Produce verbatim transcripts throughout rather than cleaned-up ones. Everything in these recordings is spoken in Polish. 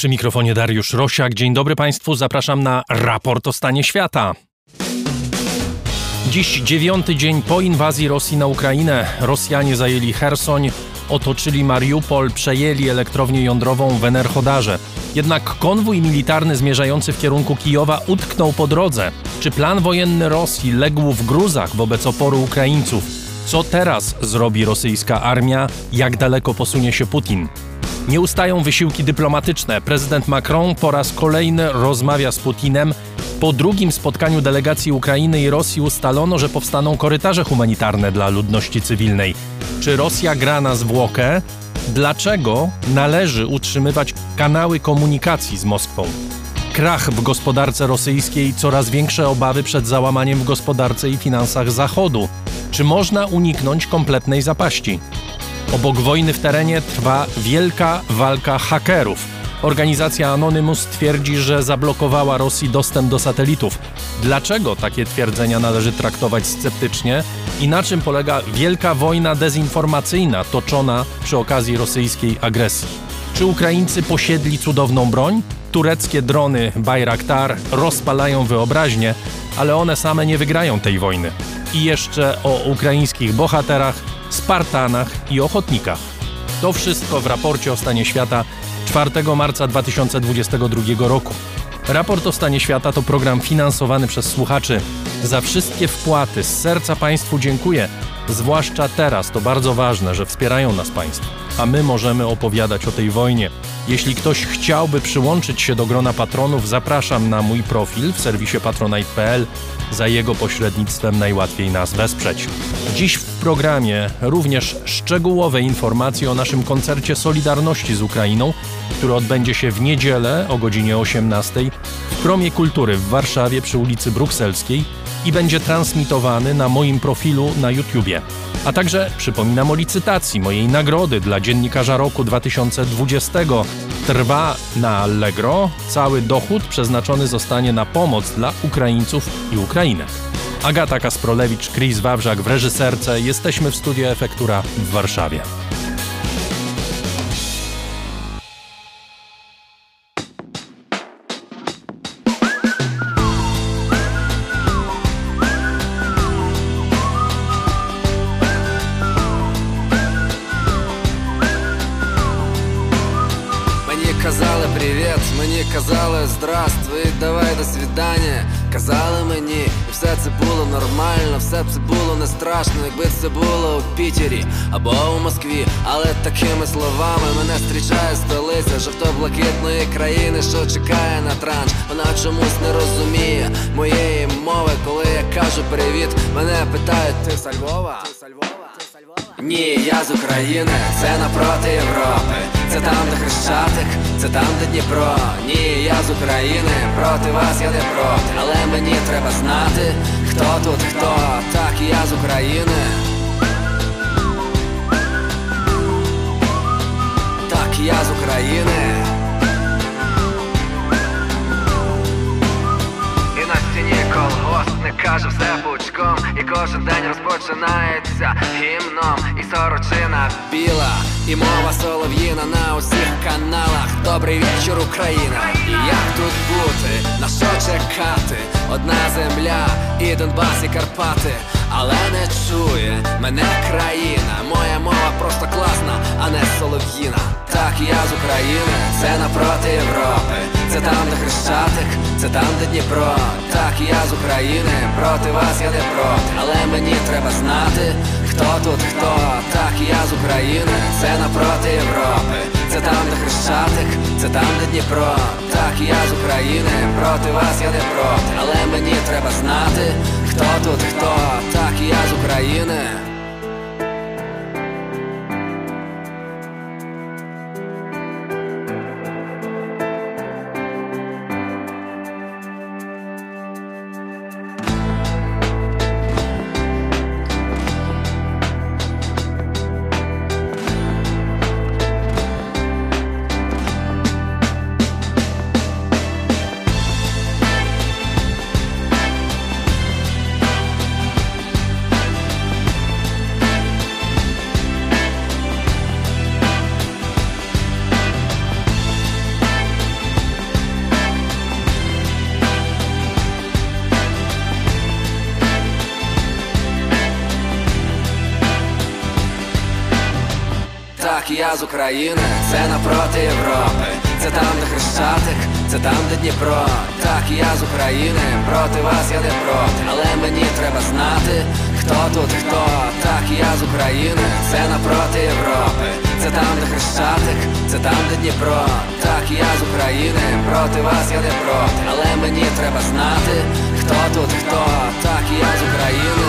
Przy mikrofonie Dariusz Rosiak. Dzień dobry Państwu, zapraszam na raport o stanie świata. Dziś dziewiąty dzień po inwazji Rosji na Ukrainę. Rosjanie zajęli Chersoń, otoczyli Mariupol, przejęli elektrownię jądrową w Enerhodarze. Jednak konwój militarny zmierzający w kierunku Kijowa utknął po drodze. Czy plan wojenny Rosji legł w gruzach wobec oporu Ukraińców? Co teraz zrobi rosyjska armia? Jak daleko posunie się Putin? Nie ustają wysiłki dyplomatyczne. Prezydent Macron po raz kolejny rozmawia z Putinem. Po drugim spotkaniu delegacji Ukrainy i Rosji ustalono, że powstaną korytarze humanitarne dla ludności cywilnej. Czy Rosja gra na zwłokę? Dlaczego należy utrzymywać kanały komunikacji z Moskwą? Krach w gospodarce rosyjskiej, coraz większe obawy przed załamaniem w gospodarce i finansach Zachodu. Czy można uniknąć kompletnej zapaści? Obok wojny w terenie trwa wielka walka hakerów. Organizacja Anonymous twierdzi, że zablokowała Rosji dostęp do satelitów. Dlaczego takie twierdzenia należy traktować sceptycznie? I na czym polega wielka wojna dezinformacyjna toczona przy okazji rosyjskiej agresji? Czy Ukraińcy posiedli cudowną broń? Tureckie drony Bayraktar rozpalają wyobraźnię, ale one same nie wygrają tej wojny. I jeszcze o ukraińskich bohaterach, Spartanach i ochotnikach. To wszystko w raporcie o stanie świata czwartego marca dwa tysiące dwudziestego drugiego roku. Raport o stanie świata to program finansowany przez słuchaczy. Za wszystkie wpłaty z serca Państwu dziękuję. Zwłaszcza teraz, to bardzo ważne, że wspierają nas Państwo. A my możemy opowiadać o tej wojnie. Jeśli ktoś chciałby przyłączyć się do grona patronów, zapraszam na mój profil w serwisie patronite kropka p l. Za jego pośrednictwem najłatwiej nas wesprzeć. Dziś w programie również szczegółowe informacje o naszym koncercie Solidarności z Ukrainą, który odbędzie się w niedzielę o godzinie osiemnastej w Promie Kultury w Warszawie przy ulicy Brukselskiej i będzie transmitowany na moim profilu na YouTubie. A także przypominam o licytacji mojej nagrody dla Dziennikarza Roku dwa tysiące dwudziestego. Trwa na Allegro. Cały dochód przeznaczony zostanie na pomoc dla Ukraińców i Ukrainek. Agata Kasprolewicz, Chris Wawrzak w reżyserce. Jesteśmy w studiu Efektura w Warszawie. Мені казали здравствуй, давай до свидання. Казали мені, і все це було нормально, все б це було не страшно, якби це було у Пітері або у Москві. Але такими словами мене зустрічає столиця жовто-блакитної країни, що чекає на транш. Вона чомусь не розуміє моєї мови, коли я кажу привіт. Мене питають, ти з Львова? Ні, я з України, це напроти Європи. Це там, де Хрещатик, це там, де Дніпро. Ні, я з України, проти вас я не проти. Але мені треба знати, хто тут хто. Так, я з України. Так, я з України. І на стіні колгоспник каже все пучком. І кожен день розпочинається гімном. І сорочина біла, і мова солов'їна на усіх каналах. Добрий вечір, Україна. І як тут бути, на що чекати? Одна земля, і Донбас, і Карпати. Але не чує мене країна. Моя мова просто класна, а не солов'їна. Так, я з України, це напроти Європи. Це там, де Хрещатик, це там, де Дніпро. Так, я з України, проти вас я не проти. Але мені треба знати, хто тут хто. Так, я з України, це напроти Європи. Це там, де Хрещатик, це там, де Дніпро. Так, я з України, проти вас я не проти. Але мені треба знати, хто тут хто. Так, я з України. я з України, це напроти Європи. Це там, де Хрещатик, це там, де Дніпро. Так, я з України, проти вас я не проти. Але мені треба знати, хто тут хто. Так, я з України, це напроти Європи. Це там, де Хрещатик, це там, де Дніпро. Так, я з України, проти вас я не проти. Але мені треба знати, хто тут хто. Так, я з України.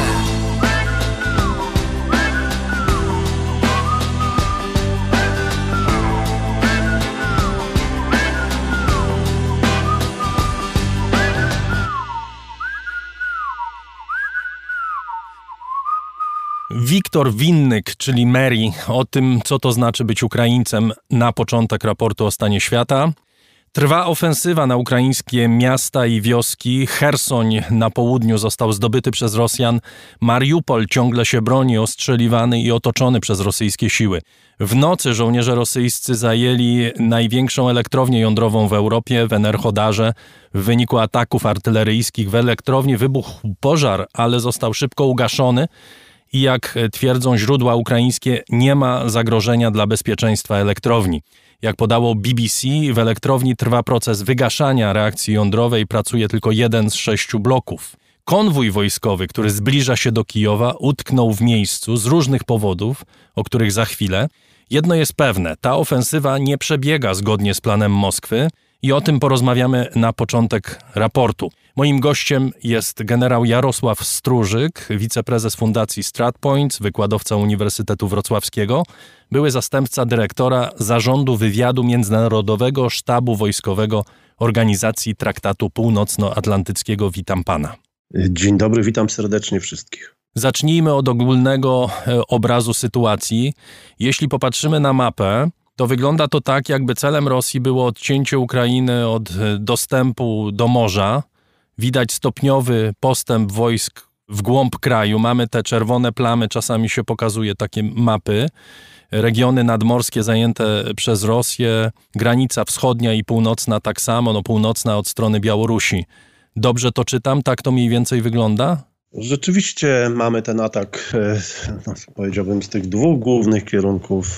Wiktor Winnyk, czyli Mary, o tym, co to znaczy być Ukraińcem na początek raportu o stanie świata. Trwa ofensywa na ukraińskie miasta i wioski. Chersoń na południu został zdobyty przez Rosjan. Mariupol ciągle się broni, ostrzeliwany i otoczony przez rosyjskie siły. W nocy żołnierze rosyjscy zajęli największą elektrownię jądrową w Europie, w Enerhodarze. W wyniku ataków artyleryjskich w elektrowni wybuchł pożar, ale został szybko ugaszony. I jak twierdzą źródła ukraińskie, nie ma zagrożenia dla bezpieczeństwa elektrowni. Jak podało B B C, w elektrowni trwa proces wygaszania reakcji jądrowej, pracuje tylko jeden z sześciu bloków. Konwój wojskowy, który zbliża się do Kijowa, utknął w miejscu z różnych powodów, o których za chwilę. Jedno jest pewne, ta ofensywa nie przebiega zgodnie z planem Moskwy i o tym porozmawiamy na początek raportu. Moim gościem jest generał Jarosław Stróżyk, wiceprezes Fundacji StratPoints, wykładowca Uniwersytetu Wrocławskiego, były zastępca dyrektora Zarządu Wywiadu Międzynarodowego Sztabu Wojskowego Organizacji Traktatu Północnoatlantyckiego. Witam pana. Dzień dobry, witam serdecznie wszystkich. Zacznijmy od ogólnego obrazu sytuacji. Jeśli popatrzymy na mapę, to wygląda to tak, jakby celem Rosji było odcięcie Ukrainy od dostępu do morza. Widać stopniowy postęp wojsk w głąb kraju. Mamy te czerwone plamy, czasami się pokazuje takie mapy. Regiony nadmorskie zajęte przez Rosję, granica wschodnia i północna tak samo, no północna od strony Białorusi. Dobrze to czytam? Tak to mniej więcej wygląda? Rzeczywiście mamy ten atak, no, powiedziałbym, z tych dwóch głównych kierunków,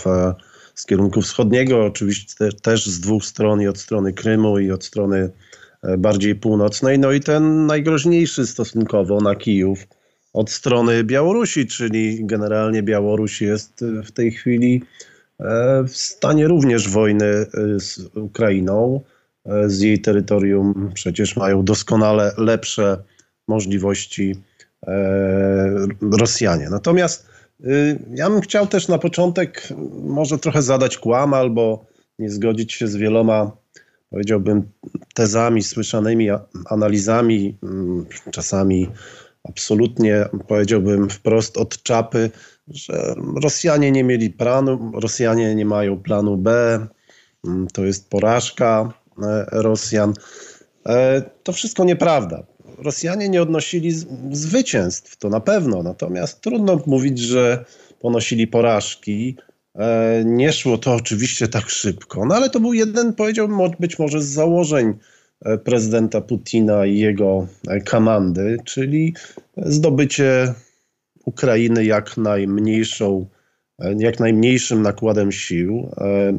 z kierunku wschodniego, oczywiście też z dwóch stron, i od strony Krymu, i od strony bardziej północnej. No i ten najgroźniejszy stosunkowo na Kijów od strony Białorusi, czyli generalnie Białoruś jest w tej chwili w stanie również wojny z Ukrainą. Z jej terytorium przecież mają doskonale lepsze możliwości Rosjanie. Natomiast ja bym chciał też na początek może trochę zadać kłam albo nie zgodzić się z wieloma, powiedziałbym, tezami, słyszanymi analizami, czasami absolutnie, powiedziałbym, wprost od czapy, że Rosjanie nie mieli planu, Rosjanie nie mają planu B, to jest porażka Rosjan. To wszystko nieprawda. Rosjanie nie odnosili zwycięstw, to na pewno, natomiast trudno mówić, że ponosili porażki. Nie szło to oczywiście tak szybko, no ale to był jeden, powiedziałbym, być może z założeń prezydenta Putina i jego komandy, czyli zdobycie Ukrainy jak najmniejszą, jak najmniejszym nakładem sił,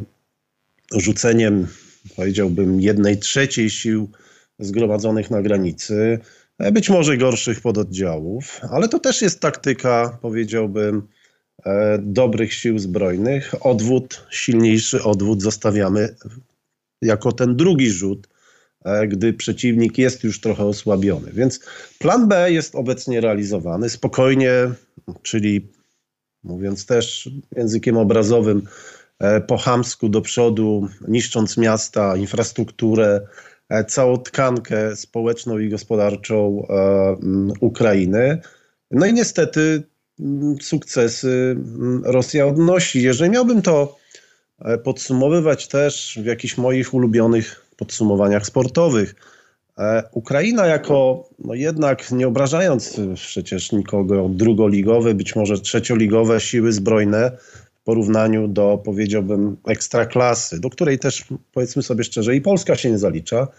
rzuceniem, powiedziałbym, jednej trzeciej sił zgromadzonych na granicy, być może gorszych pododdziałów, ale to też jest taktyka, powiedziałbym, dobrych sił zbrojnych. Odwód, silniejszy odwód zostawiamy jako ten drugi rzut, gdy przeciwnik jest już trochę osłabiony. Więc plan B jest obecnie realizowany spokojnie, czyli mówiąc też językiem obrazowym, po chamsku do przodu, niszcząc miasta, infrastrukturę, całą tkankę społeczną i gospodarczą Ukrainy. No i niestety sukcesy Rosja odnosi. Jeżeli miałbym to podsumowywać też w jakichś moich ulubionych podsumowaniach sportowych, Ukraina jako, no jednak nie obrażając przecież nikogo, drugoligowe, być może trzecioligowe siły zbrojne w porównaniu do, powiedziałbym, ekstraklasy, do której też, powiedzmy sobie szczerze, i Polska się nie zalicza,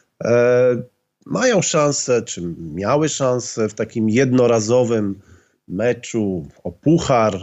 mają szansę, czy miały szansę w takim jednorazowym meczu o puchar,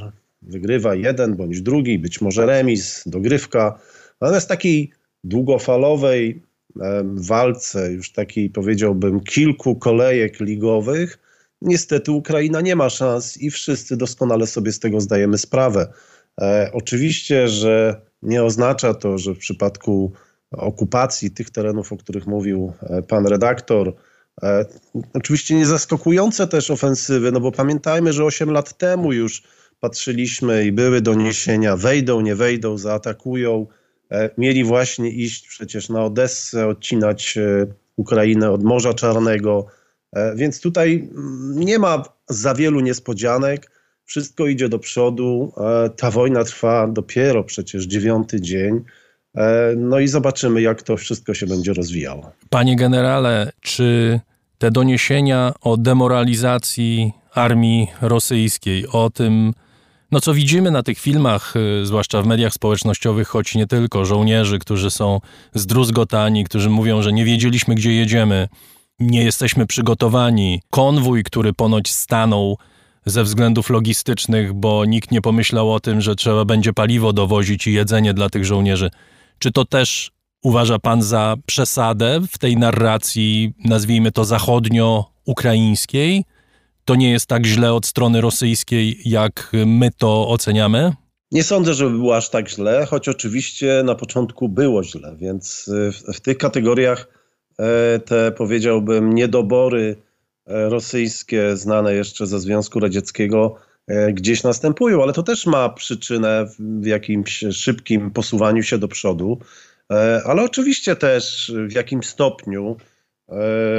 wygrywa jeden bądź drugi, być może remis, dogrywka. Natomiast takiej długofalowej walce, już takiej powiedziałbym kilku kolejek ligowych, niestety Ukraina nie ma szans i wszyscy doskonale sobie z tego zdajemy sprawę. E, oczywiście, że nie oznacza to, że w przypadku okupacji tych terenów, o których mówił pan redaktor, e, oczywiście nie zaskakujące też ofensywy, no bo pamiętajmy, że osiem lat temu już patrzyliśmy i były doniesienia, wejdą, nie wejdą, zaatakują. E, mieli właśnie iść przecież na Odessę, odcinać e, Ukrainę od Morza Czarnego, e, więc tutaj nie ma za wielu niespodzianek. Wszystko idzie do przodu. E, ta wojna trwa dopiero przecież dziewiąty dzień. E, no i zobaczymy, jak to wszystko się będzie rozwijało. Panie generale, czy te doniesienia o demoralizacji armii rosyjskiej, o tym, no co widzimy na tych filmach, zwłaszcza w mediach społecznościowych, choć nie tylko, żołnierzy, którzy są zdruzgotani, którzy mówią, że nie wiedzieliśmy, gdzie jedziemy, nie jesteśmy przygotowani. Konwój, który ponoć stanął ze względów logistycznych, bo nikt nie pomyślał o tym, że trzeba będzie paliwo dowozić i jedzenie dla tych żołnierzy. Czy to też uważa pan za przesadę w tej narracji, nazwijmy to zachodnio-ukraińskiej? To nie jest tak źle od strony rosyjskiej, jak my to oceniamy? Nie sądzę, żeby było aż tak źle, choć oczywiście na początku było źle, więc w, w tych kategoriach e, te, powiedziałbym, niedobory e, rosyjskie znane jeszcze ze Związku Radzieckiego e, gdzieś następują, ale to też ma przyczynę w jakimś szybkim posuwaniu się do przodu, e, ale oczywiście też w jakimś stopniu e,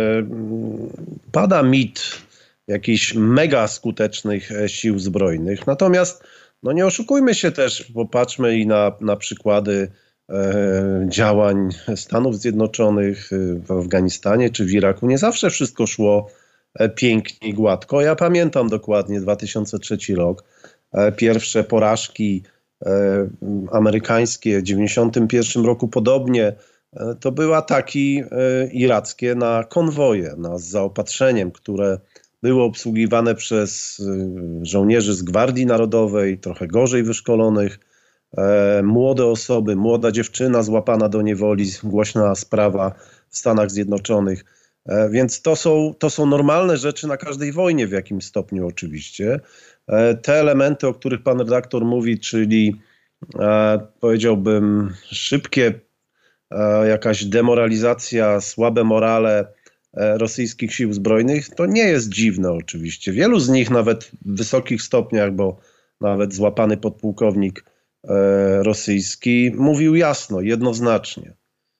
pada mit jakichś mega skutecznych sił zbrojnych. Natomiast no nie oszukujmy się też, popatrzmy i na, na przykłady e, działań Stanów Zjednoczonych w Afganistanie czy w Iraku. Nie zawsze wszystko szło e, pięknie i gładko. Ja pamiętam dokładnie dwa tysiące trzeci rok. E, pierwsze porażki e, amerykańskie w dziewięćdziesiątym pierwszym roku podobnie. E, to były ataki e, irackie na konwoje, na z zaopatrzeniem, które były obsługiwane przez żołnierzy z Gwardii Narodowej, trochę gorzej wyszkolonych, e, młode osoby, młoda dziewczyna złapana do niewoli, głośna sprawa w Stanach Zjednoczonych. E, więc to są, to są normalne rzeczy na każdej wojnie w jakimś stopniu oczywiście. E, te elementy, o których pan redaktor mówi, czyli e, powiedziałbym szybkie, e, jakaś demoralizacja, słabe morale rosyjskich sił zbrojnych, to nie jest dziwne oczywiście. Wielu z nich nawet w wysokich stopniach, bo nawet złapany podpułkownik e, rosyjski mówił jasno, jednoznacznie.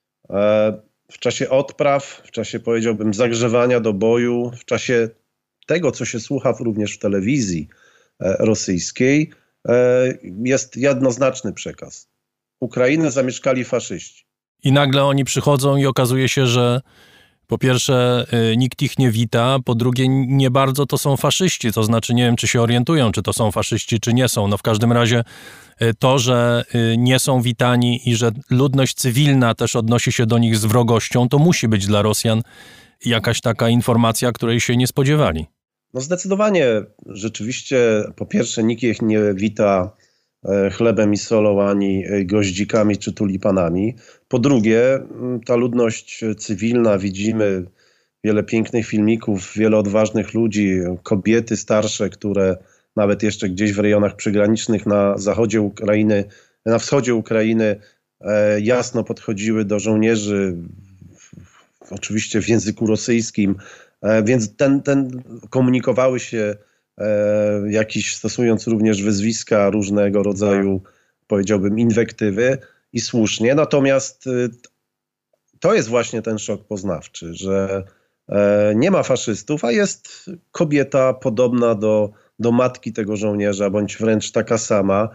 E, w czasie odpraw, w czasie powiedziałbym zagrzewania do boju, w czasie tego, co się słucha również w telewizji e, rosyjskiej, e, jest jednoznaczny przekaz. Ukrainę zamieszkali faszyści. I nagle oni przychodzą i okazuje się, że po pierwsze, y, nikt ich nie wita, po drugie, nie bardzo to są faszyści, to znaczy nie wiem, czy się orientują, czy to są faszyści, czy nie są. No w każdym razie y, to, że y, nie są witani i że ludność cywilna też odnosi się do nich z wrogością, to musi być dla Rosjan jakaś taka informacja, której się nie spodziewali. No zdecydowanie, rzeczywiście, po pierwsze, nikt ich nie wita chlebem i solą, ani goździkami czy tulipanami. Po drugie, ta ludność cywilna, widzimy wiele pięknych filmików, wiele odważnych ludzi, kobiety starsze, które nawet jeszcze gdzieś w rejonach przygranicznych na zachodzie Ukrainy, na wschodzie Ukrainy e, jasno podchodziły do żołnierzy, w, oczywiście w języku rosyjskim, e, więc ten, ten komunikowały się E, jakiś, stosując również wyzwiska, różnego rodzaju, powiedziałbym, inwektywy i słusznie. Natomiast y, to jest właśnie ten szok poznawczy, że e, nie ma faszystów, a jest kobieta podobna do, do matki tego żołnierza, bądź wręcz taka sama,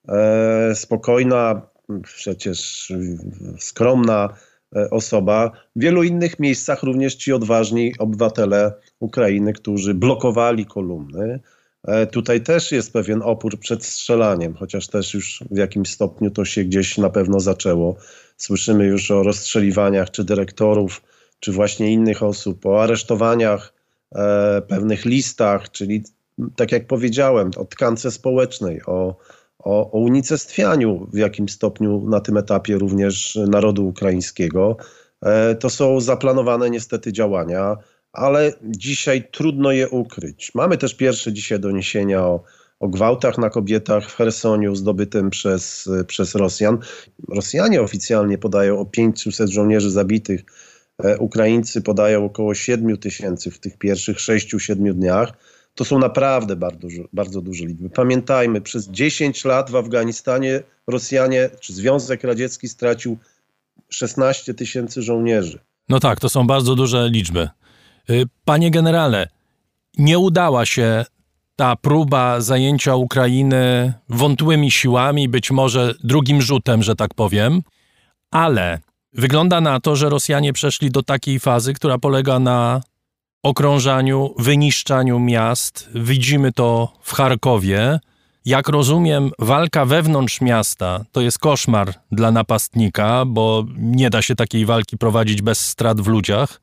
e, spokojna, przecież skromna osoba. W wielu innych miejscach również ci odważni obywatele Ukrainy, którzy blokowali kolumny. Tutaj też jest pewien opór przed strzelaniem, chociaż też już w jakimś stopniu to się gdzieś na pewno zaczęło. Słyszymy już o rozstrzeliwaniach czy dyrektorów, czy właśnie innych osób, o aresztowaniach, e, pewnych listach, czyli tak jak powiedziałem, o tkance społecznej, o, o, o unicestwianiu w jakimś stopniu na tym etapie również narodu ukraińskiego. To są zaplanowane niestety działania, ale dzisiaj trudno je ukryć. Mamy też pierwsze dzisiaj doniesienia o, o gwałtach na kobietach w Chersoniu zdobytym przez, przez Rosjan. Rosjanie oficjalnie podają o pięćset żołnierzy zabitych. Ukraińcy podają około siedem tysięcy w tych pierwszych sześciu siedmiu dniach. To są naprawdę bardzo, bardzo duże liczby. Pamiętajmy, przez dziesięć lat w Afganistanie Rosjanie, czy Związek Radziecki stracił szesnaście tysięcy żołnierzy. No tak, to są bardzo duże liczby. Panie generale, nie udała się ta próba zajęcia Ukrainy wątłymi siłami, być może drugim rzutem, że tak powiem, ale wygląda na to, że Rosjanie przeszli do takiej fazy, która polega na okrążaniu, wyniszczaniu miast. Widzimy to w Charkowie. Jak rozumiem, walka wewnątrz miasta to jest koszmar dla napastnika, bo nie da się takiej walki prowadzić bez strat w ludziach.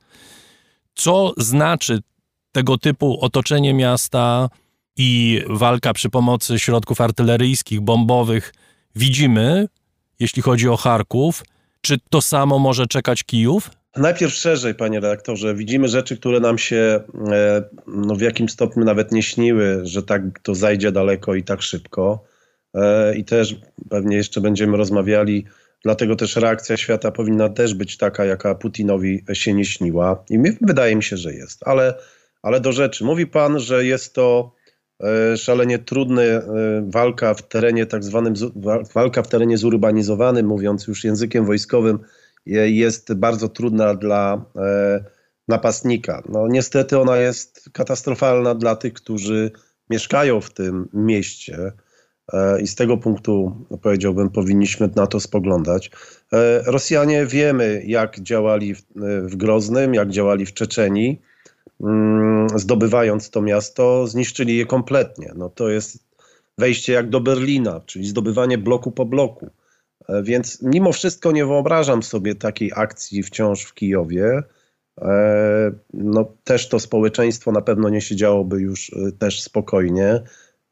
Co znaczy tego typu otoczenie miasta i walka przy pomocy środków artyleryjskich, bombowych, widzimy, jeśli chodzi o Charków. Czy to samo może czekać Kijów? Najpierw szerzej, panie redaktorze. Widzimy rzeczy, które nam się no, w jakimś stopniu nawet nie śniły, że tak to zajdzie daleko i tak szybko. I też pewnie jeszcze będziemy rozmawiali, dlatego też reakcja świata powinna też być taka, jaka Putinowi się nie śniła. I mi, wydaje mi się, że jest. Ale, ale do rzeczy. Mówi pan, że jest to szalenie trudna walka w terenie tak zwanym, walka w terenie zurbanizowanym, mówiąc już językiem wojskowym, jest bardzo trudna dla napastnika. No niestety ona jest katastrofalna dla tych, którzy mieszkają w tym mieście i z tego punktu, powiedziałbym, powinniśmy na to spoglądać. Rosjanie wiemy, jak działali w Groznym, jak działali w Czeczenii. Zdobywając to miasto, zniszczyli je kompletnie. No to jest wejście jak do Berlina, czyli zdobywanie bloku po bloku. Więc mimo wszystko nie wyobrażam sobie takiej akcji wciąż w Kijowie. No też to społeczeństwo na pewno nie siedziałoby już też spokojnie.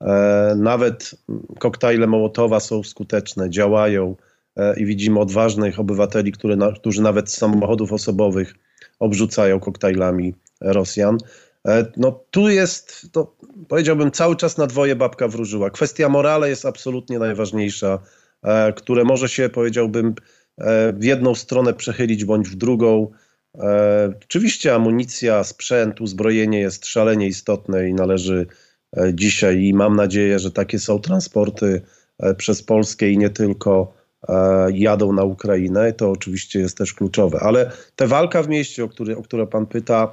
Nawet koktajle Mołotowa są skuteczne, działają i widzimy odważnych obywateli, które, którzy nawet z samochodów osobowych obrzucają koktajlami Rosjan. No tu jest, to powiedziałbym, cały czas na dwoje babka wróżyła. Kwestia morale jest absolutnie najważniejsza, które może się, powiedziałbym, w jedną stronę przechylić bądź w drugą. Oczywiście amunicja, sprzęt, uzbrojenie jest szalenie istotne i należy dzisiaj, i mam nadzieję, że takie są transporty przez Polskę i nie tylko, jadą na Ukrainę. To oczywiście jest też kluczowe. Ale ta walka w mieście, o, który, o które pan pyta,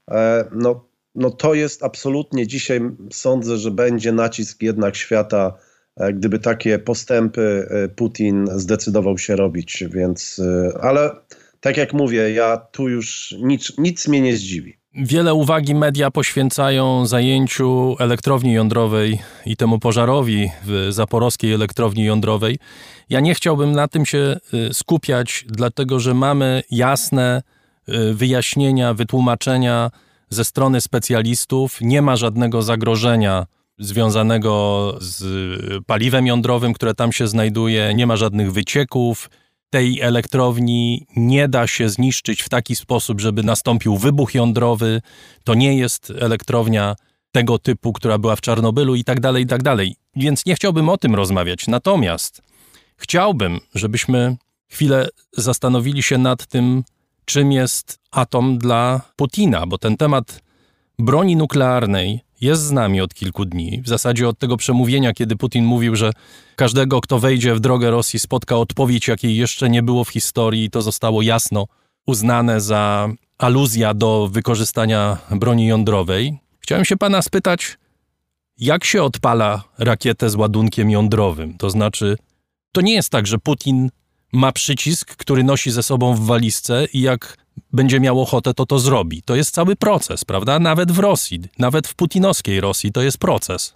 no, no to jest absolutnie dzisiaj, sądzę, że będzie nacisk jednak świata, gdyby takie postępy Putin zdecydował się robić. Więc, ale tak jak mówię, ja tu już nic, nic mnie nie zdziwi. Wiele uwagi media poświęcają zajęciu elektrowni jądrowej i temu pożarowi w zaporowskiej elektrowni jądrowej. Ja nie chciałbym na tym się skupiać, dlatego że mamy jasne wyjaśnienia, wytłumaczenia ze strony specjalistów. Nie ma żadnego zagrożenia związanego z paliwem jądrowym, które tam się znajduje. Nie ma żadnych wycieków. Tej elektrowni nie da się zniszczyć w taki sposób, żeby nastąpił wybuch jądrowy. To nie jest elektrownia tego typu, która była w Czarnobylu i tak dalej, i tak dalej. Więc nie chciałbym o tym rozmawiać. Natomiast chciałbym, żebyśmy chwilę zastanowili się nad tym, czym jest atom dla Putina, bo ten temat broni nuklearnej jest z nami od kilku dni. W zasadzie od tego przemówienia, kiedy Putin mówił, że każdego, kto wejdzie w drogę Rosji, spotka odpowiedź, jakiej jeszcze nie było w historii, i to zostało jasno uznane za aluzja do wykorzystania broni jądrowej. Chciałem się pana spytać, jak się odpala rakietę z ładunkiem jądrowym? To znaczy, to nie jest tak, że Putin ma przycisk, który nosi ze sobą w walizce i jak będzie miał ochotę, to to zrobi. To jest cały proces, prawda? Nawet w Rosji, nawet w putinowskiej Rosji to jest proces.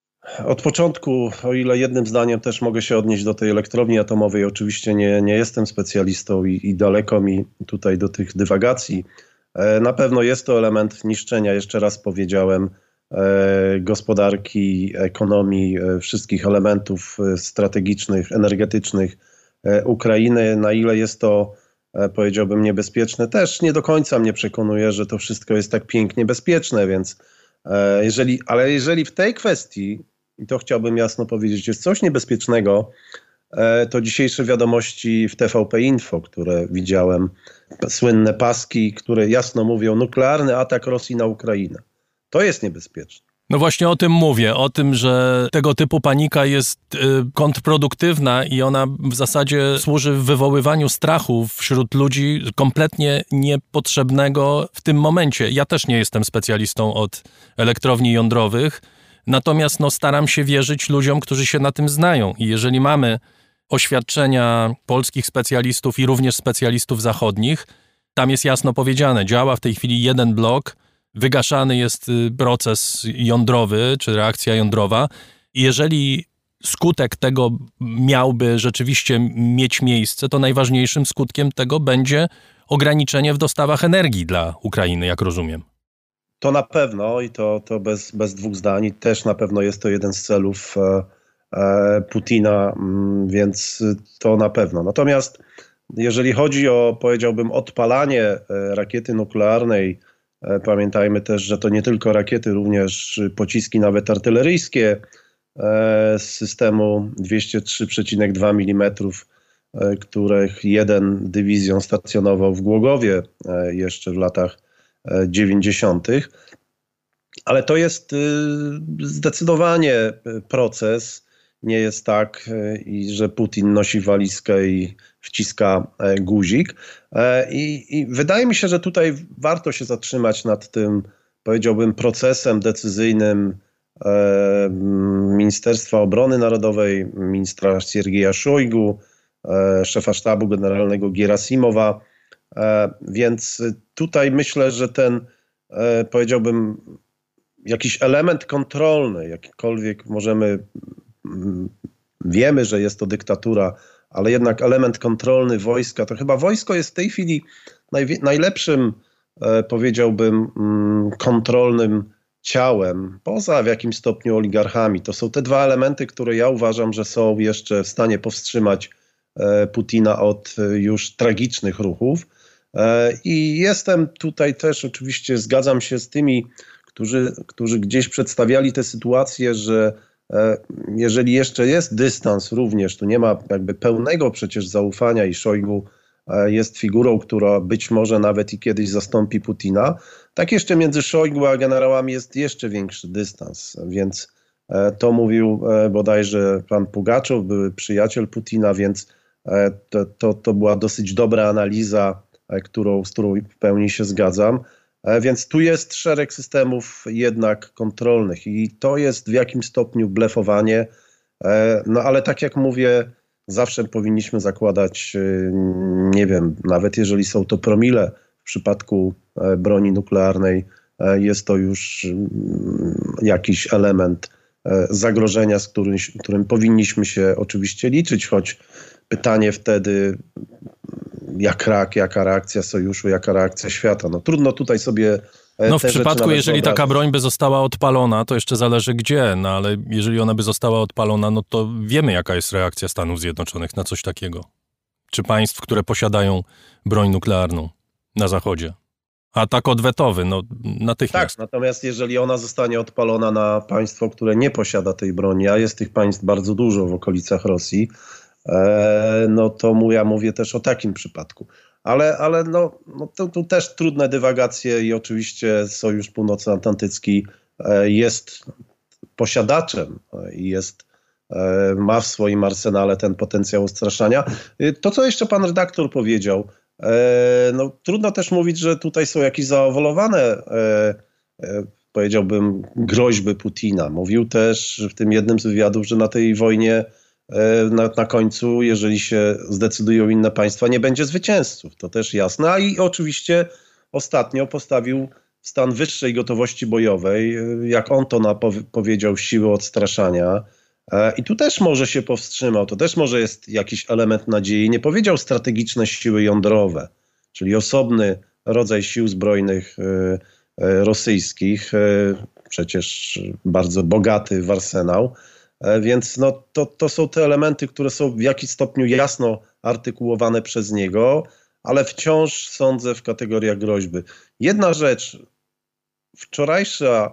Od początku, o ile jednym zdaniem też mogę się odnieść do tej elektrowni atomowej, oczywiście nie, nie jestem specjalistą i, i daleko mi tutaj do tych dywagacji. Na pewno jest to element niszczenia, jeszcze raz powiedziałem, gospodarki, ekonomii, wszystkich elementów strategicznych, energetycznych Ukrainy. Na ile jest to, powiedziałbym, niebezpieczne, też nie do końca mnie przekonuje, że to wszystko jest tak pięknie bezpieczne, więc jeżeli, ale jeżeli w tej kwestii, i to chciałbym jasno powiedzieć, jest coś niebezpiecznego, to dzisiejsze wiadomości w T V P Info, które widziałem, słynne paski, które jasno mówią: nuklearny atak Rosji na Ukrainę. To jest niebezpieczne. No właśnie o tym mówię, o tym, że tego typu panika jest y, kontrproduktywna i ona w zasadzie służy wywoływaniu strachu wśród ludzi kompletnie niepotrzebnego w tym momencie. Ja też nie jestem specjalistą od elektrowni jądrowych, natomiast no, staram się wierzyć ludziom, którzy się na tym znają. I jeżeli mamy oświadczenia polskich specjalistów i również specjalistów zachodnich, tam jest jasno powiedziane, działa w tej chwili jeden blok, wygaszany jest proces jądrowy, czy reakcja jądrowa. I jeżeli skutek tego miałby rzeczywiście mieć miejsce, to najważniejszym skutkiem tego będzie ograniczenie w dostawach energii dla Ukrainy, jak rozumiem. To na pewno i to, to bez, bez dwóch zdań. I też na pewno jest to jeden z celów e, e, Putina, m, więc to na pewno. Natomiast jeżeli chodzi o, powiedziałbym, odpalanie e, rakiety nuklearnej, pamiętajmy też, że to nie tylko rakiety, również pociski nawet artyleryjskie z systemu dwieście trzy przecinek dwa milimetra, których jeden dywizjon stacjonował w Głogowie jeszcze w latach dziewięćdziesiątych. Ale to jest zdecydowanie proces. Nie jest tak, i że Putin nosi walizkę i wciska guzik. I, I wydaje mi się, że tutaj warto się zatrzymać nad tym, powiedziałbym, procesem decyzyjnym e, Ministerstwa Obrony Narodowej, ministra Siergieja Szojgu, e, szefa sztabu generalnego Gierasimowa. E, więc tutaj myślę, że ten, e, powiedziałbym, jakiś element kontrolny, jakikolwiek możemy, m, wiemy, że jest to dyktatura, ale jednak element kontrolny wojska, to chyba wojsko jest w tej chwili naj, najlepszym, e, powiedziałbym, mm, kontrolnym ciałem, poza w jakimś stopniu oligarchami. To są te dwa elementy, które ja uważam, że są jeszcze w stanie powstrzymać e, Putina od e, już tragicznych ruchów. E, I jestem tutaj też, oczywiście zgadzam się z tymi, którzy, którzy gdzieś przedstawiali tę sytuację, że jeżeli jeszcze jest dystans również, tu nie ma jakby pełnego przecież zaufania i Szojgu jest figurą, która być może nawet i kiedyś zastąpi Putina, tak jeszcze między Szojgu a generałami jest jeszcze większy dystans, więc to mówił bodajże pan Pugaczow, były przyjaciel Putina, więc to, to, to była dosyć dobra analiza, którą, z którą w pełni się zgadzam. Więc tu jest szereg systemów jednak kontrolnych i to jest w jakimś stopniu blefowanie. No ale tak jak mówię, zawsze powinniśmy zakładać, nie wiem, nawet jeżeli są to promile, w przypadku broni nuklearnej jest to już jakiś element zagrożenia, z którym, którym powinniśmy się oczywiście liczyć, choć pytanie wtedy, jak rak, jaka reakcja sojuszu, jaka reakcja świata. No trudno tutaj sobie No w przypadku, jeżeli taka broń by została odpalona, to jeszcze zależy gdzie, no ale jeżeli ona by została odpalona, no to wiemy, jaka jest reakcja Stanów Zjednoczonych na coś takiego. Czy państw, które posiadają broń nuklearną na Zachodzie. Atak odwetowy, no natychmiast. Tak, natomiast jeżeli ona zostanie odpalona na państwo, które nie posiada tej broni, a jest tych państw bardzo dużo w okolicach Rosji, no to ja mówię też o takim przypadku. Ale, ale no, no to, to też trudne dywagacje i oczywiście Sojusz Północnoatlantycki jest posiadaczem i jest, ma w swoim arsenale ten potencjał odstraszania. To, co jeszcze pan redaktor powiedział, no trudno też mówić, że tutaj są jakieś zaowolowane, powiedziałbym, groźby Putina. Mówił też w tym jednym z wywiadów, że na tej wojnie Na, na końcu, jeżeli się zdecydują inne państwa, nie będzie zwycięzców. To też jasne. A i oczywiście ostatnio postawił stan wyższej gotowości bojowej, jak on to napow- powiedział, siły odstraszania. I tu też może się powstrzymał. To też może jest jakiś element nadziei. Nie powiedział strategiczne siły jądrowe, czyli osobny rodzaj sił zbrojnych rosyjskich. przecież bardzo bogaty w arsenał. Więc no, to, to są te elementy, które są w jakimś stopniu jasno artykułowane przez niego, ale wciąż sądzę w kategoriach groźby. Jedna rzecz, wczorajsza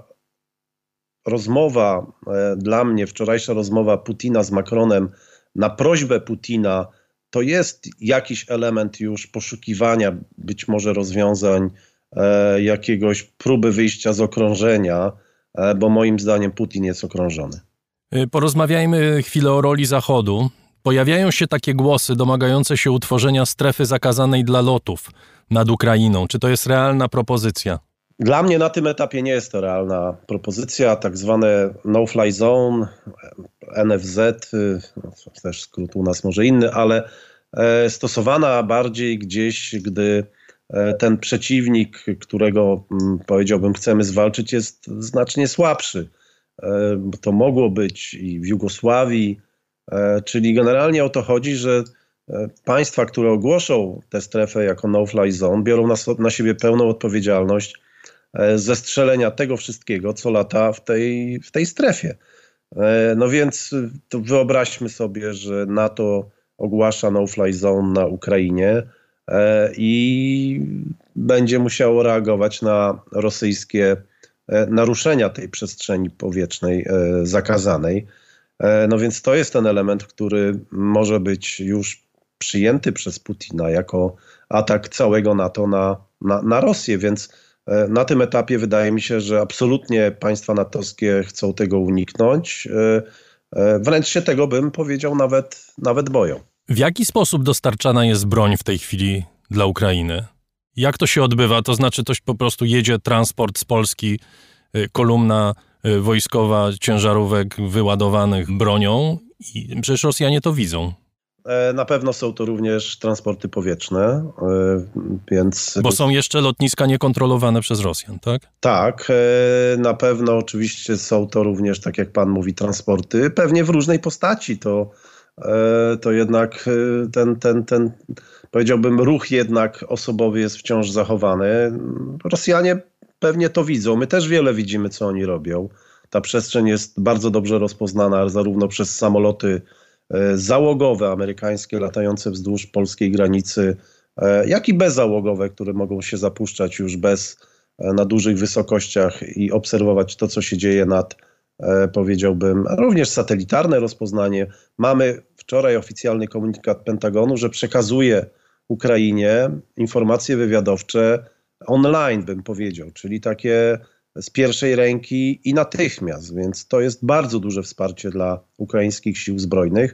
rozmowa, dla mnie wczorajsza rozmowa Putina z Macronem na prośbę Putina, to jest jakiś element już poszukiwania być może rozwiązań, e, jakiegoś próby wyjścia z okrążenia, e, bo moim zdaniem Putin jest okrążony. Porozmawiajmy chwilę o roli Zachodu. Pojawiają się takie głosy domagające się utworzenia strefy zakazanej dla lotów nad Ukrainą. Czy to jest realna propozycja? Dla mnie na tym etapie nie jest to realna propozycja. Tak zwane no-fly zone, N F Z, też skrót u nas może inny, ale stosowana bardziej gdzieś, gdy ten przeciwnik, którego powiedziałbym chcemy zwalczyć, jest znacznie słabszy. To mogło być i w Jugosławii, czyli generalnie o to chodzi, że państwa, które ogłoszą tę strefę jako no-fly zone, biorą na, na siebie pełną odpowiedzialność zestrzelenia tego wszystkiego, co lata w tej, w tej strefie. No więc to wyobraźmy sobie, że NATO ogłasza no-fly zone na Ukrainie i będzie musiało reagować na rosyjskie naruszenia tej przestrzeni powietrznej zakazanej. No więc to jest ten element, który może być już przyjęty przez Putina jako atak całego NATO na, na, na Rosję, więc na tym etapie wydaje mi się, że absolutnie państwa natowskie chcą tego uniknąć. Wręcz się tego, bym powiedział, nawet, nawet boją. W jaki sposób dostarczana jest broń w tej chwili dla Ukrainy? Jak to się odbywa? To znaczy, to po prostu jedzie transport z Polski, kolumna wojskowa ciężarówek wyładowanych bronią i przecież Rosjanie to widzą. Na pewno są to również transporty powietrzne, więc... Bo są jeszcze lotniska niekontrolowane przez Rosjan, tak? Tak, na pewno oczywiście są to również, tak jak pan mówi, transporty, pewnie w różnej postaci. To, to jednak ten, ten, ten, powiedziałbym, ruch jednak osobowy jest wciąż zachowany. Rosjanie pewnie to widzą. My też wiele widzimy, co oni robią. Ta przestrzeń jest bardzo dobrze rozpoznana zarówno przez samoloty załogowe amerykańskie latające wzdłuż polskiej granicy, jak i bezzałogowe, które mogą się zapuszczać już bez, na dużych wysokościach i obserwować to, co się dzieje nad, powiedziałbym, również satelitarne rozpoznanie. Mamy wczoraj oficjalny komunikat Pentagonu, że przekazuje Ukrainie informacje wywiadowcze online, bym powiedział, czyli takie z pierwszej ręki i natychmiast, więc to jest bardzo duże wsparcie dla ukraińskich sił zbrojnych,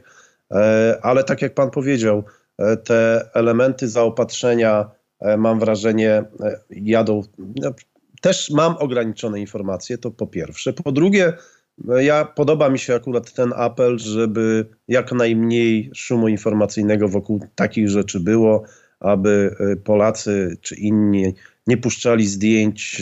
ale tak jak pan powiedział, te elementy zaopatrzenia, mam wrażenie, jadą, też mam ograniczone informacje, to po pierwsze. Po drugie, ja, podoba mi się akurat ten apel, żeby jak najmniej szumu informacyjnego wokół takich rzeczy było, aby Polacy czy inni nie puszczali zdjęć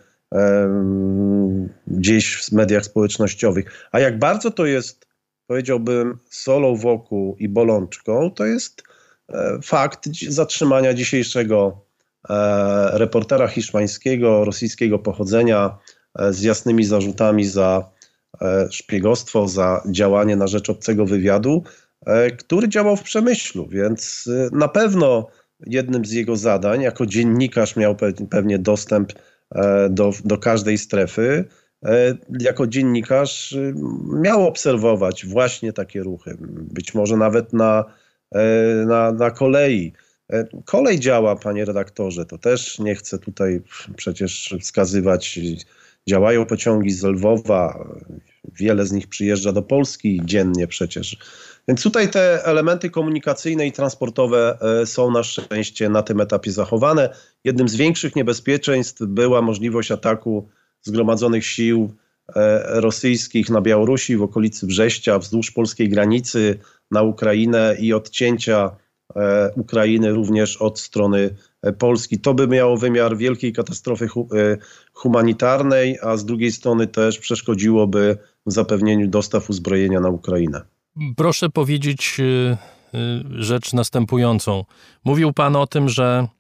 gdzieś w mediach społecznościowych. A jak bardzo to jest, powiedziałbym, solą wokół i bolączką, to jest fakt zatrzymania dzisiejszego reportera hiszpańskiego, rosyjskiego pochodzenia z jasnymi zarzutami za szpiegostwo, za działanie na rzecz obcego wywiadu, który działał w Przemyślu, więc na pewno jednym z jego zadań, jako dziennikarz miał pewnie dostęp do, do każdej strefy, jako dziennikarz miał obserwować właśnie takie ruchy, być może nawet na, na, na kolei. Kolej działa, panie redaktorze, to też nie chcę tutaj przecież wskazywać. Działają pociągi z Lwowa, wiele z nich przyjeżdża do Polski dziennie przecież. Więc tutaj te elementy komunikacyjne i transportowe są na szczęście na tym etapie zachowane. Jednym z większych niebezpieczeństw była możliwość ataku zgromadzonych sił rosyjskich na Białorusi w okolicy Brześcia, wzdłuż polskiej granicy na Ukrainę i odcięcia Ukrainy również od strony Polski. To by miało wymiar wielkiej katastrofy humanitarnej, a z drugiej strony też przeszkodziłoby w zapewnieniu dostaw uzbrojenia na Ukrainę. Proszę powiedzieć rzecz następującą. Mówił pan o tym, że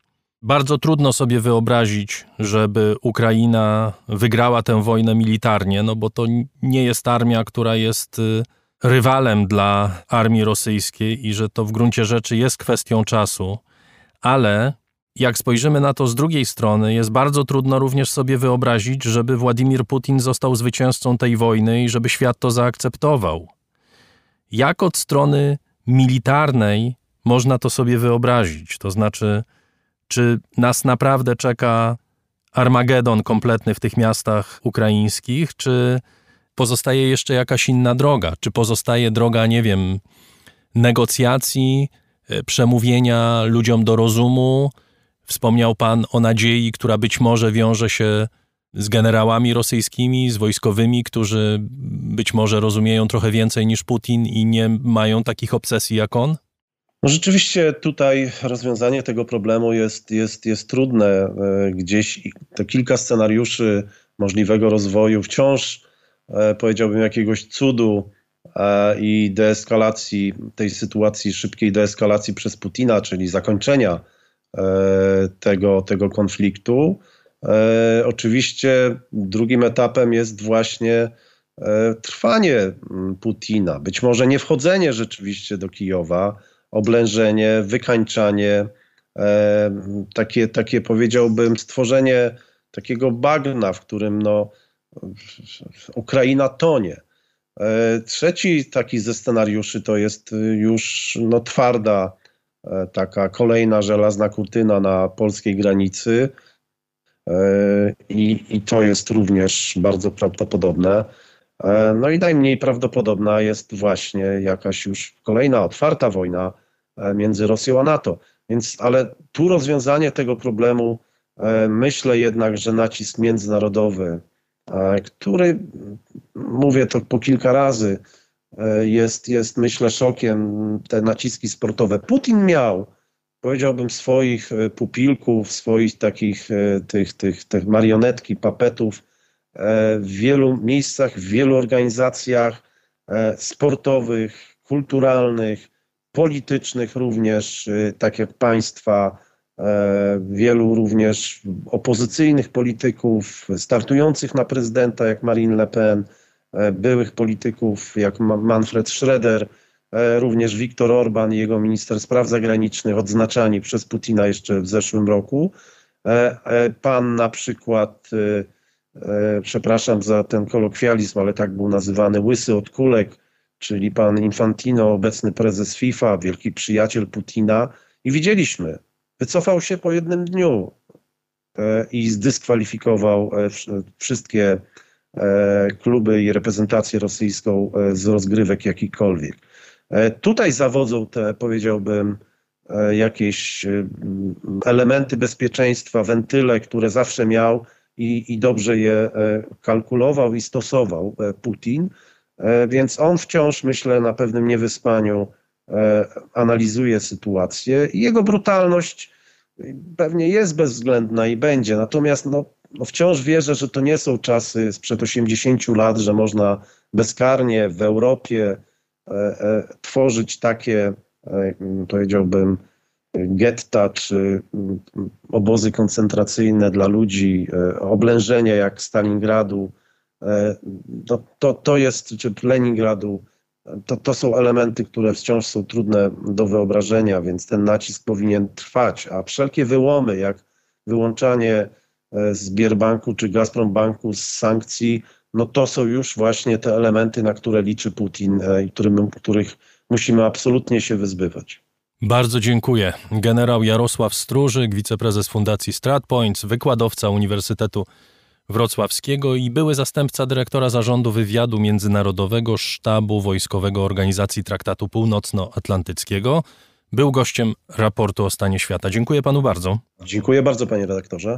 Bardzo trudno sobie wyobrazić, żeby Ukraina wygrała tę wojnę militarnie, no bo to nie jest armia, która jest rywalem dla armii rosyjskiej i że to w gruncie rzeczy jest kwestią czasu, ale jak spojrzymy na to z drugiej strony, jest bardzo trudno również sobie wyobrazić, żeby Władimir Putin został zwycięzcą tej wojny i żeby świat to zaakceptował. Jak od strony militarnej można to sobie wyobrazić? To znaczy, czy nas naprawdę czeka Armagedon kompletny w tych miastach ukraińskich, czy pozostaje jeszcze jakaś inna droga? Czy pozostaje droga, nie wiem, negocjacji, przemówienia ludziom do rozumu? Wspomniał pan o nadziei, która być może wiąże się z generałami rosyjskimi, z wojskowymi, którzy być może rozumieją trochę więcej niż Putin i nie mają takich obsesji jak on? No rzeczywiście tutaj rozwiązanie tego problemu jest, jest, jest trudne. Gdzieś te kilka scenariuszy możliwego rozwoju wciąż, powiedziałbym, jakiegoś cudu i deeskalacji tej sytuacji, szybkiej deeskalacji przez Putina, czyli zakończenia tego, tego konfliktu. Oczywiście drugim etapem jest właśnie trwanie Putina. Być może nie wchodzenie rzeczywiście do Kijowa, oblężenie, wykańczanie, takie, takie powiedziałbym stworzenie takiego bagna, w którym no, Ukraina tonie. Trzeci taki ze scenariuszy to jest już no, twarda, taka kolejna żelazna kurtyna na polskiej granicy i, i to jest również bardzo prawdopodobne. No i najmniej prawdopodobna jest właśnie jakaś już kolejna otwarta wojna między Rosją a NATO. Więc, ale tu rozwiązanie tego problemu, myślę jednak, że nacisk międzynarodowy, który, mówię to po kilka razy, jest, jest myślę szokiem, te naciski sportowe. Putin miał, powiedziałbym, swoich pupilków, swoich takich tych, tych, tych marionetki, papetów w wielu miejscach, w wielu organizacjach sportowych, kulturalnych, politycznych również, tak jak państwa, wielu również opozycyjnych polityków, startujących na prezydenta jak Marine Le Pen, byłych polityków jak Manfred Schroeder, również Viktor Orban i jego minister spraw zagranicznych, odznaczani przez Putina jeszcze w zeszłym roku. Pan na przykład, przepraszam za ten kolokwializm, ale tak był nazywany, łysy od kulek, czyli pan Infantino, obecny prezes FIFA, wielki przyjaciel Putina. I widzieliśmy, wycofał się po jednym dniu i zdyskwalifikował wszystkie kluby i reprezentację rosyjską z rozgrywek jakikolwiek. Tutaj zawodzą te, powiedziałbym, jakieś elementy bezpieczeństwa, wentyle, które zawsze miał i, i dobrze je kalkulował i stosował Putin. Więc on wciąż, myślę, na pewnym niewyspaniu analizuje sytuację i jego brutalność pewnie jest bezwzględna i będzie. Natomiast no, no wciąż wierzę, że to nie są czasy sprzed osiemdziesięciu lat, że można bezkarnie w Europie e, e, tworzyć takie, e, powiedziałbym, getta czy obozy koncentracyjne dla ludzi, e, oblężenia jak Stalingradu. E, to, to, to jest, czy Leningradu. To, to są elementy, które wciąż są trudne do wyobrażenia, więc ten nacisk powinien trwać, a wszelkie wyłomy, jak wyłączanie z Sberbanku czy Gazprombanku z sankcji, no to są już właśnie te elementy, na które liczy Putin i którym, których musimy absolutnie się wyzbywać. Bardzo dziękuję. Generał Jarosław Stróżyk, wiceprezes Fundacji StratPoints, wykładowca Uniwersytetu Wrocławskiego i były zastępca dyrektora Zarządu Wywiadu Międzynarodowego Sztabu Wojskowego Organizacji Traktatu Północnoatlantyckiego. Był gościem raportu o stanie świata. Dziękuję panu bardzo. Dziękuję bardzo, panie redaktorze.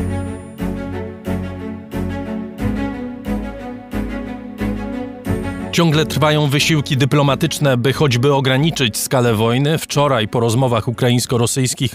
Ciągle trwają wysiłki dyplomatyczne, by choćby ograniczyć skalę wojny. Wczoraj po rozmowach ukraińsko-rosyjskich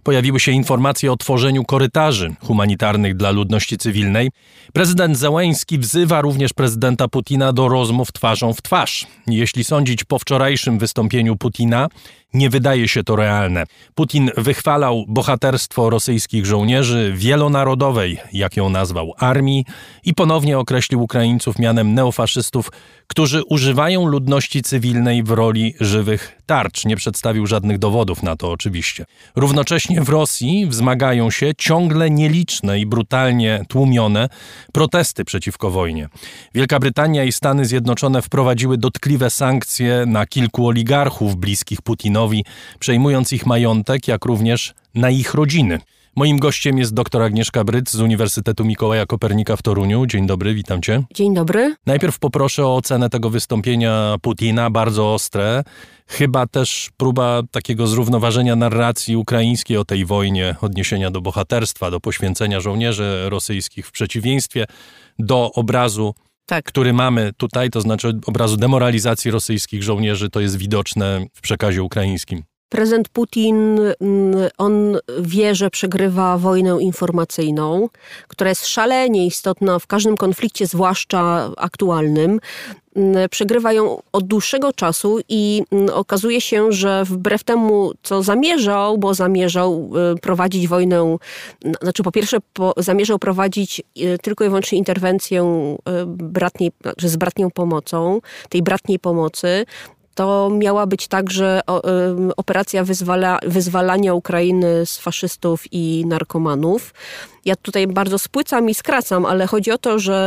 Pojawiły się informacje o tworzeniu korytarzy humanitarnych dla ludności cywilnej. Prezydent Zełenski wzywa również prezydenta Putina do rozmów twarzą w twarz. Jeśli sądzić po wczorajszym wystąpieniu Putina, nie wydaje się to realne. Putin wychwalał bohaterstwo rosyjskich żołnierzy wielonarodowej, jak ją nazwał, armii i ponownie określił Ukraińców mianem neofaszystów, którzy używają ludności cywilnej w roli żywych tarcz. Nie przedstawił żadnych dowodów na to oczywiście. Równocześnie w Rosji wzmagają się ciągle nieliczne i brutalnie tłumione protesty przeciwko wojnie. Wielka Brytania i Stany Zjednoczone wprowadziły dotkliwe sankcje na kilku oligarchów bliskich Putinowi, przejmując ich majątek, jak również na ich rodziny. Moim gościem jest dr Agnieszka Bryc z Uniwersytetu Mikołaja Kopernika w Toruniu. Dzień dobry, witam cię. Dzień dobry. Najpierw poproszę o ocenę tego wystąpienia Putina, bardzo ostre. Chyba też próba takiego zrównoważenia narracji ukraińskiej o tej wojnie, odniesienia do bohaterstwa, do poświęcenia żołnierzy rosyjskich w przeciwieństwie do obrazu, tak, który mamy tutaj, to znaczy obrazu demoralizacji rosyjskich żołnierzy, to jest widoczne w przekazie ukraińskim. Prezydent Putin, on wie, że przegrywa wojnę informacyjną, która jest szalenie istotna w każdym konflikcie, zwłaszcza aktualnym. Przegrywa ją od dłuższego czasu i okazuje się, że wbrew temu, co zamierzał, bo zamierzał prowadzić wojnę, znaczy po pierwsze po, zamierzał prowadzić tylko i wyłącznie interwencję bratniej, znaczy z bratnią pomocą, tej bratniej pomocy, to miała być także operacja wyzwala, wyzwalania Ukrainy z faszystów i narkomanów. Ja tutaj bardzo spłycam i skracam, ale chodzi o to, że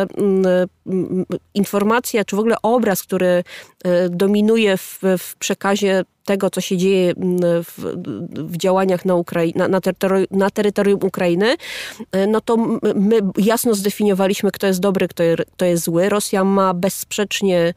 informacja, czy w ogóle obraz, który dominuje w, w przekazie tego, co się dzieje w, w działaniach na, Ukrai- na, na, terytorium, na terytorium Ukrainy, no to my jasno zdefiniowaliśmy, kto jest dobry, kto, je, kto jest zły. Rosja ma bezsprzecznie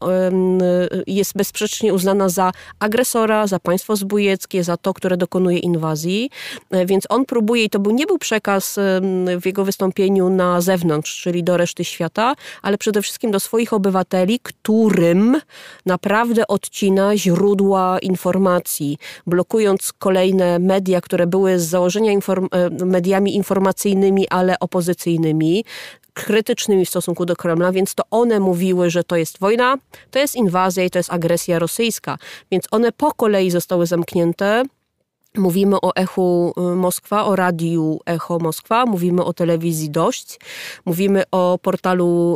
jest bezsprzecznie uznana za agresora, za państwo zbójeckie, za to, które dokonuje inwazji. Więc on próbuje, i to był, nie był przekaz w jego wystąpieniu na zewnątrz, czyli do reszty świata, ale przede wszystkim do swoich obywateli, którym naprawdę odcina źródła informacji, blokując kolejne media, które były z założenia inform- mediami informacyjnymi, ale opozycyjnymi, krytycznymi w stosunku do Kremla, więc to one mówiły, że to jest wojna, to jest inwazja i to jest agresja rosyjska. Więc one po kolei zostały zamknięte. Mówimy o Echu Moskwa, o radiu Echo Moskwa, mówimy o telewizji Dość, mówimy o portalu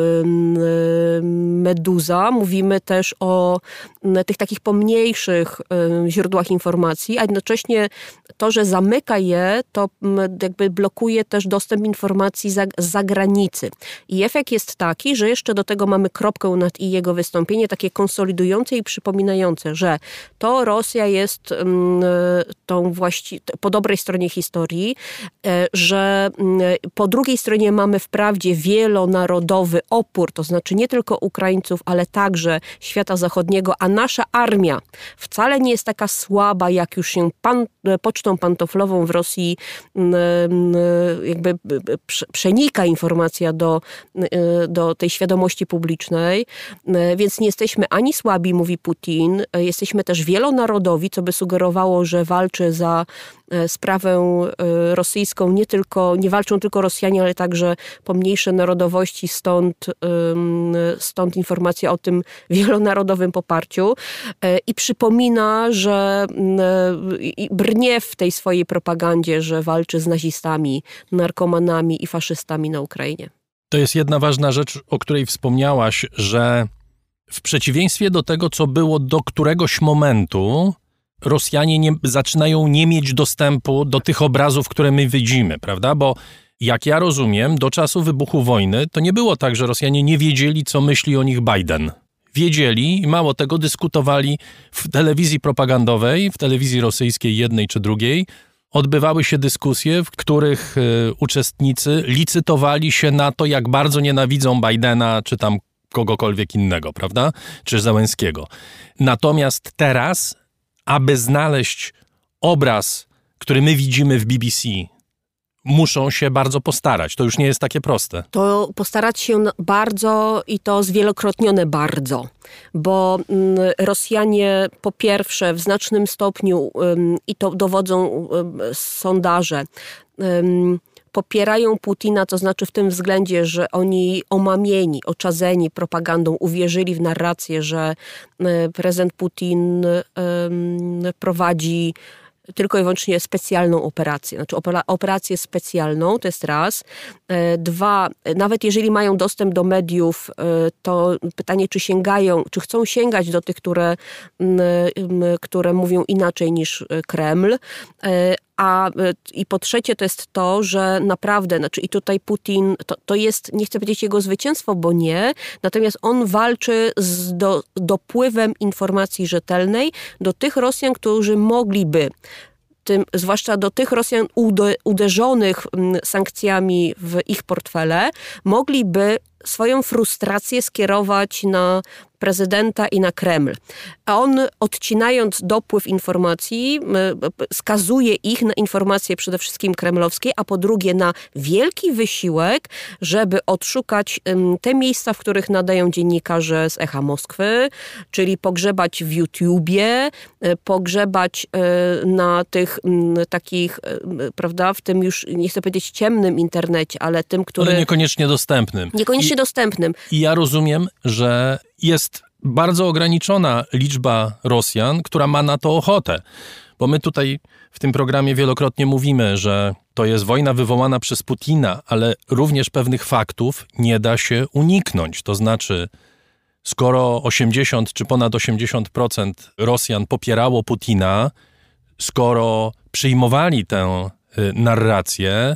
Meduza, mówimy też o tych takich pomniejszych źródłach informacji, a jednocześnie to, że zamyka je, to jakby blokuje też dostęp informacji z zagranicy. I efekt jest taki, że jeszcze do tego mamy kropkę nad i jego wystąpienie, takie konsolidujące i przypominające, że to Rosja jest tą właści- po dobrej stronie historii, że po drugiej stronie mamy wprawdzie wielonarodowy opór, to znaczy nie tylko Ukraińców, ale także świata zachodniego, a nasza armia wcale nie jest taka słaba, jak już się pan, pocztą pantoflową w Rosji jakby przenika informacja do, do tej świadomości publicznej, więc nie jesteśmy ani słabi, mówi Putin, jesteśmy też wielonarodowi, co by sugerowało, że walczy za sprawę rosyjską, nie tylko, nie walczą tylko Rosjanie, ale także pomniejsze narodowości, stąd, stąd informacja o tym wielonarodowym poparciu i przypomina, że brnie w tej swojej propagandzie, że walczy z nazistami, narkomanami i faszystami na Ukrainie. To jest jedna ważna rzecz, o której wspomniałaś, że w przeciwieństwie do tego, co było do któregoś momentu, Rosjanie nie, zaczynają nie mieć dostępu do tych obrazów, które my widzimy, prawda? Bo jak ja rozumiem, do czasu wybuchu wojny to nie było tak, że Rosjanie nie wiedzieli, co myśli o nich Biden. Wiedzieli i mało tego dyskutowali w telewizji propagandowej, w telewizji rosyjskiej jednej czy drugiej. Odbywały się dyskusje, w których y, uczestnicy licytowali się na to, jak bardzo nienawidzą Bidena czy tam kogokolwiek innego, prawda? Czy Zełenskiego. Natomiast teraz, aby znaleźć obraz, który my widzimy w B B C, muszą się bardzo postarać. To już nie jest takie proste. To postarać się bardzo i to zwielokrotnione bardzo, bo Rosjanie po pierwsze w znacznym stopniu, i to dowodzą sondaże, popierają Putina, to znaczy w tym względzie, że oni omamieni, oczadzeni propagandą, uwierzyli w narrację, że prezydent Putin prowadzi tylko i wyłącznie specjalną operację. Znaczy operację specjalną, to jest raz. Dwa, nawet jeżeli mają dostęp do mediów, to pytanie, czy sięgają, czy chcą sięgać do tych, które, które mówią inaczej niż Kreml. A i po trzecie to jest to, że naprawdę, znaczy i tutaj Putin, to, to jest, nie chcę powiedzieć jego zwycięstwo, bo nie, natomiast on walczy z do, dopływem informacji rzetelnej do tych Rosjan, którzy mogliby, tym, zwłaszcza do tych Rosjan uderzonych sankcjami w ich portfele, mogliby swoją frustrację skierować na prezydenta i na Kreml. A on, odcinając dopływ informacji, skazuje ich na informacje przede wszystkim kremlowskie, a po drugie na wielki wysiłek, żeby odszukać te miejsca, w których nadają dziennikarze z Echa Moskwy, czyli pogrzebać w YouTubie, pogrzebać na tych takich, prawda, w tym już, nie chcę powiedzieć ciemnym internecie, ale tym, który... Ale niekoniecznie dostępnym. Niekoniecznie I, dostępnym. I ja rozumiem, że jest bardzo ograniczona liczba Rosjan, która ma na to ochotę. Bo my tutaj w tym programie wielokrotnie mówimy, że to jest wojna wywołana przez Putina, ale również pewnych faktów nie da się uniknąć. To znaczy, skoro osiemdziesiąt czy ponad osiemdziesiąt procent Rosjan popierało Putina, skoro przyjmowali tę y, narrację,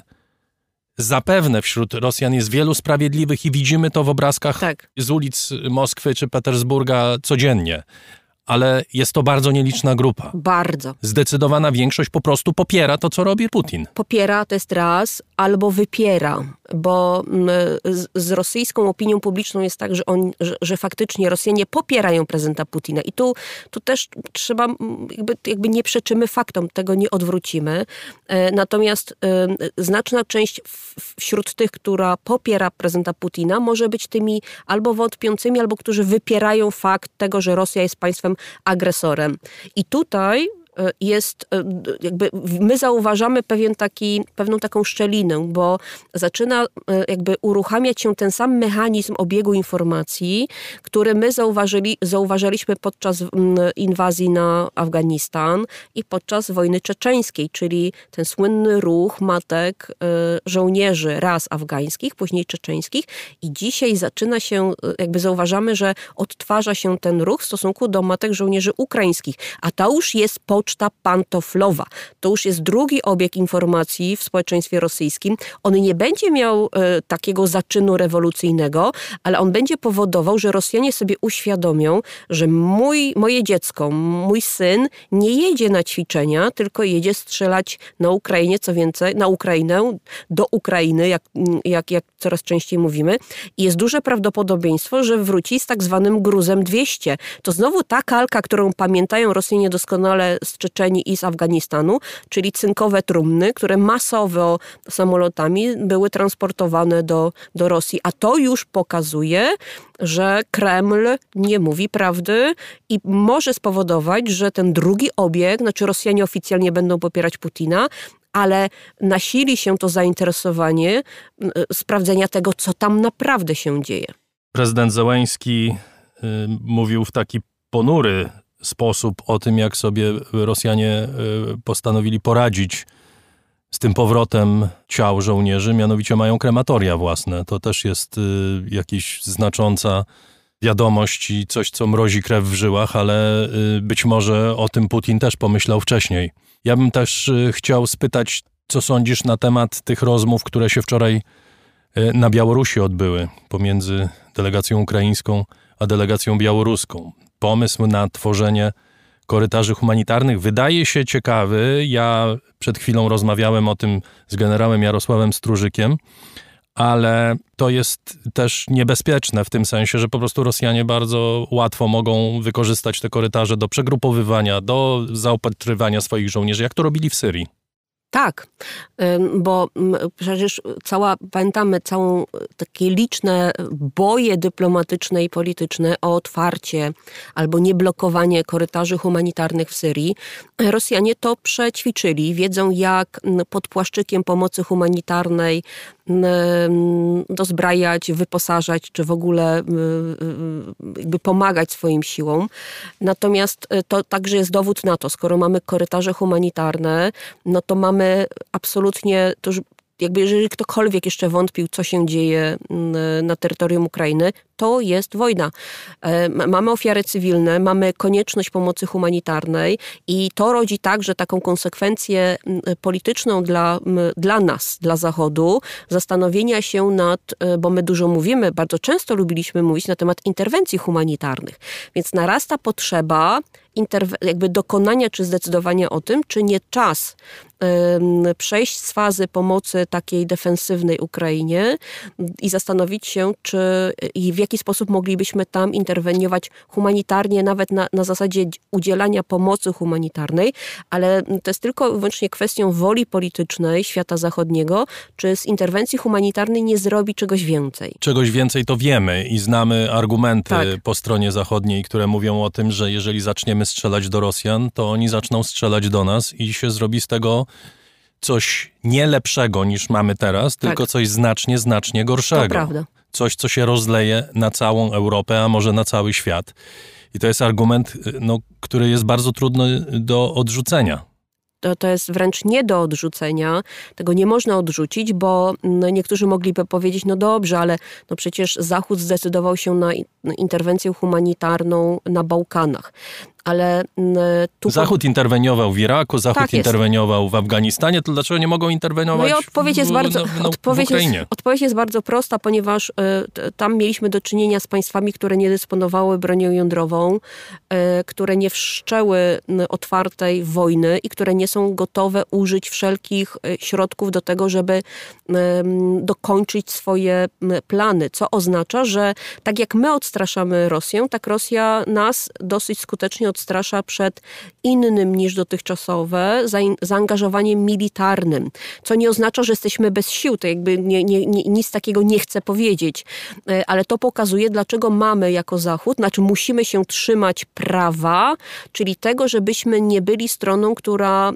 zapewne wśród Rosjan jest wielu sprawiedliwych i widzimy to w obrazkach tak. z ulic Moskwy czy Petersburga codziennie. Ale jest to bardzo nieliczna grupa. Bardzo. Zdecydowana większość po prostu popiera to, co robi Putin. Popiera, to jest raz, albo wypiera, bo z, z rosyjską opinią publiczną jest tak, że, on, że, że faktycznie Rosjanie popierają prezydenta Putina. I tu, tu też trzeba, jakby, jakby nie przeczymy faktom, tego nie odwrócimy. Natomiast y, znaczna część w, wśród tych, która popiera prezydenta Putina, może być tymi albo wątpiącymi, albo którzy wypierają fakt tego, że Rosja jest państwem agresorem. I tutaj jest, jakby my zauważamy pewien taki, pewną taką szczelinę, bo zaczyna jakby uruchamiać się ten sam mechanizm obiegu informacji, który my zauważyli, zauważyliśmy podczas inwazji na Afganistan i podczas wojny czeczeńskiej, czyli ten słynny ruch matek żołnierzy raz afgańskich, później czeczeńskich i dzisiaj zaczyna się, jakby zauważamy, że odtwarza się ten ruch w stosunku do matek żołnierzy ukraińskich, a to już jest po Poczta pantoflowa. To już jest drugi obieg informacji w społeczeństwie rosyjskim. On nie będzie miał e, takiego zaczynu rewolucyjnego, ale on będzie powodował, że Rosjanie sobie uświadomią, że mój, moje dziecko, mój syn nie jedzie na ćwiczenia, tylko jedzie strzelać na Ukrainie, co więcej, na Ukrainę, do Ukrainy, jak, jak, jak coraz częściej mówimy. I jest duże prawdopodobieństwo, że wróci z tak zwanym gruzem dwieście. To znowu ta kalka, którą pamiętają Rosjanie doskonale z Czeczenii i z Afganistanu, czyli cynkowe trumny, które masowo samolotami były transportowane do, do Rosji. A to już pokazuje, że Kreml nie mówi prawdy i może spowodować, że ten drugi obieg, znaczy Rosjanie oficjalnie będą popierać Putina, ale nasili się to zainteresowanie sprawdzenia tego, co tam naprawdę się dzieje. Prezydent Zełenski y, mówił w taki ponury sposób o tym, jak sobie Rosjanie postanowili poradzić z tym powrotem ciał żołnierzy, mianowicie mają krematoria własne. To też jest jakaś znacząca wiadomość i coś, co mrozi krew w żyłach, ale być może o tym Putin też pomyślał wcześniej. Ja bym też chciał spytać, co sądzisz na temat tych rozmów, które się wczoraj na Białorusi odbyły pomiędzy delegacją ukraińską a delegacją białoruską. Pomysł na tworzenie korytarzy humanitarnych wydaje się ciekawy. Ja przed chwilą rozmawiałem o tym z generałem Jarosławem Strużykiem, ale to jest też niebezpieczne w tym sensie, że po prostu Rosjanie bardzo łatwo mogą wykorzystać te korytarze do przegrupowywania, do zaopatrywania swoich żołnierzy, jak to robili w Syrii. Tak, bo przecież cała, pamiętamy całą takie liczne boje dyplomatyczne i polityczne o otwarcie albo nieblokowanie korytarzy humanitarnych w Syrii. Rosjanie to przećwiczyli, wiedzą jak pod płaszczykiem pomocy humanitarnej dozbrajać, wyposażać, czy w ogóle jakby pomagać swoim siłom. Natomiast to także jest dowód na to, skoro mamy korytarze humanitarne, no to mamy absolutnie, to już jakby jeżeli ktokolwiek jeszcze wątpił, co się dzieje na terytorium Ukrainy, to jest wojna. Mamy ofiary cywilne, mamy konieczność pomocy humanitarnej i to rodzi także taką konsekwencję polityczną dla, dla nas, dla Zachodu, zastanowienia się nad, bo my dużo mówimy, bardzo często lubiliśmy mówić na temat interwencji humanitarnych, więc narasta potrzeba interwe- jakby dokonania czy zdecydowania o tym, czy nie czas um, przejść z fazy pomocy takiej defensywnej Ukrainie i zastanowić się, czy i w jaki sposób moglibyśmy tam interweniować humanitarnie, nawet na, na zasadzie udzielania pomocy humanitarnej, ale to jest tylko i wyłącznie kwestią woli politycznej świata zachodniego, czy z interwencji humanitarnej nie zrobi czegoś więcej. Czegoś więcej to wiemy i znamy argumenty tak. po stronie zachodniej, które mówią o tym, że jeżeli zaczniemy strzelać do Rosjan, to oni zaczną strzelać do nas i się zrobi z tego coś nie lepszego niż mamy teraz, tylko tak. coś znacznie, znacznie gorszego. To prawda. Coś, co się rozleje na całą Europę, a może na cały świat. I to jest argument, no, który jest bardzo trudny do odrzucenia. To, to jest wręcz nie do odrzucenia. Tego nie można odrzucić, bo no, niektórzy mogliby powiedzieć, no dobrze, ale no przecież Zachód zdecydował się na interwencję humanitarną na Bałkanach. Ale tu... Zachód interweniował w Iraku, Zachód tak interweniował w Afganistanie, to dlaczego nie mogą interweniować no i odpowiedź jest w, bardzo, no, no, odpowiedź w Ukrainie? Jest, odpowiedź jest bardzo prosta, ponieważ y, tam mieliśmy do czynienia z państwami, które nie dysponowały bronią jądrową, y, które nie wszczęły y, otwartej wojny i które nie są gotowe użyć wszelkich y, środków do tego, żeby y, dokończyć swoje y, plany. Co oznacza, że tak jak my odstraszamy Rosję, tak Rosja nas dosyć skutecznie odstrasza przed innym niż dotychczasowe zaangażowaniem militarnym, co nie oznacza, że jesteśmy bez sił, to jakby nie, nie, nie, nic takiego nie chcę powiedzieć, ale to pokazuje, dlaczego mamy jako Zachód, znaczy musimy się trzymać prawa, czyli tego, żebyśmy nie byli stroną, która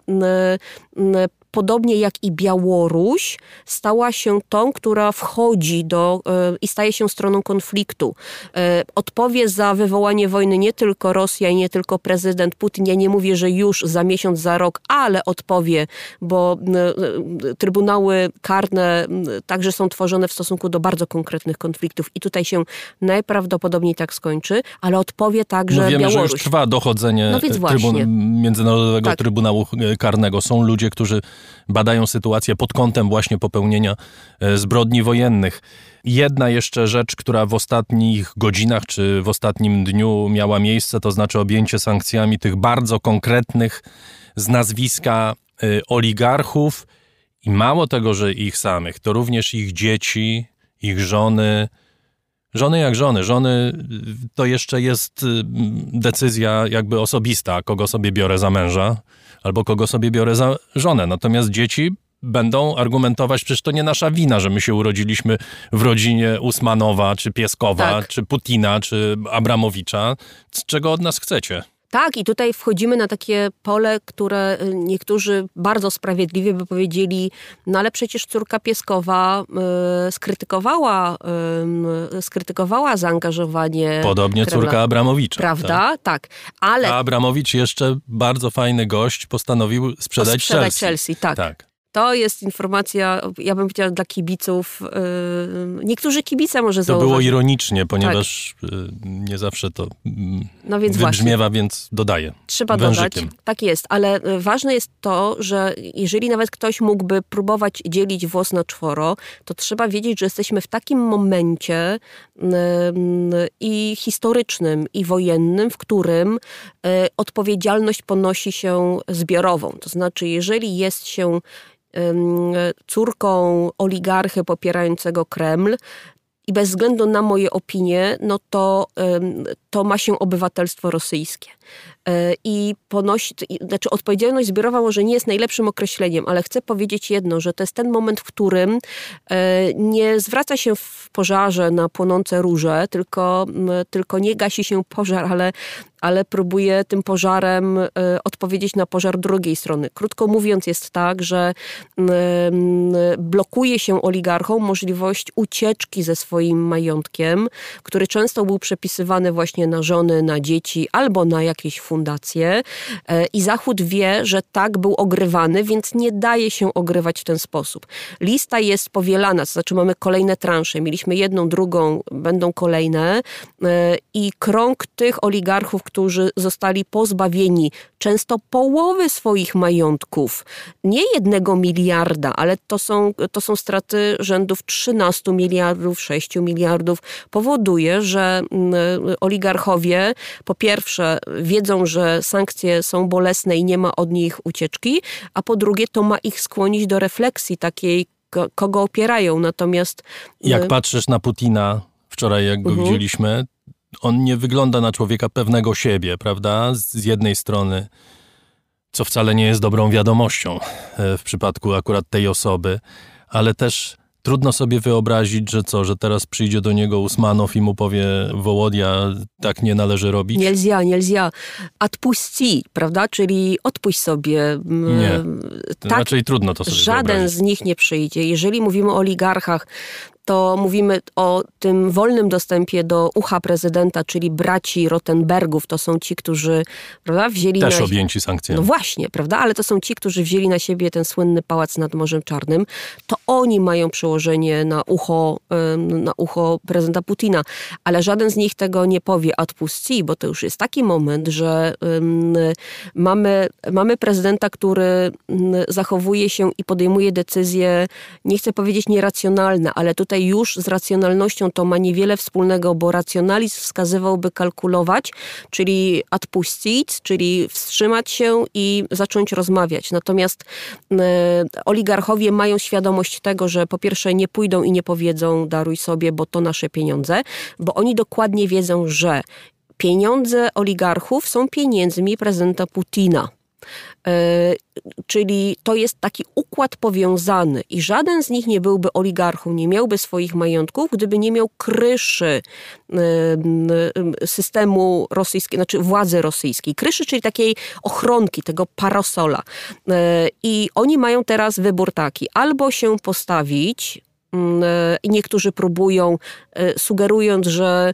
podobnie jak i Białoruś, stała się tą, która wchodzi do y, i staje się stroną konfliktu. Y, odpowie za wywołanie wojny nie tylko Rosja i nie tylko prezydent Putin. Ja nie mówię, że już za miesiąc, za rok, ale odpowie, bo y, y, trybunały karne y, także są tworzone w stosunku do bardzo konkretnych konfliktów i tutaj się najprawdopodobniej tak skończy, ale odpowie także no wiemy, Białoruś. że już trwa dochodzenie no trybun- Międzynarodowego tak. Trybunału Karnego. Są ludzie, którzy badają sytuację pod kątem właśnie popełnienia zbrodni wojennych. Jedna jeszcze rzecz, która w ostatnich godzinach czy w ostatnim dniu miała miejsce, to znaczy objęcie sankcjami tych bardzo konkretnych z nazwiska oligarchów i mało tego, że ich samych, to również ich dzieci, ich żony. Żony jak żony. Żony to jeszcze jest decyzja jakby osobista, kogo sobie biorę za męża albo kogo sobie biorę za żonę. Natomiast dzieci będą argumentować, przecież to nie nasza wina, że my się urodziliśmy w rodzinie Usmanowa, czy Pieskowa, tak. czy Putina, czy Abramowicza. Czego od nas chcecie? Tak, i tutaj wchodzimy na takie pole, które niektórzy bardzo sprawiedliwie by powiedzieli, no ale przecież córka Pieskowa y, skrytykowała, y, skrytykowała zaangażowanie Podobnie Kremla. córka Abramowicza. Prawda? Tak. tak. Ale... A Abramowicz jeszcze, bardzo fajny gość, postanowił sprzedać, sprzedać Chelsea. Chelsea. Tak. tak. To jest informacja, ja bym powiedziała, dla kibiców. Yy, niektórzy kibice może To zauważyć. było ironicznie, ponieważ tak. yy, nie zawsze to yy, no więc wybrzmiewa, właśnie. więc dodaję. Trzeba wężykiem. dodać. Tak jest, ale ważne jest to, że jeżeli nawet ktoś mógłby próbować dzielić włos na czworo, to trzeba wiedzieć, że jesteśmy w takim momencie yy, i historycznym, i wojennym, w którym yy, odpowiedzialność ponosi się zbiorową. To znaczy, jeżeli jest się córką oligarchy popierającego Kreml i bez względu na moje opinie, no to to ma się obywatelstwo rosyjskie. I ponosi, znaczy odpowiedzialność zbiorowa może nie jest najlepszym określeniem, ale chcę powiedzieć jedno, że to jest ten moment, w którym nie zwraca się w pożarze na płonące róże, tylko, tylko nie gasi się pożar, ale, ale próbuje tym pożarem odpowiedzieć na pożar drugiej strony. Krótko mówiąc, jest tak, że blokuje się oligarchom możliwość ucieczki ze swoim majątkiem, który często był przepisywany właśnie na żony, na dzieci albo na jakieś fundacje. I Zachód wie, że tak był ogrywany, więc nie daje się ogrywać w ten sposób. Lista jest powielana, to znaczy mamy kolejne transze. Mieliśmy jedną, drugą, będą kolejne i krąg tych oligarchów, którzy zostali pozbawieni często połowy swoich majątków, nie jednego miliarda, ale to są, to są straty rzędów trzynastu miliardów, sześciu miliardów, powoduje, że oligarchowie po pierwsze wiedzą, że sankcje są bolesne i nie ma od nich ucieczki, a po drugie to ma ich skłonić do refleksji takiej, kogo opierają. Natomiast... Jak patrzysz na Putina, wczoraj jak go uh-huh. widzieliśmy, on nie wygląda na człowieka pewnego siebie, prawda? Z jednej strony, co wcale nie jest dobrą wiadomością w przypadku akurat tej osoby, ale też trudno sobie wyobrazić, że co, że teraz przyjdzie do niego Usmanow i mu powie: Wołodia, tak nie należy robić. Nielzia, nielzia. Odpuści, prawda? Czyli odpuść sobie. Nie, tak, raczej trudno to sobie żaden wyobrazić. Z nich nie przyjdzie. Jeżeli mówimy o oligarchach, to mówimy o tym wolnym dostępie do ucha prezydenta, czyli braci Rottenbergów. To są ci, którzy, prawda, wzięli Też na... objęci sankcjami. No właśnie, prawda, ale to są ci, którzy wzięli na siebie ten słynny pałac nad Morzem Czarnym. To oni mają przełożenie na ucho, na ucho prezydenta Putina. Ale żaden z nich tego nie powie odpuści, bo to już jest taki moment, że um, mamy, mamy prezydenta, który um, zachowuje się i podejmuje decyzje, nie chcę powiedzieć nieracjonalne, ale tutaj już z racjonalnością to ma niewiele wspólnego, bo racjonalizm wskazywałby kalkulować, czyli odpuścić, czyli wstrzymać się i zacząć rozmawiać. Natomiast e, oligarchowie mają świadomość tego, że po pierwsze nie pójdą i nie powiedzą daruj sobie, bo to nasze pieniądze, bo oni dokładnie wiedzą, że pieniądze oligarchów są pieniędzmi prezydenta Putina. Yy, czyli to jest taki układ powiązany i żaden z nich nie byłby oligarchą, nie miałby swoich majątków, gdyby nie miał kryszy yy, yy, systemu rosyjskiego, znaczy władzy rosyjskiej. Kryszy, czyli takiej ochronki, tego parasola. Yy, I oni mają teraz wybór taki, albo się postawić, i niektórzy próbują, sugerując, że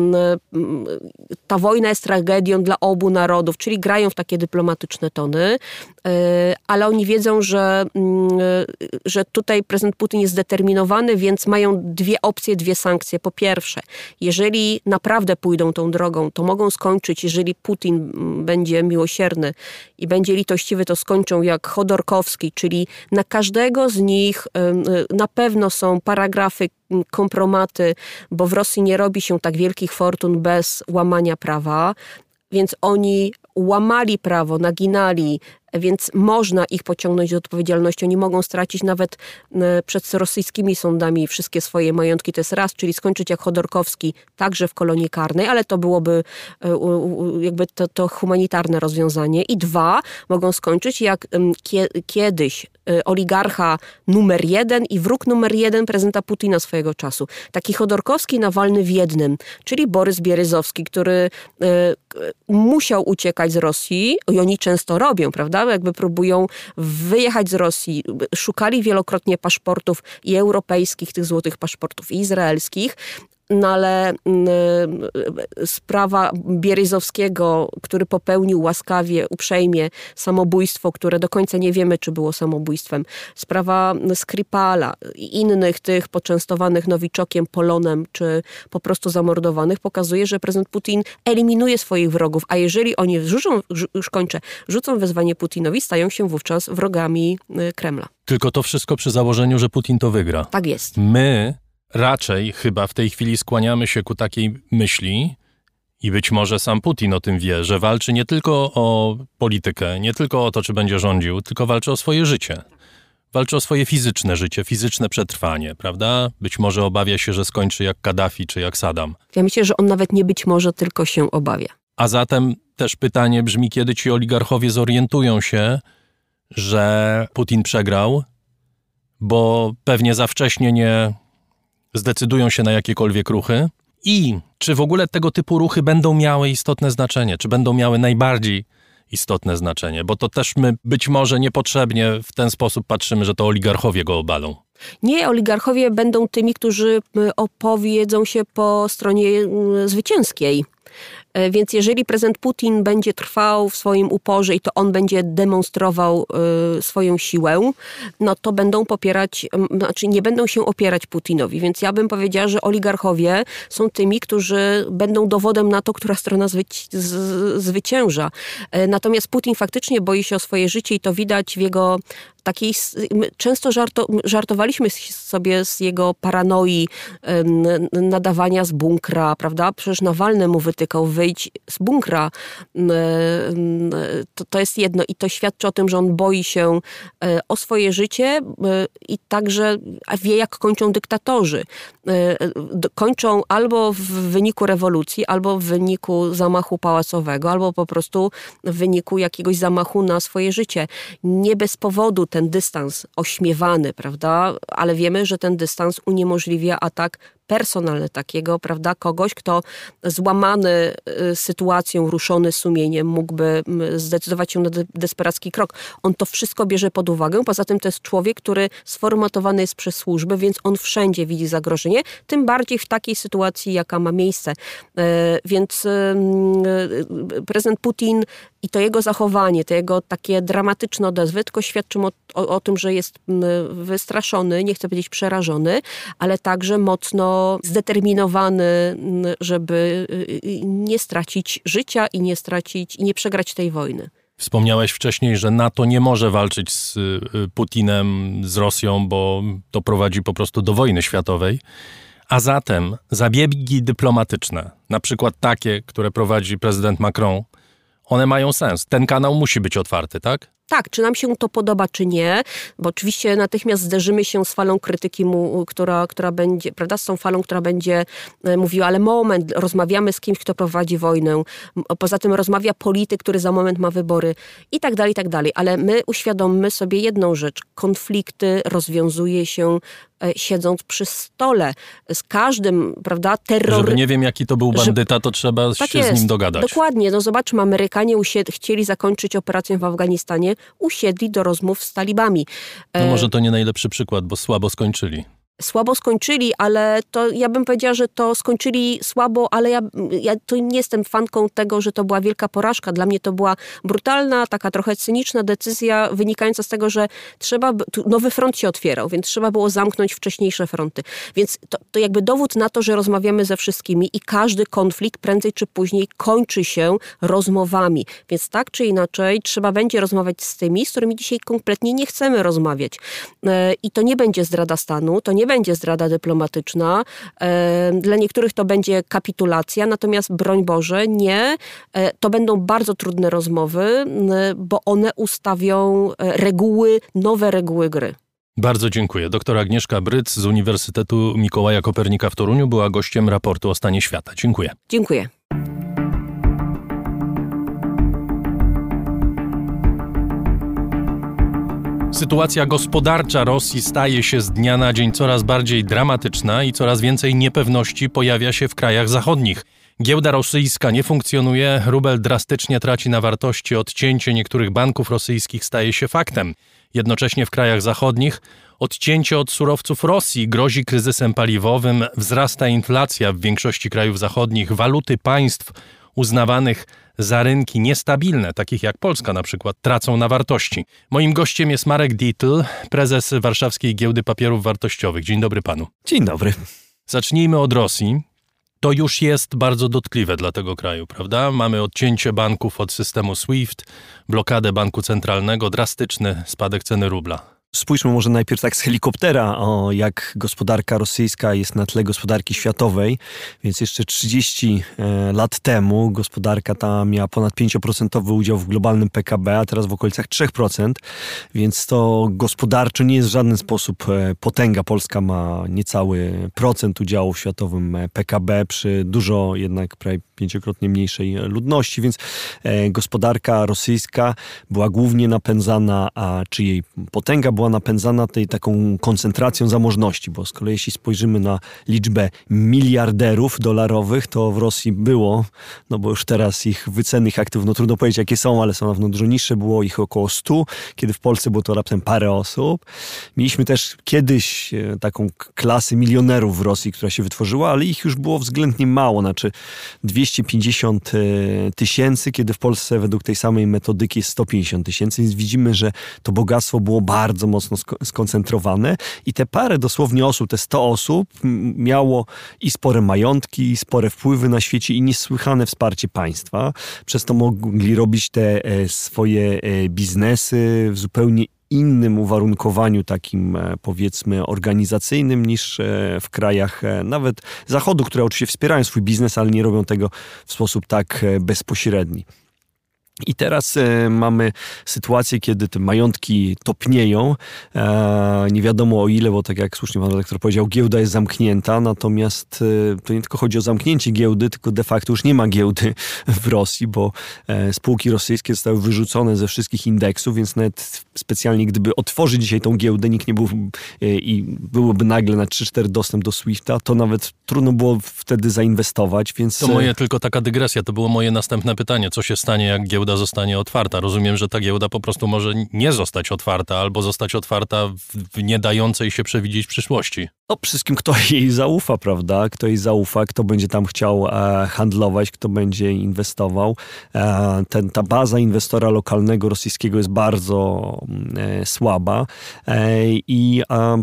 ta wojna jest tragedią dla obu narodów, czyli grają w takie dyplomatyczne tony, ale oni wiedzą, że, że tutaj prezydent Putin jest zdeterminowany, więc mają dwie opcje, dwie sankcje. Po pierwsze, jeżeli naprawdę pójdą tą drogą, to mogą skończyć, jeżeli Putin będzie miłosierny i będzie litościwy, to skończą jak Chodorkowski, czyli na każdego z nich na pewno są Są paragrafy, kompromaty, bo w Rosji nie robi się tak wielkich fortun bez łamania prawa, więc oni łamali prawo, naginali, więc można ich pociągnąć do odpowiedzialności. Oni mogą stracić nawet przed rosyjskimi sądami wszystkie swoje majątki. To jest raz, czyli skończyć jak Chodorkowski, także w kolonii karnej, ale to byłoby jakby to, to humanitarne rozwiązanie. I dwa, mogą skończyć jak kiedyś oligarcha numer jeden i wróg numer jeden prezydenta Putina swojego czasu. Taki Chodorkowski, Nawalny w jednym, czyli Borys Bieryzowski, który musiał uciekać z Rosji i oni często robią, prawda? Jakby próbują wyjechać z Rosji. Szukali wielokrotnie paszportów i europejskich, tych złotych paszportów, i izraelskich. No ale y, sprawa Bieryzowskiego, który popełnił łaskawie, uprzejmie samobójstwo, które do końca nie wiemy, czy było samobójstwem. Sprawa Skripala i innych tych poczęstowanych Nowiczokiem, Polonem, czy po prostu zamordowanych, pokazuje, że prezydent Putin eliminuje swoich wrogów, a jeżeli oni rzucą, już kończę, rzucą wezwanie Putinowi, stają się wówczas wrogami Kremla. Tylko to wszystko przy założeniu, że Putin to wygra. Tak jest. My raczej chyba w tej chwili skłaniamy się ku takiej myśli, i być może sam Putin o tym wie, że walczy nie tylko o politykę, nie tylko o to, czy będzie rządził, tylko walczy o swoje życie. Walczy o swoje fizyczne życie, fizyczne przetrwanie, prawda? Być może obawia się, że skończy jak Kaddafi czy jak Saddam. Ja myślę, że on nawet nie być może, tylko się obawia. A zatem też pytanie brzmi, kiedy ci oligarchowie zorientują się, że Putin przegrał, bo pewnie za wcześnie nie zdecydują się na jakiekolwiek ruchy i czy w ogóle tego typu ruchy będą miały istotne znaczenie, czy będą miały najbardziej istotne znaczenie, bo to też my być może niepotrzebnie w ten sposób patrzymy, że to oligarchowie go obalą. Nie, oligarchowie będą tymi, którzy opowiedzą się po stronie zwycięskiej. Więc jeżeli prezydent Putin będzie trwał w swoim uporze i to on będzie demonstrował y, swoją siłę, no to będą popierać, y, znaczy nie będą się opierać Putinowi. Więc ja bym powiedziała, że oligarchowie są tymi, którzy będą dowodem na to, która strona zwyci- z- zwycięża. Y, natomiast Putin faktycznie boi się o swoje życie i to widać w jego takiej, często żarto, żartowaliśmy sobie z jego paranoi y, nadawania z bunkra, prawda? Przecież Nawalny mu wytykał, wyjdź z bunkra. To, to jest jedno i to świadczy o tym, że on boi się o swoje życie i także wie, jak kończą dyktatorzy. Kończą albo w wyniku rewolucji, albo w wyniku zamachu pałacowego, albo po prostu w wyniku jakiegoś zamachu na swoje życie. Nie bez powodu ten dystans ośmiewany, prawda? Ale wiemy, że ten dystans uniemożliwia atak personalny takiego, prawda, kogoś, kto złamany sytuacją, ruszony sumieniem mógłby zdecydować się na de- desperacki krok. On to wszystko bierze pod uwagę. Poza tym to jest człowiek, który sformatowany jest przez służby, więc on wszędzie widzi zagrożenie, tym bardziej w takiej sytuacji, jaka ma miejsce. Więc prezydent Putin i to jego zachowanie, to jego takie dramatyczne odezwy tylko świadczą o, o, o tym, że jest wystraszony, nie chcę powiedzieć przerażony, ale także mocno zdeterminowany, żeby nie stracić życia i nie stracić i nie przegrać tej wojny. Wspomniałeś wcześniej, że NATO nie może walczyć z Putinem, z Rosją, bo to prowadzi po prostu do wojny światowej. A zatem zabiegi dyplomatyczne, na przykład takie, które prowadzi prezydent Macron, one mają sens. Ten kanał musi być otwarty, tak? Tak, czy nam się to podoba, czy nie, bo oczywiście natychmiast zderzymy się z falą krytyki, mu, która, która będzie, prawda, z tą falą, która będzie mówiła, ale moment, rozmawiamy z kimś, kto prowadzi wojnę, poza tym rozmawia polityk, który za moment ma wybory i tak dalej, i tak dalej, ale my uświadommy sobie jedną rzecz, konflikty rozwiązuje się siedząc przy stole. Z każdym, prawda, terror... Żeby nie wiem, jaki to był bandyta, to trzeba tak się jest, z nim dogadać. Dokładnie. No zobaczmy, Amerykanie usied... chcieli zakończyć operację w Afganistanie, usiedli do rozmów z talibami. No może to nie najlepszy przykład, bo słabo skończyli. Słabo skończyli, ale to ja bym powiedziała, że to skończyli słabo, ale ja, ja to nie jestem fanką tego, że to była wielka porażka. Dla mnie to była brutalna, taka trochę cyniczna decyzja wynikająca z tego, że trzeba, nowy front się otwierał, więc trzeba było zamknąć wcześniejsze fronty. Więc to, to jakby dowód na to, że rozmawiamy ze wszystkimi i każdy konflikt prędzej czy później kończy się rozmowami. Więc tak czy inaczej trzeba będzie rozmawiać z tymi, z którymi dzisiaj kompletnie nie chcemy rozmawiać. I to nie będzie zdrada stanu, to nie będzie zdrada dyplomatyczna. Dla niektórych to będzie kapitulacja, natomiast broń Boże, nie. To będą bardzo trudne rozmowy, bo one ustawią reguły, nowe reguły gry. Bardzo dziękuję. Doktor Agnieszka Bryc z Uniwersytetu Mikołaja Kopernika w Toruniu była gościem raportu o stanie świata. Dziękuję. Dziękuję. Sytuacja gospodarcza Rosji staje się z dnia na dzień coraz bardziej dramatyczna i coraz więcej niepewności pojawia się w krajach zachodnich. Giełda rosyjska nie funkcjonuje, rubel drastycznie traci na wartości, odcięcie niektórych banków rosyjskich staje się faktem. Jednocześnie w krajach zachodnich odcięcie od surowców Rosji grozi kryzysem paliwowym, wzrasta inflacja w większości krajów zachodnich, waluty państw uznawanych za rynki niestabilne, takich jak Polska na przykład, tracą na wartości. Moim gościem jest Marek Dietl, prezes Warszawskiej Giełdy Papierów Wartościowych. Dzień dobry panu. Dzień dobry. Zacznijmy od Rosji. To już jest bardzo dotkliwe dla tego kraju, prawda? Mamy odcięcie banków od systemu SWIFT, blokadę banku centralnego, drastyczny spadek ceny rubla. Spójrzmy może najpierw tak z helikoptera, o jak gospodarka rosyjska jest na tle gospodarki światowej. Więc jeszcze trzydzieści lat temu gospodarka ta miała ponad pięć procent udział w globalnym P K B, a teraz w okolicach trzy procent. Więc to gospodarczo nie jest w żaden sposób potęga. Polska ma niecały procent udziału w światowym P K B przy dużo jednak prawie pięciokrotnie mniejszej ludności. Więc gospodarka rosyjska była głównie napędzana, a czy jej potęga była napędzana tej taką koncentracją zamożności, bo z kolei jeśli spojrzymy na liczbę miliarderów dolarowych, to w Rosji było, no bo już teraz ich wycennych aktywów, no trudno powiedzieć jakie są, ale są na pewno dużo niższe, było ich około stu, kiedy w Polsce było to raptem parę osób. Mieliśmy też kiedyś taką klasę milionerów w Rosji, która się wytworzyła, ale ich już było względnie mało, znaczy dwieście pięćdziesiąt tysięcy, kiedy w Polsce według tej samej metodyki jest sto pięćdziesiąt tysięcy, więc widzimy, że to bogactwo było bardzo mocno skoncentrowane i te parę dosłownie osób, te sto osób miało i spore majątki, i spore wpływy na świecie i niesłychane wsparcie państwa. Przez to mogli robić te swoje biznesy w zupełnie innym uwarunkowaniu takim powiedzmy organizacyjnym niż w krajach nawet Zachodu, które oczywiście wspierają swój biznes, ale nie robią tego w sposób tak bezpośredni. I teraz e, mamy sytuację, kiedy te majątki topnieją. E, nie wiadomo o ile, bo tak jak słusznie pan redaktor powiedział, giełda jest zamknięta, natomiast e, to nie tylko chodzi o zamknięcie giełdy, tylko de facto już nie ma giełdy w Rosji, bo e, spółki rosyjskie zostały wyrzucone ze wszystkich indeksów, więc nawet specjalnie gdyby otworzyć dzisiaj tą giełdę, nikt nie był e, i byłoby nagle na trzy cztery dostęp do Swifta, to nawet trudno było wtedy zainwestować, więc... To moje tylko taka dygresja, to było moje następne pytanie. Co się stanie, jak giełda zostanie otwarta? Rozumiem, że ta giełda po prostu może nie zostać otwarta, albo zostać otwarta w nie dającej się przewidzieć przyszłości. No wszystkim, kto jej zaufa, prawda? Kto jej zaufa, kto będzie tam chciał e, handlować, kto będzie inwestował. E, ten, ta baza inwestora lokalnego rosyjskiego jest bardzo e, słaba e, i e,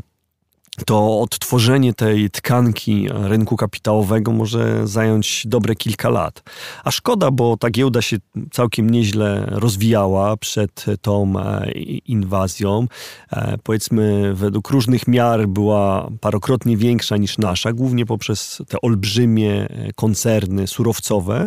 to odtworzenie tej tkanki rynku kapitałowego może zająć dobre kilka lat. A szkoda, bo ta giełda się całkiem nieźle rozwijała przed tą inwazją. Powiedzmy, według różnych miar była parokrotnie większa niż nasza, głównie poprzez te olbrzymie koncerny surowcowe,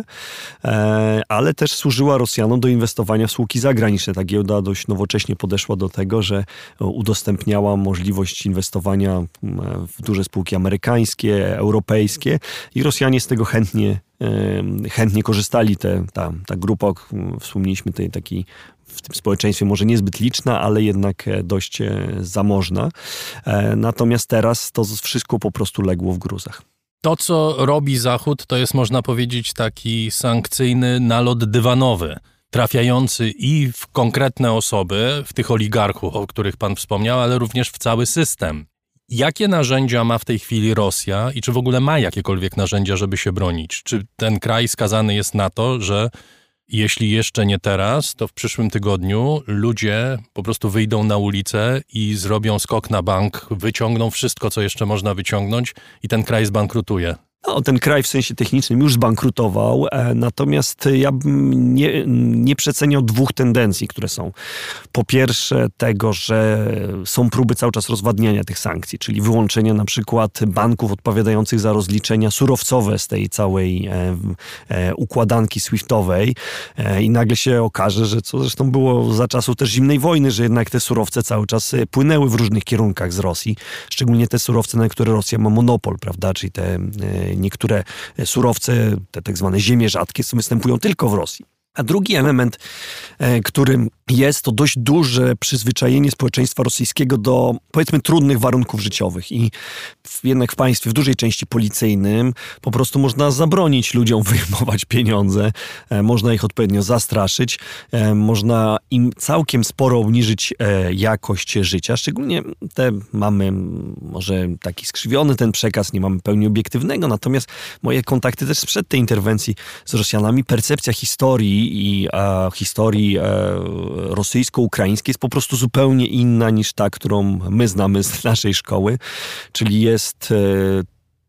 ale też służyła Rosjanom do inwestowania w spółki zagraniczne. Ta giełda dość nowocześnie podeszła do tego, że udostępniała możliwość inwestowania w duże spółki amerykańskie, europejskie i Rosjanie z tego chętnie, chętnie korzystali. Te, ta, ta grupa, wspomnieliśmy tutaj takiej w tym społeczeństwie może niezbyt liczna, ale jednak dość zamożna. Natomiast teraz to wszystko po prostu legło w gruzach. To, co robi Zachód, to jest, można powiedzieć, taki sankcyjny nalot dywanowy, trafiający i w konkretne osoby, w tych oligarchów, o których pan wspomniał, ale również w cały system. Jakie narzędzia ma w tej chwili Rosja i czy w ogóle ma jakiekolwiek narzędzia, żeby się bronić? Czy ten kraj skazany jest na to, że jeśli jeszcze nie teraz, to w przyszłym tygodniu ludzie po prostu wyjdą na ulicę i zrobią skok na bank, wyciągną wszystko, co jeszcze można wyciągnąć i ten kraj zbankrutuje? No, ten kraj w sensie technicznym już zbankrutował, e, natomiast ja bym nie, nie przeceniał dwóch tendencji, które są. Po pierwsze tego, że są próby cały czas rozwadniania tych sankcji, czyli wyłączenia na przykład banków odpowiadających za rozliczenia surowcowe z tej całej e, e, układanki swiftowej e, i nagle się okaże, że co zresztą było za czasów też zimnej wojny, że jednak te surowce cały czas płynęły w różnych kierunkach z Rosji, szczególnie te surowce, na które Rosja ma monopol, prawda, czyli te e, niektóre surowce, te tak zwane ziemie rzadkie, występują tylko w Rosji. A drugi element, e, którym jest to dość duże przyzwyczajenie społeczeństwa rosyjskiego do, powiedzmy, trudnych warunków życiowych. I w, jednak w państwie, w dużej części policyjnym, po prostu można zabronić ludziom wyjmować pieniądze, e, można ich odpowiednio zastraszyć, e, można im całkiem sporo obniżyć e, jakość życia. Szczególnie te mamy może taki skrzywiony ten przekaz, nie mamy pełni obiektywnego, natomiast moje kontakty też sprzed tej interwencji z Rosjanami, percepcja historii i e, historii e, rosyjsko-ukraińskiej jest po prostu zupełnie inna niż ta, którą my znamy z naszej szkoły, czyli jest e,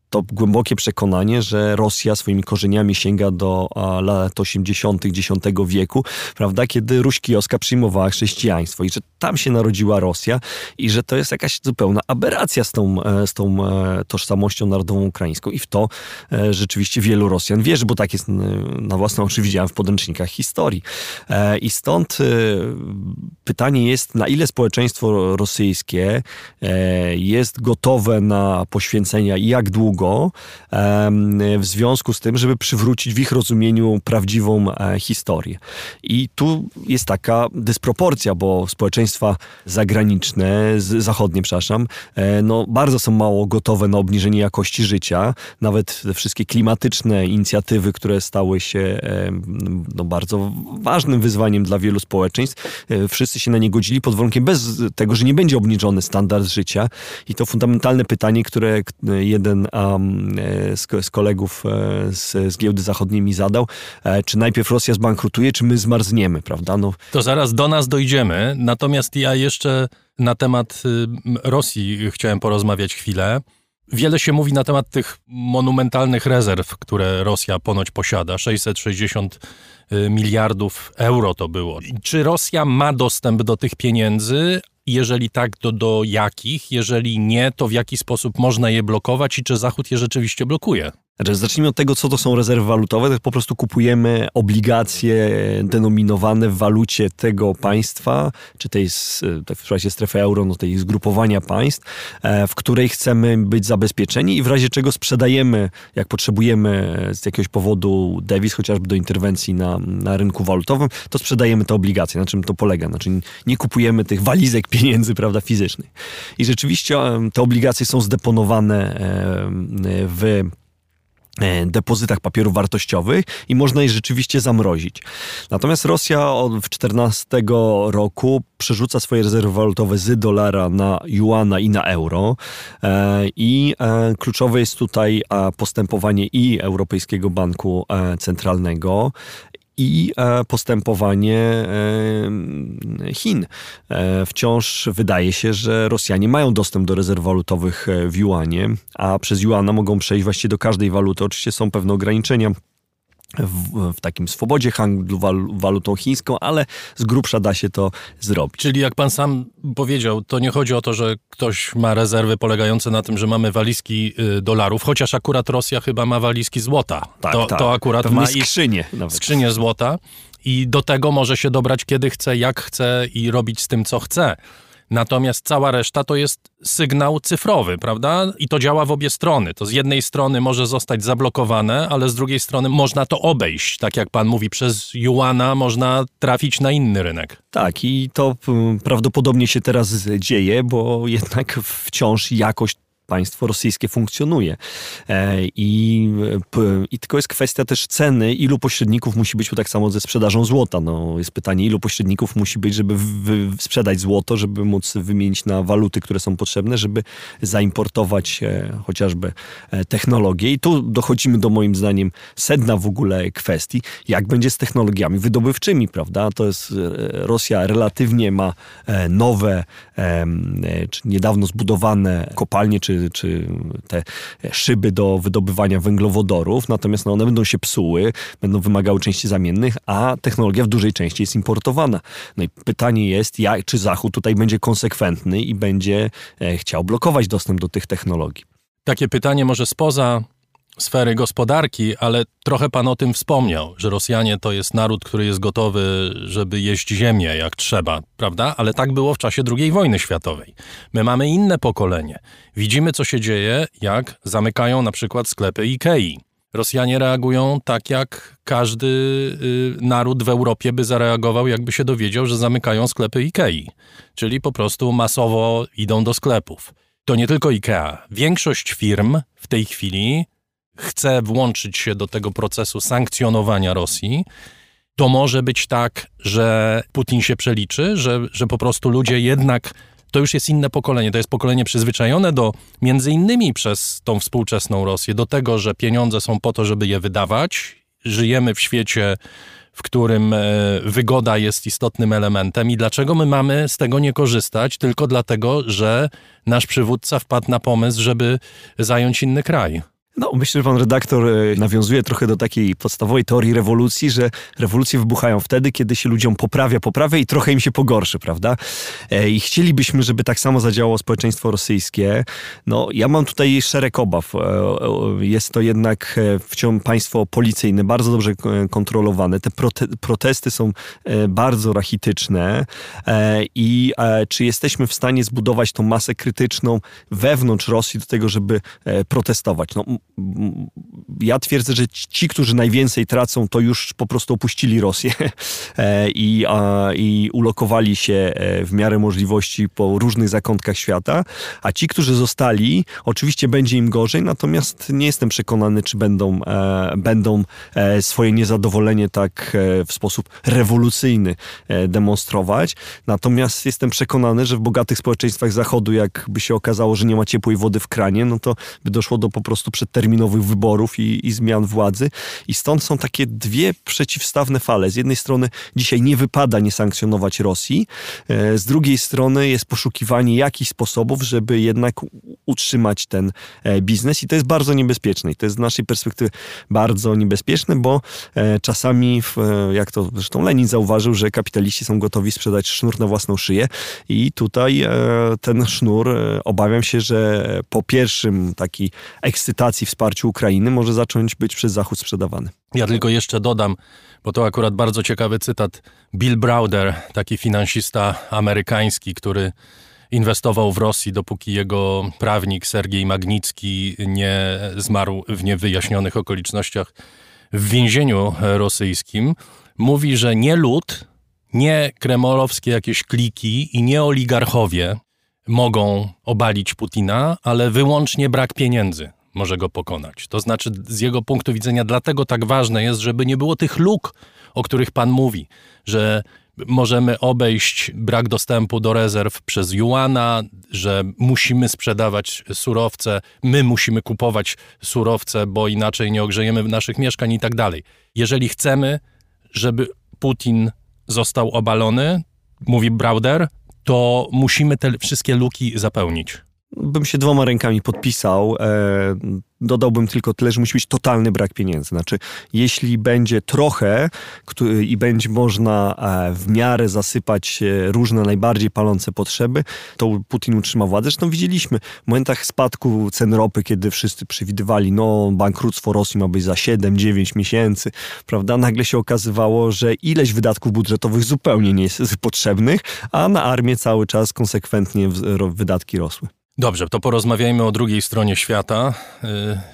to głębokie przekonanie, że Rosja swoimi korzeniami sięga do a, lat osiemdziesiątych dziesiątego wieku, prawda, kiedy Ruś Kijowska przyjmowała chrześcijaństwo i że tam się narodziła Rosja i że to jest jakaś zupełna aberracja z tą, z tą e, tożsamością narodową ukraińską i w to e, rzeczywiście wielu Rosjan wierzy, bo tak jest e, na własne oczy widziałem w podręcznikach historii. E, I stąd e, pytanie jest, na ile społeczeństwo rosyjskie e, jest gotowe na poświęcenia i jak długo w związku z tym, żeby przywrócić w ich rozumieniu prawdziwą historię. I tu jest taka dysproporcja, bo społeczeństwa zagraniczne, zachodnie, przepraszam, no bardzo są mało gotowe na obniżenie jakości życia. Nawet te wszystkie klimatyczne inicjatywy, które stały się no, bardzo ważnym wyzwaniem dla wielu społeczeństw, wszyscy się na nie godzili pod warunkiem bez tego, że nie będzie obniżony standard życia. I to fundamentalne pytanie, które jeden Z, z kolegów z, z giełdy zachodniej mi zadał, czy najpierw Rosja zbankrutuje, czy my zmarzniemy, prawda? No. To zaraz do nas dojdziemy, natomiast ja jeszcze na temat Rosji chciałem porozmawiać chwilę. Wiele się mówi na temat tych monumentalnych rezerw, które Rosja ponoć posiada. sześćset sześćdziesiąt miliardów euro to było. Czy Rosja ma dostęp do tych pieniędzy? Jeżeli tak, to do jakich? Jeżeli nie, to w jaki sposób można je blokować i czy Zachód je rzeczywiście blokuje? Znaczy, zacznijmy od tego, co to są rezerwy walutowe. To po prostu kupujemy obligacje denominowane w walucie tego państwa, czy tej, w przypadku strefy euro, no tej zgrupowania państw, w której chcemy być zabezpieczeni i w razie czego sprzedajemy, jak potrzebujemy z jakiegoś powodu dewiz, chociażby do interwencji na, na rynku walutowym, to sprzedajemy te obligacje. Na czym to polega? Znaczy, nie kupujemy tych walizek pieniędzy, prawda, fizycznych. I rzeczywiście te obligacje są zdeponowane w depozytach papierów wartościowych i można je rzeczywiście zamrozić. Natomiast Rosja od dwa tysiące czternastego roku przerzuca swoje rezerwy walutowe z dolara na juana i na euro i kluczowe jest tutaj postępowanie i Europejskiego Banku Centralnego i postępowanie Chin. Wciąż wydaje się, że Rosjanie mają dostęp do rezerw walutowych w juanie, a przez juana mogą przejść właściwie do każdej waluty. Oczywiście są pewne ograniczenia w, w takim swobodzie handlu wal, walutą chińską, ale z grubsza da się to zrobić. Czyli jak pan sam powiedział, to nie chodzi o to, że ktoś ma rezerwy polegające na tym, że mamy walizki y, dolarów, chociaż akurat Rosja chyba ma walizki złota. Tak, to, tak. to akurat Pewnie ma skrzynie, nawet. skrzynię złota i do tego może się dobrać kiedy chce, jak chce i robić z tym, co chce. Natomiast cała reszta to jest sygnał cyfrowy, prawda? I to działa w obie strony. To z jednej strony może zostać zablokowane, ale z drugiej strony można to obejść. Tak jak pan mówi, przez juana można trafić na inny rynek. Tak, i to prawdopodobnie się teraz dzieje, bo jednak wciąż jakoś państwo rosyjskie funkcjonuje. I, I tylko jest kwestia też ceny, ilu pośredników musi być, bo tak samo ze sprzedażą złota. No, jest pytanie, ilu pośredników musi być, żeby wy, sprzedać złoto, żeby móc wymienić na waluty, które są potrzebne, żeby zaimportować e, chociażby e, technologię. I tu dochodzimy do, moim zdaniem, sedna w ogóle kwestii, jak będzie z technologiami wydobywczymi, prawda? To jest, e, Rosja relatywnie ma e, nowe, e, czy niedawno zbudowane kopalnie, czy czy te szyby do wydobywania węglowodorów, natomiast no one będą się psuły, będą wymagały części zamiennych, a technologia w dużej części jest importowana. No i pytanie jest, jak, czy Zachód tutaj będzie konsekwentny i będzie e, chciał blokować dostęp do tych technologii. Takie pytanie może spoza sfery gospodarki, ale trochę pan o tym wspomniał, że Rosjanie to jest naród, który jest gotowy, żeby jeść ziemię jak trzeba, prawda? Ale tak było w czasie drugiej wojny światowej. My mamy inne pokolenie. Widzimy, co się dzieje, jak zamykają na przykład sklepy Ikei. Rosjanie reagują tak, jak każdy y, naród w Europie by zareagował, jakby się dowiedział, że zamykają sklepy Ikei. Czyli po prostu masowo idą do sklepów. To nie tylko Ikea. Większość firm w tej chwili chce włączyć się do tego procesu sankcjonowania Rosji. To może być tak, że Putin się przeliczy, że, że po prostu ludzie jednak, to już jest inne pokolenie, to jest pokolenie przyzwyczajone do, między innymi przez tą współczesną Rosję, do tego, że pieniądze są po to, żeby je wydawać. Żyjemy w świecie, w którym wygoda jest istotnym elementem i dlaczego my mamy z tego nie korzystać? Tylko dlatego, że nasz przywódca wpadł na pomysł, żeby zająć inny kraj. No, myślę, że pan redaktor nawiązuje trochę do takiej podstawowej teorii rewolucji, że rewolucje wybuchają wtedy, kiedy się ludziom poprawia, poprawia i trochę im się pogorszy, prawda? I chcielibyśmy, żeby tak samo zadziałało społeczeństwo rosyjskie. No, ja mam tutaj szereg obaw. Jest to jednak wciąż państwo policyjne, bardzo dobrze kontrolowane. Te prote- protesty są bardzo rachityczne i czy jesteśmy w stanie zbudować tą masę krytyczną wewnątrz Rosji do tego, żeby protestować? No, ja twierdzę, że ci, którzy najwięcej tracą, to już po prostu opuścili Rosję i, i ulokowali się w miarę możliwości po różnych zakątkach świata, a ci, którzy zostali, oczywiście będzie im gorzej, natomiast nie jestem przekonany, czy będą, będą swoje niezadowolenie tak w sposób rewolucyjny demonstrować. Natomiast jestem przekonany, że w bogatych społeczeństwach Zachodu, jakby się okazało, że nie ma ciepłej wody w kranie, no to by doszło do po prostu przedterminowych wyborów i, i zmian władzy. I stąd są takie dwie przeciwstawne fale. Z jednej strony dzisiaj nie wypada nie sankcjonować Rosji, z drugiej strony jest poszukiwanie jakichś sposobów, żeby jednak utrzymać ten biznes i to jest bardzo niebezpieczne. I to jest z naszej perspektywy bardzo niebezpieczne, bo czasami, jak to zresztą Lenin zauważył, że kapitaliści są gotowi sprzedać sznur na własną szyję i tutaj ten sznur, obawiam się, że po pierwszym takiej ekscytacji, wsparciu Ukrainy może zacząć być przez Zachód sprzedawany. Ja tylko jeszcze dodam, bo to akurat bardzo ciekawy cytat. Bill Browder, taki finansista amerykański, który inwestował w Rosji, dopóki jego prawnik Sergiej Magnicki nie zmarł w niewyjaśnionych okolicznościach w więzieniu rosyjskim, mówi, że nie lud, nie kremlowskie jakieś kliki i nie oligarchowie mogą obalić Putina, ale wyłącznie brak pieniędzy może go pokonać. To znaczy z jego punktu widzenia dlatego tak ważne jest, żeby nie było tych luk, o których pan mówi, że możemy obejść brak dostępu do rezerw przez juana, że musimy sprzedawać surowce, my musimy kupować surowce, bo inaczej nie ogrzejemy naszych mieszkań i tak dalej. Jeżeli chcemy, żeby Putin został obalony, mówi Browder, to musimy te wszystkie luki zapełnić. Bym się dwoma rękami podpisał. E, dodałbym tylko tyle, że musi być totalny brak pieniędzy. Znaczy, jeśli będzie trochę który, i będzie można e, w miarę zasypać e, różne najbardziej palące potrzeby, to Putin utrzyma władzę. Zresztą widzieliśmy w momentach spadku cen ropy, kiedy wszyscy przewidywali, no bankructwo Rosji ma być za siedem dziewięć miesięcy, prawda? Nagle się okazywało, że ileś wydatków budżetowych zupełnie nie jest potrzebnych, a na armię cały czas konsekwentnie w, wydatki rosły. Dobrze, to porozmawiajmy o drugiej stronie świata. Yy,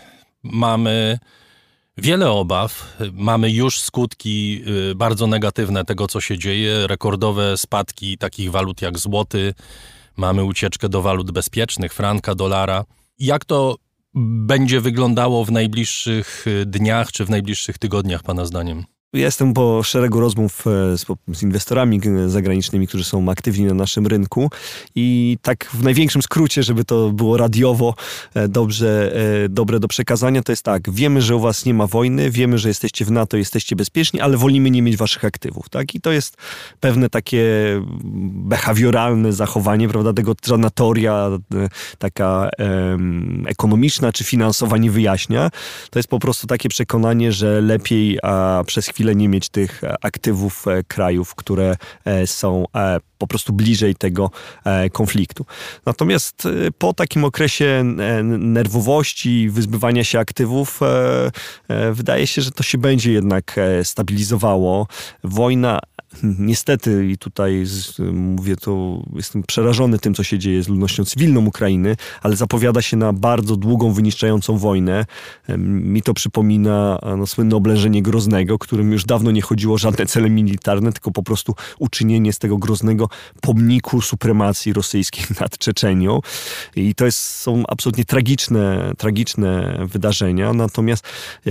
mamy wiele obaw, mamy już skutki yy, bardzo negatywne tego, co się dzieje, rekordowe spadki takich walut jak złoty, mamy ucieczkę do walut bezpiecznych, franka, dolara. Jak to będzie wyglądało w najbliższych dniach czy w najbliższych tygodniach, pana zdaniem? Ja jestem po szeregu rozmów z, z inwestorami zagranicznymi, którzy są aktywni na naszym rynku i tak w największym skrócie, żeby to było radiowo dobrze, dobre do przekazania, to jest tak, wiemy, że u was nie ma wojny, wiemy, że jesteście w NATO, jesteście bezpieczni, ale wolimy nie mieć waszych aktywów, tak? I to jest pewne takie behawioralne zachowanie, prawda, tego żadna teoria taka em, ekonomiczna czy finansowa nie wyjaśnia. To jest po prostu takie przekonanie, że lepiej a, przez chwilę nie mieć tych aktywów krajów, które są po prostu bliżej tego konfliktu. Natomiast po takim okresie nerwowości, wyzbywania się aktywów, wydaje się, że to się będzie jednak stabilizowało. Wojna niestety, i tutaj mówię to, jestem przerażony tym, co się dzieje z ludnością cywilną Ukrainy, ale zapowiada się na bardzo długą, wyniszczającą wojnę. Mi to przypomina no, słynne oblężenie Groznego, którym już dawno nie chodziło o żadne cele militarne, tylko po prostu uczynienie z tego Groznego pomniku supremacji rosyjskiej nad Czeczenią. I to jest, są absolutnie tragiczne, tragiczne wydarzenia. Natomiast e,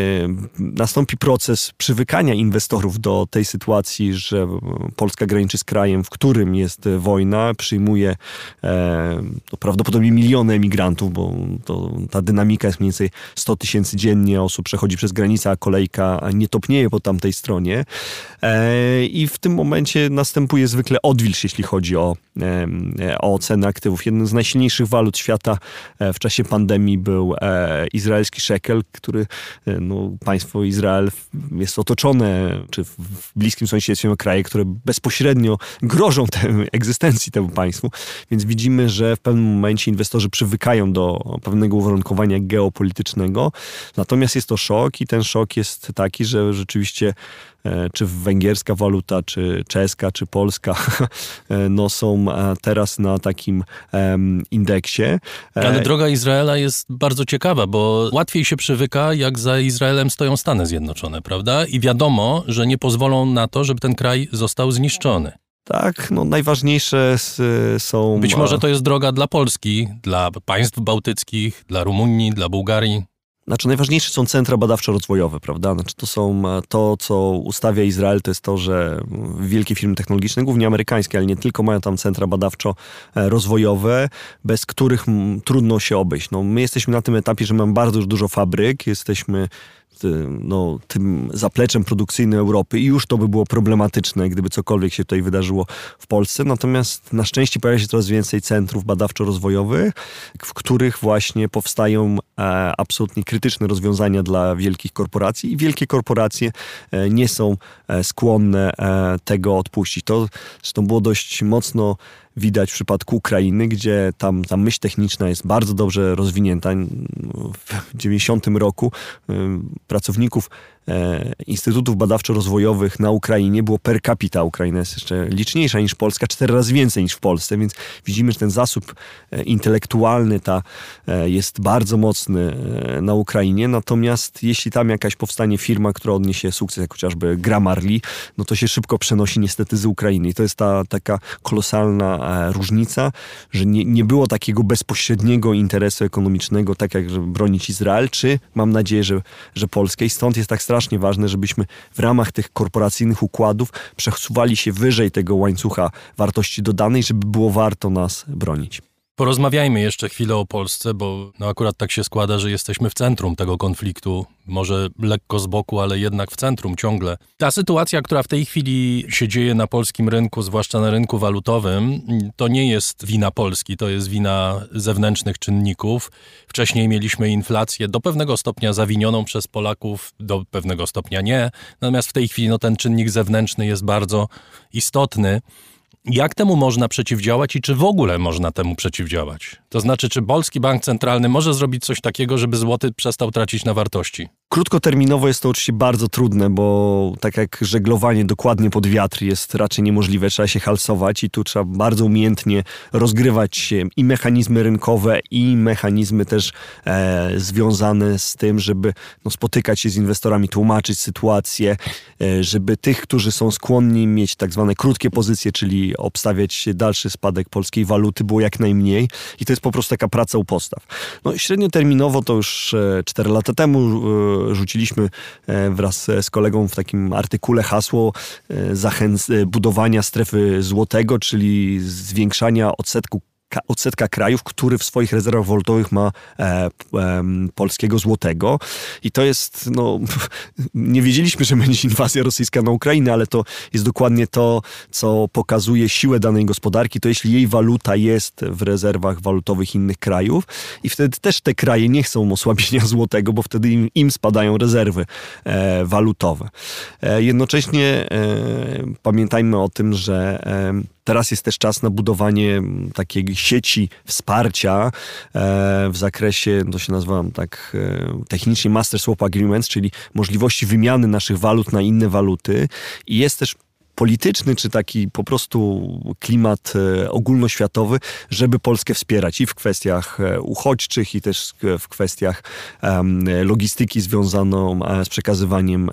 nastąpi proces przywykania inwestorów do tej sytuacji, że Polska graniczy z krajem, w którym jest wojna, przyjmuje e, to prawdopodobnie miliony emigrantów, bo to, ta dynamika jest mniej więcej sto tysięcy dziennie osób przechodzi przez granicę, a kolejka nie topnieje po tamtej stronie. E, I w tym momencie następuje zwykle odwilż, jeśli chodzi o o cenę aktywów. Jedną z najsilniejszych walut świata w czasie pandemii był izraelski shekel, który no, państwo Izrael jest otoczone, czy w bliskim sąsiedztwie ma kraje, które bezpośrednio grożą tej egzystencji temu państwu, więc widzimy, że w pewnym momencie inwestorzy przywykają do pewnego uwarunkowania geopolitycznego, natomiast jest to szok i ten szok jest taki, że rzeczywiście czy węgierska waluta, czy czeska, czy polska no są teraz na takim um, indeksie. Ale droga Izraela jest bardzo ciekawa, bo łatwiej się przywyka, jak za Izraelem stoją Stany Zjednoczone, prawda? I wiadomo, że nie pozwolą na to, żeby ten kraj został zniszczony. Tak, no najważniejsze są... Być może to jest droga dla Polski, dla państw bałtyckich, dla Rumunii, dla Bułgarii. Znaczy najważniejsze są centra badawczo-rozwojowe, prawda? Znaczy to są to, co ustawia Izrael, to jest to, że wielkie firmy technologiczne, głównie amerykańskie, ale nie tylko, mają tam centra badawczo-rozwojowe, bez których trudno się obejść. No, my jesteśmy na tym etapie, że mamy bardzo dużo fabryk, jesteśmy no, tym zapleczem produkcyjnym Europy i już to by było problematyczne, gdyby cokolwiek się tutaj wydarzyło w Polsce. Natomiast na szczęście pojawia się coraz więcej centrów badawczo-rozwojowych, w których właśnie powstają e, absolutnie krytyczne rozwiązania dla wielkich korporacji i wielkie korporacje e, nie są e, skłonne e, tego odpuścić. To zresztą było dość mocno widać w przypadku Ukrainy, gdzie tam ta myśl techniczna jest bardzo dobrze rozwinięta. W dziewięćdziesiątym roku y, pracowników e, instytutów badawczo-rozwojowych na Ukrainie było per capita. Ukraina jest jeszcze liczniejsza niż Polska, cztery razy więcej niż w Polsce, więc widzimy, że ten zasób e, intelektualny ta, e, jest bardzo mocny e, na Ukrainie. Natomiast jeśli tam jakaś powstanie firma, która odniesie sukces, jak chociażby Grammarly, no to się szybko przenosi niestety z Ukrainy. I to jest ta taka kolosalna różnica, że nie, nie było takiego bezpośredniego interesu ekonomicznego, tak jak żeby bronić Izrael, czy mam nadzieję, że, że Polskę. I stąd jest tak strasznie ważne, żebyśmy w ramach tych korporacyjnych układów przesuwali się wyżej tego łańcucha wartości dodanej, żeby było warto nas bronić. Porozmawiajmy jeszcze chwilę o Polsce, bo no akurat tak się składa, że jesteśmy w centrum tego konfliktu. Może lekko z boku, ale jednak w centrum ciągle. Ta sytuacja, która w tej chwili się dzieje na polskim rynku, zwłaszcza na rynku walutowym, to nie jest wina Polski, to jest wina zewnętrznych czynników. Wcześniej mieliśmy inflację do pewnego stopnia zawinioną przez Polaków, do pewnego stopnia nie. Natomiast w tej chwili no, ten czynnik zewnętrzny jest bardzo istotny. Jak temu można przeciwdziałać i czy w ogóle można temu przeciwdziałać? To znaczy, czy Polski Bank Centralny może zrobić coś takiego, żeby złoty przestał tracić na wartości? Krótkoterminowo jest to oczywiście bardzo trudne, bo tak jak żeglowanie dokładnie pod wiatr jest raczej niemożliwe, trzeba się halsować i tu trzeba bardzo umiejętnie rozgrywać i mechanizmy rynkowe, i mechanizmy też e, związane z tym, żeby no, spotykać się z inwestorami, tłumaczyć sytuację, e, żeby tych, którzy są skłonni mieć tak zwane krótkie pozycje, czyli obstawiać dalszy spadek polskiej waluty, było jak najmniej i to jest po prostu taka praca u podstaw. No, średnioterminowo to już e, cztery lata temu e, rzuciliśmy wraz z kolegą w takim artykule hasło zachęc- budowania strefy złotego, czyli zwiększania odsetku odsetka krajów, który w swoich rezerwach walutowych ma e, e, polskiego złotego. I to jest, no, nie wiedzieliśmy, że będzie inwazja rosyjska na Ukrainę, ale to jest dokładnie to, co pokazuje siłę danej gospodarki, to jeśli jej waluta jest w rezerwach walutowych innych krajów i wtedy też te kraje nie chcą osłabienia złotego, bo wtedy im, im spadają rezerwy e, walutowe. E, jednocześnie e, pamiętajmy o tym, że e, teraz jest też czas na budowanie takiej sieci wsparcia e, w zakresie, to się nazywa tak e, technicznie Master Swap Agreements, czyli możliwości wymiany naszych walut na inne waluty i jest też polityczny, czy taki po prostu klimat e, ogólnoświatowy, żeby Polskę wspierać i w kwestiach e, uchodźczych, i też w kwestiach e, logistyki związaną e, z przekazywaniem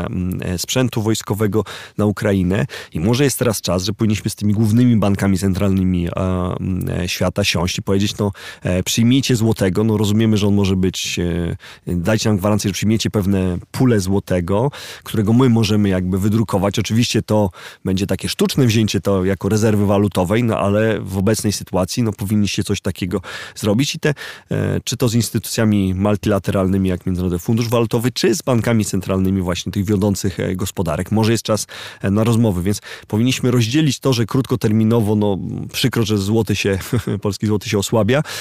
e, sprzętu wojskowego na Ukrainę. I może jest teraz czas, że powinniśmy z tymi głównymi bankami centralnymi e, e, świata siąść i powiedzieć, no e, przyjmijcie złotego, no rozumiemy, że on może być, e, dajcie nam gwarancję, że przyjmiecie pewne pule złotego, którego my możemy jakby wydrukować. Oczywiście to będzie takie sztuczne wzięcie to jako rezerwy walutowej, no ale w obecnej sytuacji no, powinniście coś takiego zrobić i te, e, czy to z instytucjami multilateralnymi jak Międzynarodowy Fundusz Walutowy, czy z bankami centralnymi właśnie tych wiodących e, gospodarek. Może jest czas e, na rozmowy, więc powinniśmy rozdzielić to, że krótkoterminowo, no przykro, że złoty się, polski złoty się osłabia, e,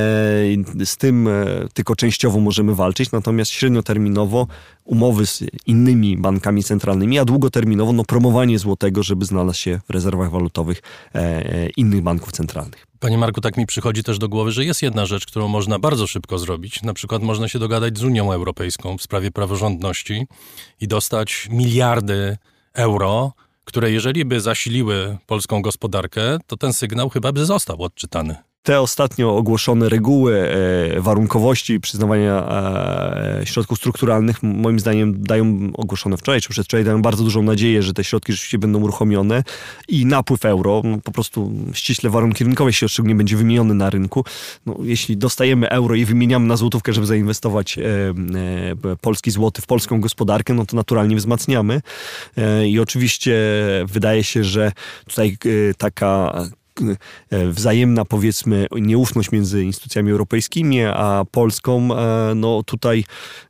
z tym e, tylko częściowo możemy walczyć, natomiast średnioterminowo umowy z innymi bankami centralnymi, a długoterminowo no, promowanie złotego, żeby znalazł się w rezerwach walutowych e, innych banków centralnych. Panie Marku, tak mi przychodzi też do głowy, że jest jedna rzecz, którą można bardzo szybko zrobić. Na przykład można się dogadać z Unią Europejską w sprawie praworządności i dostać miliardy euro, które jeżeli by zasiliły polską gospodarkę, to ten sygnał chyba by został odczytany. Te ostatnio ogłoszone reguły e, warunkowości przyznawania e, środków strukturalnych moim zdaniem dają, ogłoszone wczoraj czy przedwczoraj, dają bardzo dużą nadzieję, że te środki rzeczywiście będą uruchomione i napływ euro, no, po prostu ściśle warunki rynkowe się szczególnie będzie wymieniony na rynku. No, jeśli dostajemy euro i wymieniamy na złotówkę, żeby zainwestować e, e, polski złoty w polską gospodarkę, no to naturalnie wzmacniamy e, i oczywiście wydaje się, że tutaj e, taka wzajemna, powiedzmy, nieufność między instytucjami europejskimi a Polską, no tutaj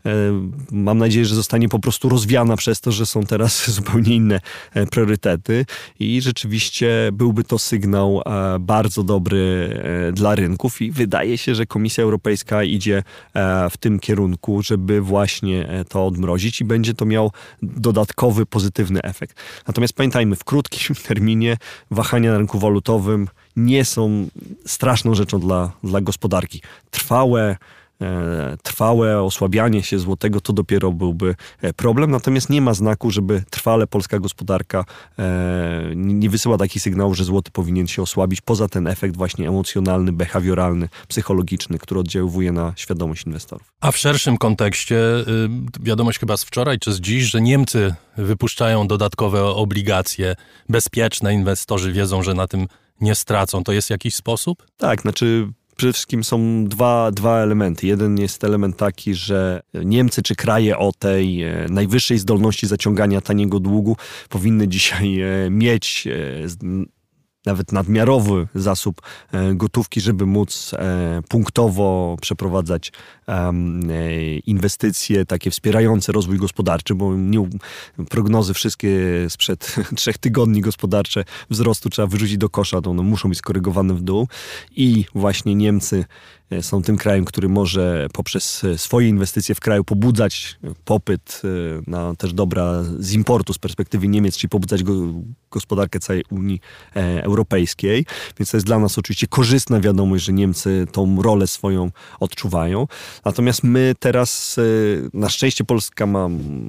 mam nadzieję, że zostanie po prostu rozwiana przez to, że są teraz zupełnie inne priorytety i rzeczywiście byłby to sygnał bardzo dobry dla rynków i wydaje się, że Komisja Europejska idzie w tym kierunku, żeby właśnie to odmrozić i będzie to miał dodatkowy, pozytywny efekt. Natomiast pamiętajmy, w krótkim terminie wahania na rynku walutowym nie są straszną rzeczą dla, dla gospodarki. Trwałe, e, trwałe osłabianie się złotego to dopiero byłby problem, natomiast nie ma znaku, żeby trwale polska gospodarka e, nie wysyła takich sygnałów, że złoty powinien się osłabić, poza ten efekt właśnie emocjonalny, behawioralny, psychologiczny, który oddziałuje na świadomość inwestorów. A w szerszym kontekście y, wiadomość chyba z wczoraj czy z dziś, że Niemcy wypuszczają dodatkowe obligacje bezpieczne, inwestorzy wiedzą, że na tym nie stracą. To jest jakiś sposób? Tak, znaczy przede wszystkim są dwa, dwa elementy. Jeden jest element taki, że Niemcy czy kraje o tej najwyższej zdolności zaciągania taniego długu powinny dzisiaj mieć nawet nadmiarowy zasób gotówki, żeby móc punktowo przeprowadzać inwestycje takie wspierające rozwój gospodarczy, bo nie, prognozy wszystkie sprzed trzech tygodni gospodarcze wzrostu trzeba wyrzucić do kosza, to one muszą być skorygowane w dół i właśnie Niemcy są tym krajem, który może poprzez swoje inwestycje w kraju pobudzać popyt na też dobra z importu z perspektywy Niemiec, czyli pobudzać go, gospodarkę całej Unii Europejskiej. Więc to jest dla nas oczywiście korzystna wiadomość, że Niemcy tą rolę swoją odczuwają. Natomiast my teraz, na szczęście Polska ma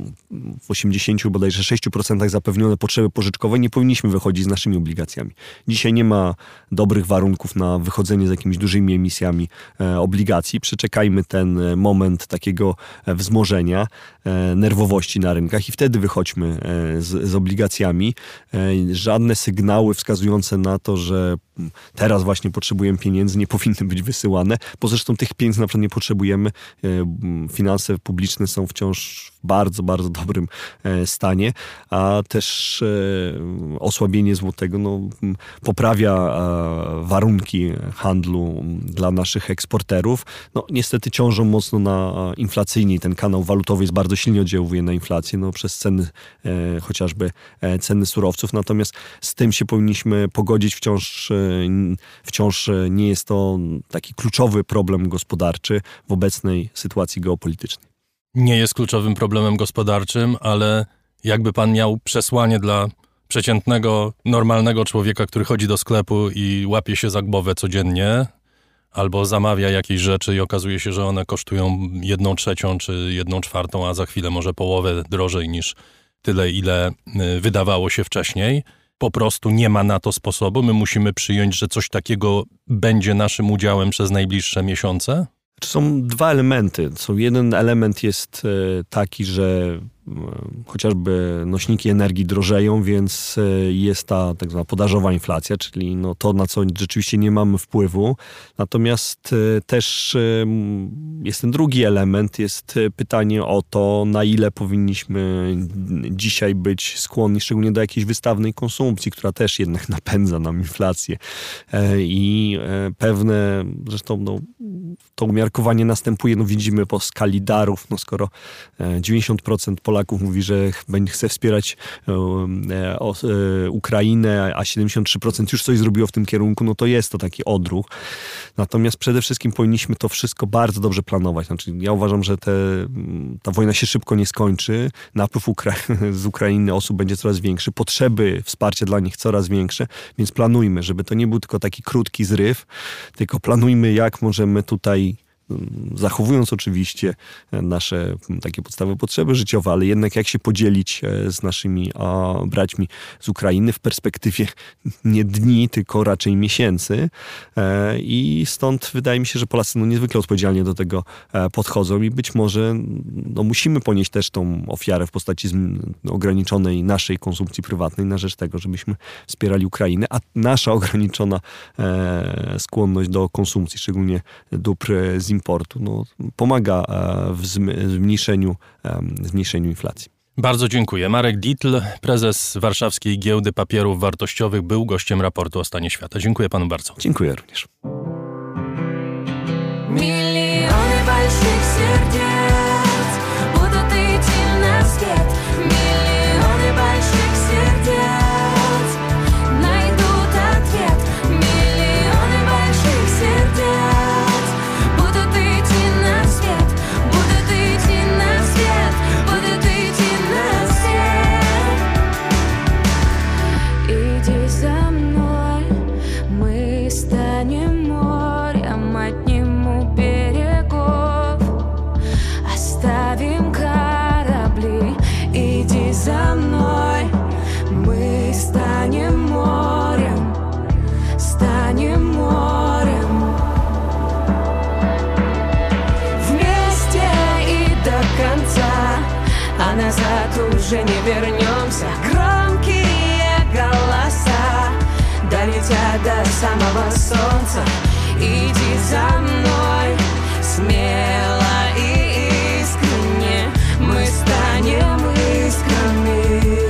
w osiemdziesięciu bodajże sześciu procentach zapewnione potrzeby pożyczkowe. Nie powinniśmy wychodzić z naszymi obligacjami. Dzisiaj nie ma dobrych warunków na wychodzenie z jakimiś dużymi emisjami obligacji. Przeczekajmy ten moment takiego wzmożenia, nerwowości na rynkach i wtedy wychodźmy z, z obligacjami. Żadne sygnały wskazujące na to, że teraz właśnie potrzebujemy pieniędzy, nie powinny być wysyłane, bo zresztą tych pieniędzy na przykład nie potrzebujemy. Finanse publiczne są wciąż w bardzo, bardzo dobrym stanie, a też osłabienie złotego no, poprawia warunki handlu dla naszych eksporterów. No, niestety ciążą mocno na inflacyjnie. Ten kanał walutowy jest bardzo silnie oddziałuje na inflację, no, przez ceny, chociażby ceny surowców. Natomiast z tym się powinniśmy pogodzić. Wciąż, wciąż nie jest to taki kluczowy problem gospodarczy w obecnej sytuacji geopolitycznej. Nie jest kluczowym problemem gospodarczym, ale jakby pan miał przesłanie dla przeciętnego, normalnego człowieka, który chodzi do sklepu i łapie się za głowę codziennie, albo zamawia jakieś rzeczy i okazuje się, że one kosztują jedną trzecią czy jedną czwartą, a za chwilę może połowę drożej niż tyle, ile wydawało się wcześniej. Po prostu nie ma na to sposobu. My musimy przyjąć, że coś takiego będzie naszym udziałem przez najbliższe miesiące? Są dwa elementy. Są jeden element jest taki, że chociażby nośniki energii drożeją, więc jest ta tak zwana podażowa inflacja, czyli no to, na co rzeczywiście nie mamy wpływu. Natomiast też jest ten drugi element, jest pytanie o to, na ile powinniśmy dzisiaj być skłonni, szczególnie do jakiejś wystawnej konsumpcji, która też jednak napędza nam inflację. I pewne, zresztą no, to umiarkowanie następuje, no widzimy po skali darów, no skoro dziewięćdziesiąt procent Polaków mówi, że chce wspierać Ukrainę, a siedemdziesiąt trzy procent już coś zrobiło w tym kierunku, no to jest to taki odruch. Natomiast przede wszystkim powinniśmy to wszystko bardzo dobrze planować. Znaczy, ja uważam, że te, ta wojna się szybko nie skończy, napływ Ukra- z Ukrainy osób będzie coraz większy, potrzeby wsparcia dla nich coraz większe, więc planujmy, żeby to nie był tylko taki krótki zryw, tylko planujmy, jak możemy tutaj, zachowując oczywiście nasze takie podstawowe potrzeby życiowe, ale jednak jak się podzielić z naszymi a, braćmi z Ukrainy w perspektywie nie dni, tylko raczej miesięcy. E, I stąd wydaje mi się, że Polacy no, niezwykle odpowiedzialnie do tego e, podchodzą i być może no, musimy ponieść też tą ofiarę w postaci z, no, ograniczonej naszej konsumpcji prywatnej na rzecz tego, żebyśmy wspierali Ukrainę, a nasza ograniczona e, skłonność do konsumpcji, szczególnie dóbr z importu, no, pomaga w zmniejszeniu, zmniejszeniu inflacji. Bardzo dziękuję. Marek Dietl, prezes Warszawskiej Giełdy Papierów Wartościowych, był gościem raportu o stanie świata. Dziękuję panu bardzo. Dziękuję również. Miliony больших сердец будут идти на свет. Миллионы больших сердец найдут ответ. Миллионы больших сердец будут идти на свет, будут идти на свет, будут идти на свет. Иди за мной, мы станем морем одним у берегов, оставим корабли. Иди за мной, мы станем морем, станем морем. Вместе и до конца, а назад уже не вернемся. Громкие голоса долетят до самого солнца. Иди за мной, смело и искренне, мы станем искрами.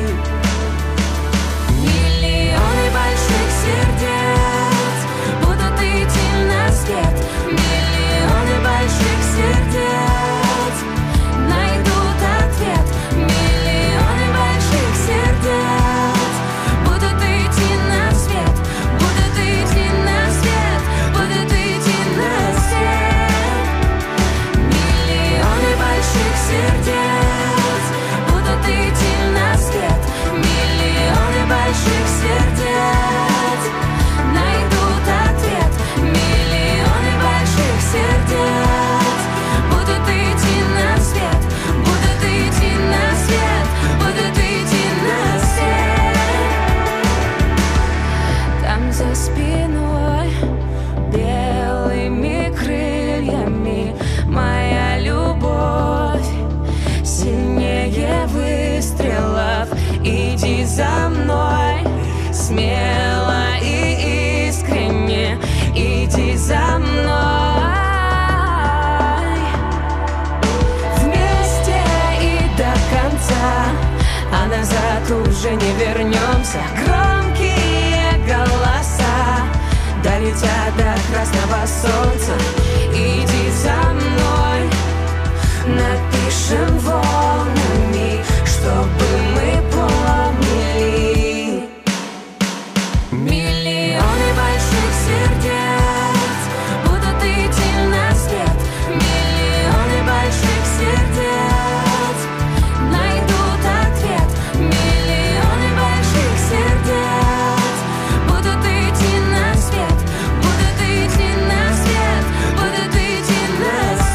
Миллионы больших сердец будут идти на свет. Миллионы больших сердец найдут ответ. Миллионы больших сердец будут идти на свет, будут идти на свет, будут идти на свет. Миллионы больших сердец будут идти на свет. Миллионы больших сердец найдут ответ. Миллионы больших сердец будут идти на свет, будут идти на свет, будут идти на свет. Там за спиной белыми крыльями моя любовь сильнее выстрелов. Иди за мной, смело и искренне, иди за мной. Вместе и до конца, а назад уже не вернемся. Громкие голоса долетят до красного солнца. Иди за мной, напишем волнами, чтобы мы помнили. Миллионы больших сердец будут идти на свет. Миллионы больших сердец найдут ответ. Миллионы больших сердец будут идти на свет, будут идти на свет, будут идти на свет.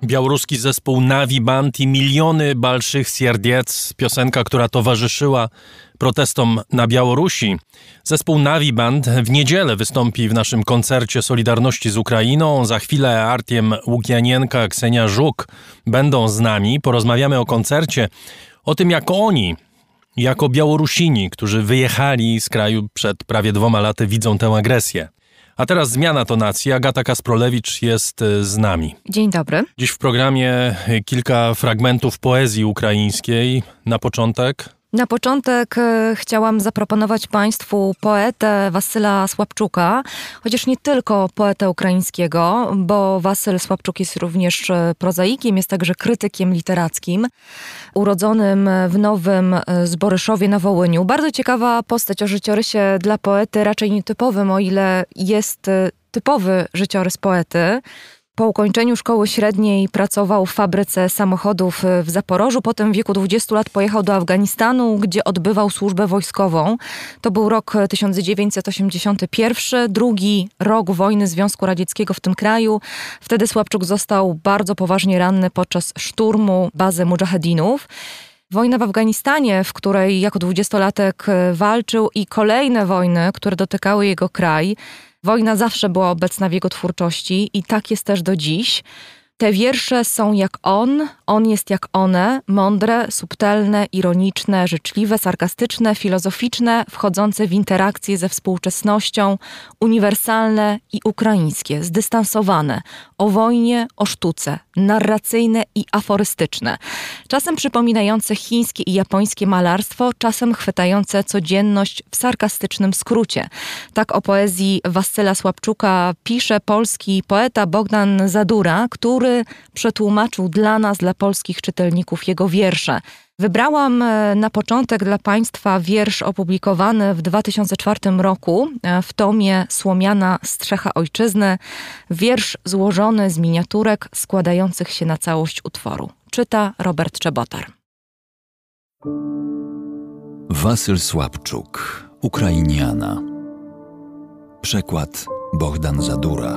białoruski zespół Navi Band i Miliony Balszych Sierdiec, piosenka, która towarzyszyła protestom na Białorusi. Zespół Navi Band w niedzielę wystąpi w naszym koncercie Solidarności z Ukrainą. Za chwilę Artiem Łukianienka, Ksenia Żuk będą z nami. Porozmawiamy o koncercie, o tym jak oni, jako Białorusini, którzy wyjechali z kraju przed prawie dwoma laty, widzą tę agresję. A teraz zmiana tonacji. Agata Kasprolewicz jest z nami. Dzień dobry. Dziś w programie kilka fragmentów poezji ukraińskiej. Na początek... Na początek e, chciałam zaproponować Państwu poetę Wasyla Słapczuka, chociaż nie tylko poetę ukraińskiego, bo Wasyl Słapczuk jest również prozaikiem, jest także krytykiem literackim, urodzonym w Nowym Zboryszowie na Wołyniu. Bardzo ciekawa postać o życiorysie dla poety, raczej nietypowym, o ile jest typowy życiorys poety. Po ukończeniu szkoły średniej pracował w fabryce samochodów w Zaporożu. Potem w wieku dwudziestu lat pojechał do Afganistanu, gdzie odbywał służbę wojskową. To był rok tysiąc dziewięćset osiemdziesiąty pierwszy, drugi rok wojny Związku Radzieckiego w tym kraju. Wtedy Słapczuk został bardzo poważnie ranny podczas szturmu bazy mudżahedinów. Wojna w Afganistanie, w której jako dwudziestolatek walczył, i kolejne wojny, które dotykały jego kraj. Wojna zawsze była obecna w jego twórczości i tak jest też do dziś. Te wiersze są jak on, on jest jak one, mądre, subtelne, ironiczne, życzliwe, sarkastyczne, filozoficzne, wchodzące w interakcję ze współczesnością, uniwersalne i ukraińskie, zdystansowane, o wojnie, o sztuce, narracyjne i aforystyczne. Czasem przypominające chińskie i japońskie malarstwo, czasem chwytające codzienność w sarkastycznym skrócie. Tak o poezji Wasyla Słapczuka pisze polski poeta Bogdan Zadura, który przetłumaczył dla nas, dla polskich czytelników, jego wiersze. Wybrałam na początek dla Państwa wiersz opublikowany w dwa tysiące czwartym roku w tomie Słomiana Strzecha Ojczyzny. Wiersz złożony z miniaturek składających się na całość utworu. Czyta Robert Czebotar. Wasyl Słapczuk, Ukrainiana. Przekład Bogdan Zadura.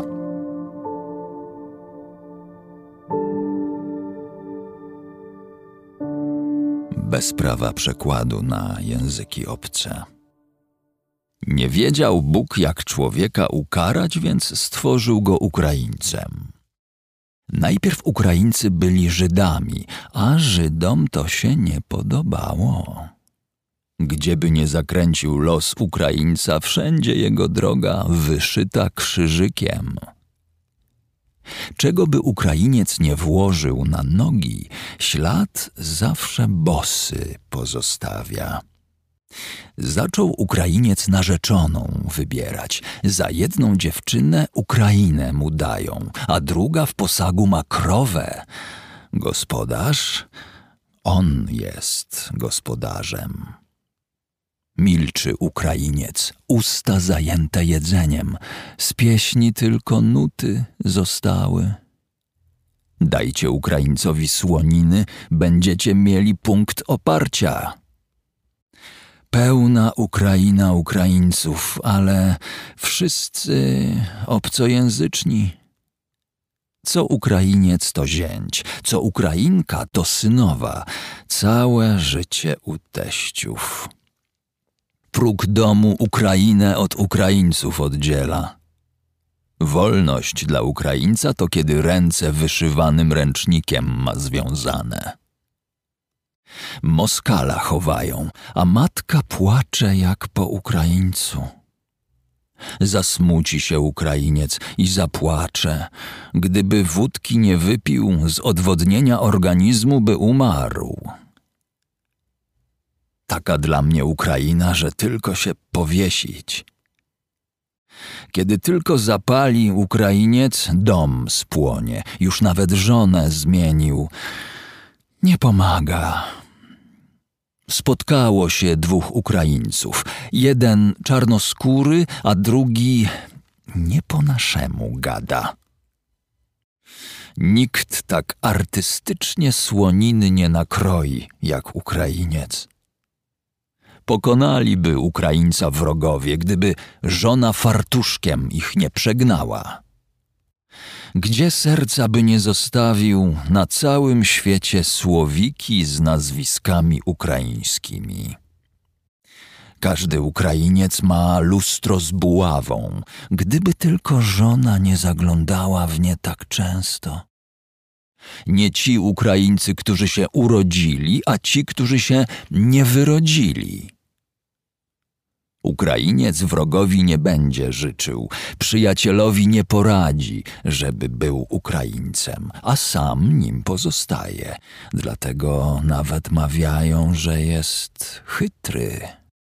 Bez prawa przekładu na języki obce. Nie wiedział Bóg, jak człowieka ukarać, więc stworzył go Ukraińcem. Najpierw Ukraińcy byli Żydami, a Żydom to się nie podobało. Gdzieby nie zakręcił los Ukraińca, wszędzie jego droga wyszyta krzyżykiem. Czego by Ukrainiec nie włożył na nogi, ślad zawsze bosy pozostawia. Zaczął Ukrainiec narzeczoną wybierać. Za jedną dziewczynę Ukrainę mu dają, a druga w posagu ma krowę. Gospodarz, on jest gospodarzem. Milczy Ukrainiec, usta zajęte jedzeniem, z pieśni tylko nuty zostały. Dajcie Ukraińcowi słoniny, będziecie mieli punkt oparcia. Pełna Ukraina Ukraińców, ale wszyscy obcojęzyczni. Co Ukrainiec to zięć, co Ukrainka to synowa, całe życie u teściów. Próg domu Ukrainę od Ukraińców oddziela. Wolność dla Ukraińca to kiedy ręce wyszywanym ręcznikiem ma związane. Moskala chowają, a matka płacze jak po Ukraińcu. Zasmuci się Ukrainiec i zapłacze. Gdyby wódki nie wypił, z odwodnienia organizmu by umarł. Taka dla mnie Ukraina, że tylko się powiesić. Kiedy tylko zapali Ukrainiec, dom spłonie. Już nawet żonę zmienił. Nie pomaga. Spotkało się dwóch Ukraińców. Jeden czarnoskóry, a drugi nie po naszemu gada. Nikt tak artystycznie słoniny nie nakroi, jak Ukrainiec. Pokonaliby Ukraińca wrogowie, gdyby żona fartuszkiem ich nie przegnała. Gdzie serca by nie zostawił, na całym świecie słowiki z nazwiskami ukraińskimi. Każdy Ukrainiec ma lustro z buławą, gdyby tylko żona nie zaglądała w nie tak często. Nie ci Ukraińcy, którzy się urodzili, a ci, którzy się nie wyrodzili. Ukrainiec wrogowi nie będzie życzył, przyjacielowi nie poradzi, żeby był Ukraińcem, a sam nim pozostaje. Dlatego nawet mawiają, że jest chytry.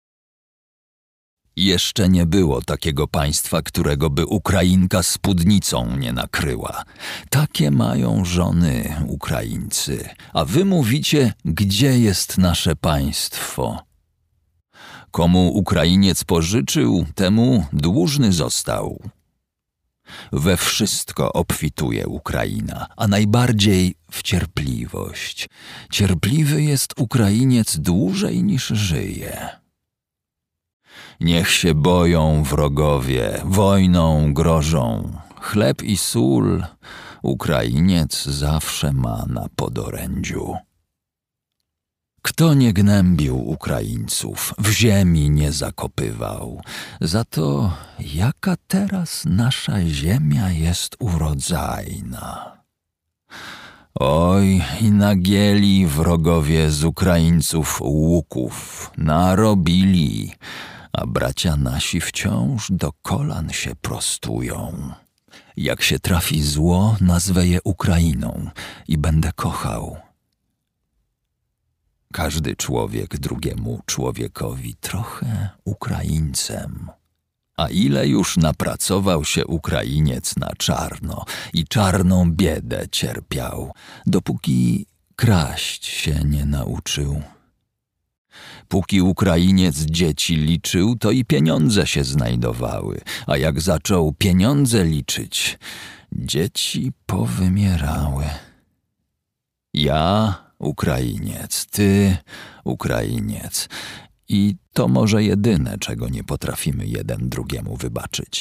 Jeszcze nie było takiego państwa, którego by Ukrainka spódnicą nie nakryła. Takie mają żony Ukraińcy, a wy mówicie, gdzie jest nasze państwo? Komu Ukrainiec pożyczył, temu dłużny został. We wszystko obfituje Ukraina, a najbardziej w cierpliwość. Cierpliwy jest Ukrainiec dłużej niż żyje. Niech się boją wrogowie, wojną grożą. Chleb i sól Ukrainiec zawsze ma na podorędziu. Kto nie gnębił Ukraińców, w ziemi nie zakopywał. Za to jaka teraz nasza ziemia jest urodzajna. Oj, i nagieli wrogowie z Ukraińców łuków, narobili, a bracia nasi wciąż do kolan się prostują. Jak się trafi zło, nazwę je Ukrainą i będę kochał. Każdy człowiek drugiemu człowiekowi trochę Ukraińcem. A ile już napracował się Ukrainiec na czarno i czarną biedę cierpiał, dopóki kraść się nie nauczył. Póki Ukrainiec dzieci liczył, to i pieniądze się znajdowały, a jak zaczął pieniądze liczyć, dzieci powymierały. Ja, Ukrainiec, ty, Ukrainiec. I to może jedyne, czego nie potrafimy jeden drugiemu wybaczyć.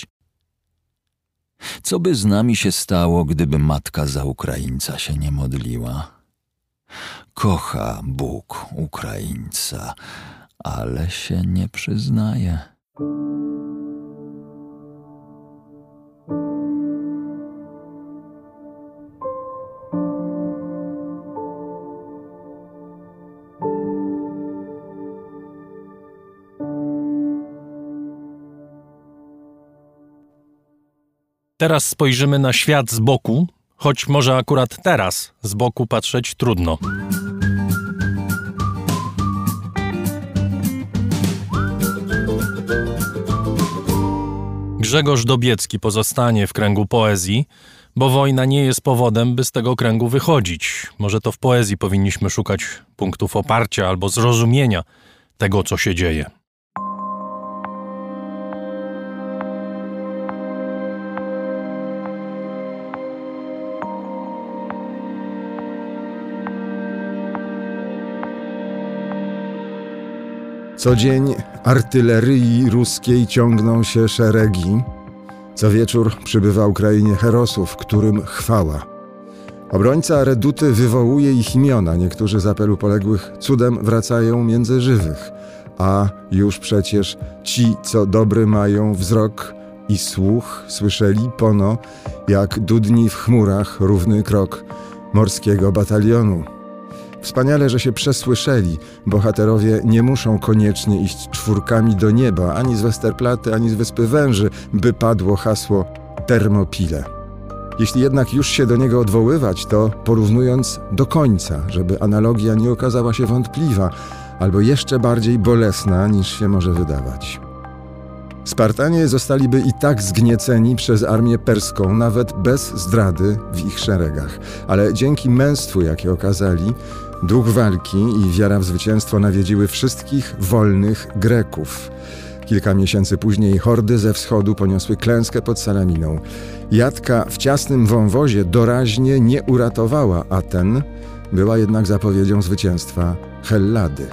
Co by z nami się stało, gdyby matka za Ukraińca się nie modliła? Kocha Bóg Ukraińca, ale się nie przyznaje. Teraz spojrzymy na świat z boku, choć może akurat teraz z boku patrzeć trudno. Grzegorz Dobiecki pozostanie w kręgu poezji, bo wojna nie jest powodem, by z tego kręgu wychodzić. Może to w poezji powinniśmy szukać punktów oparcia albo zrozumienia tego, co się dzieje. Co dzień artylerii ruskiej ciągną się szeregi. Co wieczór przybywa Ukrainie herosów, którym chwała. Obrońca reduty wywołuje ich imiona. Niektórzy z apelu poległych cudem wracają między żywych. A już przecież ci, co dobry mają wzrok i słuch, słyszeli pono, jak dudni w chmurach równy krok morskiego batalionu. Wspaniale, że się przesłyszeli. Bohaterowie nie muszą koniecznie iść czwórkami do nieba, ani z Westerplatte, ani z Wyspy Węży, by padło hasło Termopile. Jeśli jednak już się do niego odwoływać, to porównując do końca, żeby analogia nie okazała się wątpliwa, albo jeszcze bardziej bolesna, niż się może wydawać. Spartanie zostaliby i tak zgnieceni przez armię perską, nawet bez zdrady w ich szeregach. Ale dzięki męstwu, jakie okazali, duch walki i wiara w zwycięstwo nawiedziły wszystkich wolnych Greków. Kilka miesięcy później hordy ze wschodu poniosły klęskę pod Salaminą. Jadka w ciasnym wąwozie doraźnie nie uratowała Aten, była jednak zapowiedzią zwycięstwa Hellady.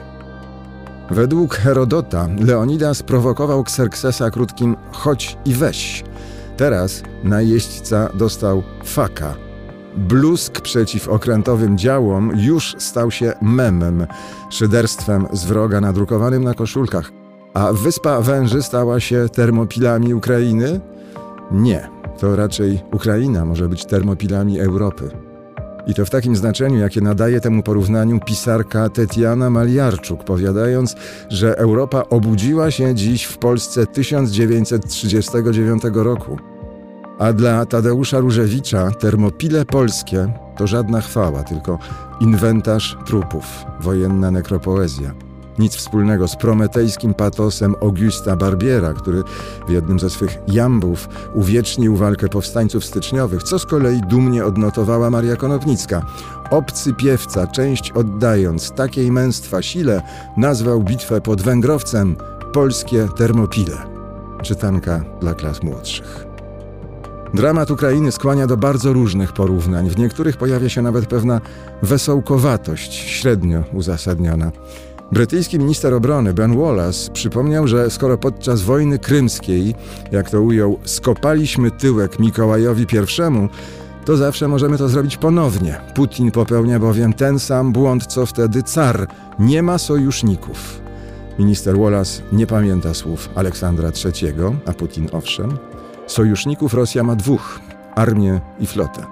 Według Herodota Leonidas prowokował Xerxesa krótkim chodź i weź. Teraz najeźdźca dostał faka. Blusk przeciw okrętowym działom już stał się memem, szyderstwem z wroga nadrukowanym na koszulkach. A Wyspa Węży stała się termopilami Ukrainy? Nie, to raczej Ukraina może być termopilami Europy. I to w takim znaczeniu, jakie nadaje temu porównaniu pisarka Tetiana Maliarczuk, powiadając, że Europa obudziła się dziś w Polsce tysiąc dziewięćset trzydziestego dziewiątego roku. A dla Tadeusza Różewicza termopile polskie to żadna chwała, tylko inwentarz trupów, wojenna nekropoezja. Nic wspólnego z prometejskim patosem Augusta Barbiera, który w jednym ze swych jambów uwiecznił walkę powstańców styczniowych, co z kolei dumnie odnotowała Maria Konopnicka. Obcy piewca, część oddając takiej męstwa sile, nazwał bitwę pod Węgrowcem polskie termopile. Czytanka dla klas młodszych. Dramat Ukrainy skłania do bardzo różnych porównań. W niektórych pojawia się nawet pewna wesołkowatość, średnio uzasadniona. Brytyjski minister obrony Ben Wallace przypomniał, że skoro podczas wojny krymskiej, jak to ujął, skopaliśmy tyłek Mikołajowi pierwszemu, to zawsze możemy to zrobić ponownie. Putin popełnia bowiem ten sam błąd, co wtedy car. Nie ma sojuszników. Minister Wallace nie pamięta słów Aleksandra trzeciego, a Putin owszem. Sojuszników Rosja ma dwóch – armię i flotę.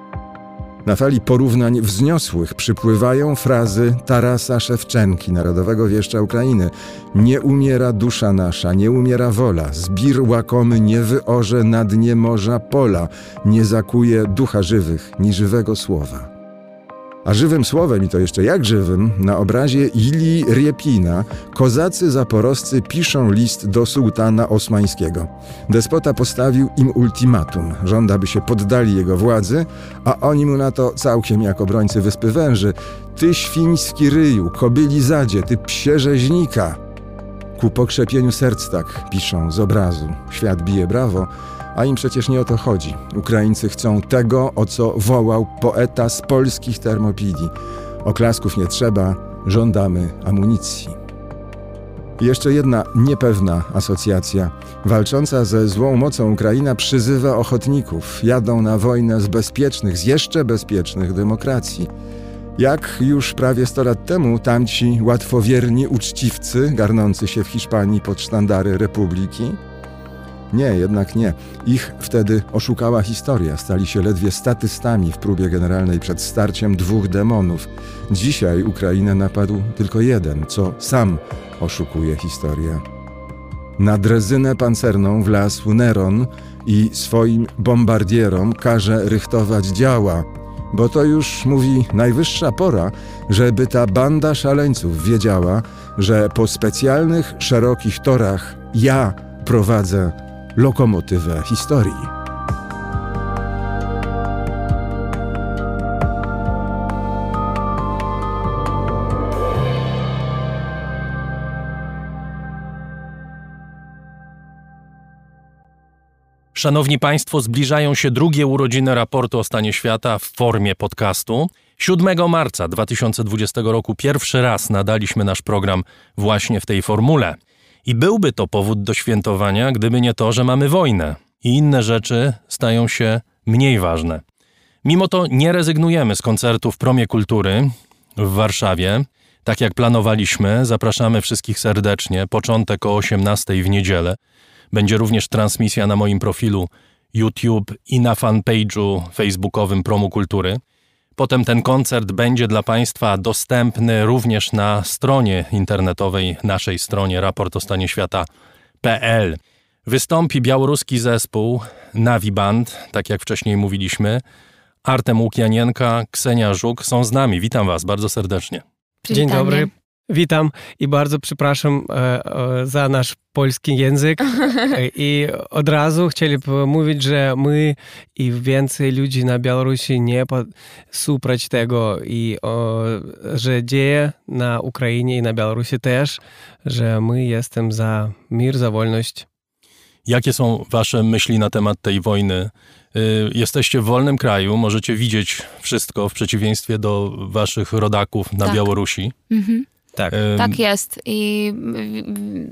Na fali porównań wzniosłych przypływają frazy Tarasa Szewczenki, narodowego wieszcza Ukrainy. Nie umiera dusza nasza, nie umiera wola, zbir łakomy nie wyorze na dnie morza pola, nie zakuje ducha żywych, ni żywego słowa. A żywym słowem, i to jeszcze jak żywym, na obrazie Ilii Riepina kozacy zaporoscy piszą list do sułtana osmańskiego. Despota postawił im ultimatum. Żąda, by się poddali jego władzy, a oni mu na to całkiem jak obrońcy Wyspy Węży. Ty świński ryju, kobyli zadzie, ty psie rzeźnika. Ku pokrzepieniu serc tak piszą z obrazu. Świat bije brawo, a im przecież nie o to chodzi. Ukraińcy chcą tego, o co wołał poeta z polskich termopili. Oklasków nie trzeba, żądamy amunicji. I jeszcze jedna niepewna asocjacja. Walcząca ze złą mocą Ukraina przyzywa ochotników. Jadą na wojnę z bezpiecznych, z jeszcze bezpiecznych demokracji. Jak już prawie sto lat temu tamci łatwowierni uczciwcy garnący się w Hiszpanii pod sztandary Republiki? Nie, jednak nie. Ich wtedy oszukała historia. Stali się ledwie statystami w próbie generalnej przed starciem dwóch demonów. Dzisiaj Ukrainę napadł tylko jeden, co sam oszukuje historię. Na drezynę pancerną wlazł Neron i swoim bombardierom każe rychtować działa, bo to już, mówi, najwyższa pora, żeby ta banda szaleńców wiedziała, że po specjalnych, szerokich torach ja prowadzę lokomotywę historii. Szanowni Państwo, zbliżają się drugie urodziny raportu o stanie świata w formie podcastu. siódmego marca dwa tysiące dwudziestego roku pierwszy raz nadaliśmy nasz program właśnie w tej formule. I byłby to powód do świętowania, gdyby nie to, że mamy wojnę i inne rzeczy stają się mniej ważne. Mimo to nie rezygnujemy z koncertu w Promie Kultury w Warszawie. Tak jak planowaliśmy, zapraszamy wszystkich serdecznie. Początek o osiemnastej w niedzielę. Będzie również transmisja na moim profilu YouTube i na fanpage'u facebookowym Promu Kultury. Potem ten koncert będzie dla Państwa dostępny również na stronie internetowej, naszej stronie raport o stanie świata kropka p l. Wystąpi białoruski zespół Navi Band, tak jak wcześniej mówiliśmy. Artem Łukianienka, Ksenia Żuk są z nami. Witam Was bardzo serdecznie. Dzień dobry. Witam i bardzo przepraszam e, e, za nasz polski język. I od razu chcieliby mówić, że my i więcej ludzi na Białorusi nie suprać tego, i o, że dzieje na Ukrainie i na Białorusi też, że my jesteśmy za mir, za wolność. Jakie są Wasze myśli na temat tej wojny? Jesteście w wolnym kraju, możecie widzieć wszystko w przeciwieństwie do Waszych rodaków na tak. Białorusi. Mhm. Tak. Tak jest. I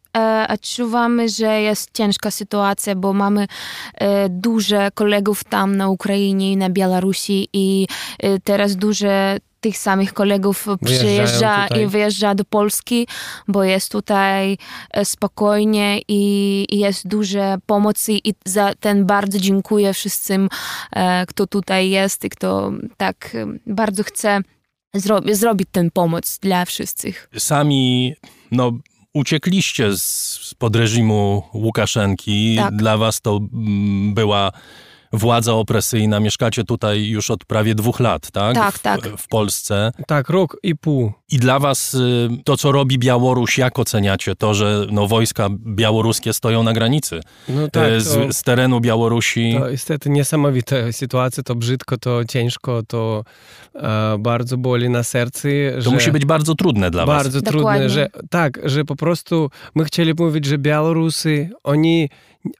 e, odczuwamy, że jest ciężka sytuacja, bo mamy e, dużo kolegów tam na Ukrainie i na Białorusi i e, teraz dużo tych samych kolegów przyjeżdża i wyjeżdża do Polski, bo jest tutaj spokojnie i, i jest dużo pomocy i za ten bardzo dziękuję wszystkim, e, kto tutaj jest i kto tak bardzo chce zro- zrobić tę pomoc dla wszystkich. Sami, no, uciekliście z, spod reżimu Łukaszenki. Tak. Dla was to mm, była władza opresyjna. Mieszkacie tutaj już od prawie dwóch lat, tak? Tak, w, tak. w Polsce. Tak, rok i pół. I dla was y, to, co robi Białoruś, jak oceniacie to, że no, wojska białoruskie stoją na granicy No tak, y, to, z, z terenu Białorusi? to niestety niesamowita sytuacja, to brzydko, to ciężko, to e, bardzo boli na sercu. To że musi być bardzo trudne dla was. Bardzo trudne, Dokładnie. że tak, że po prostu my chcieli mówić, że Białorusy, oni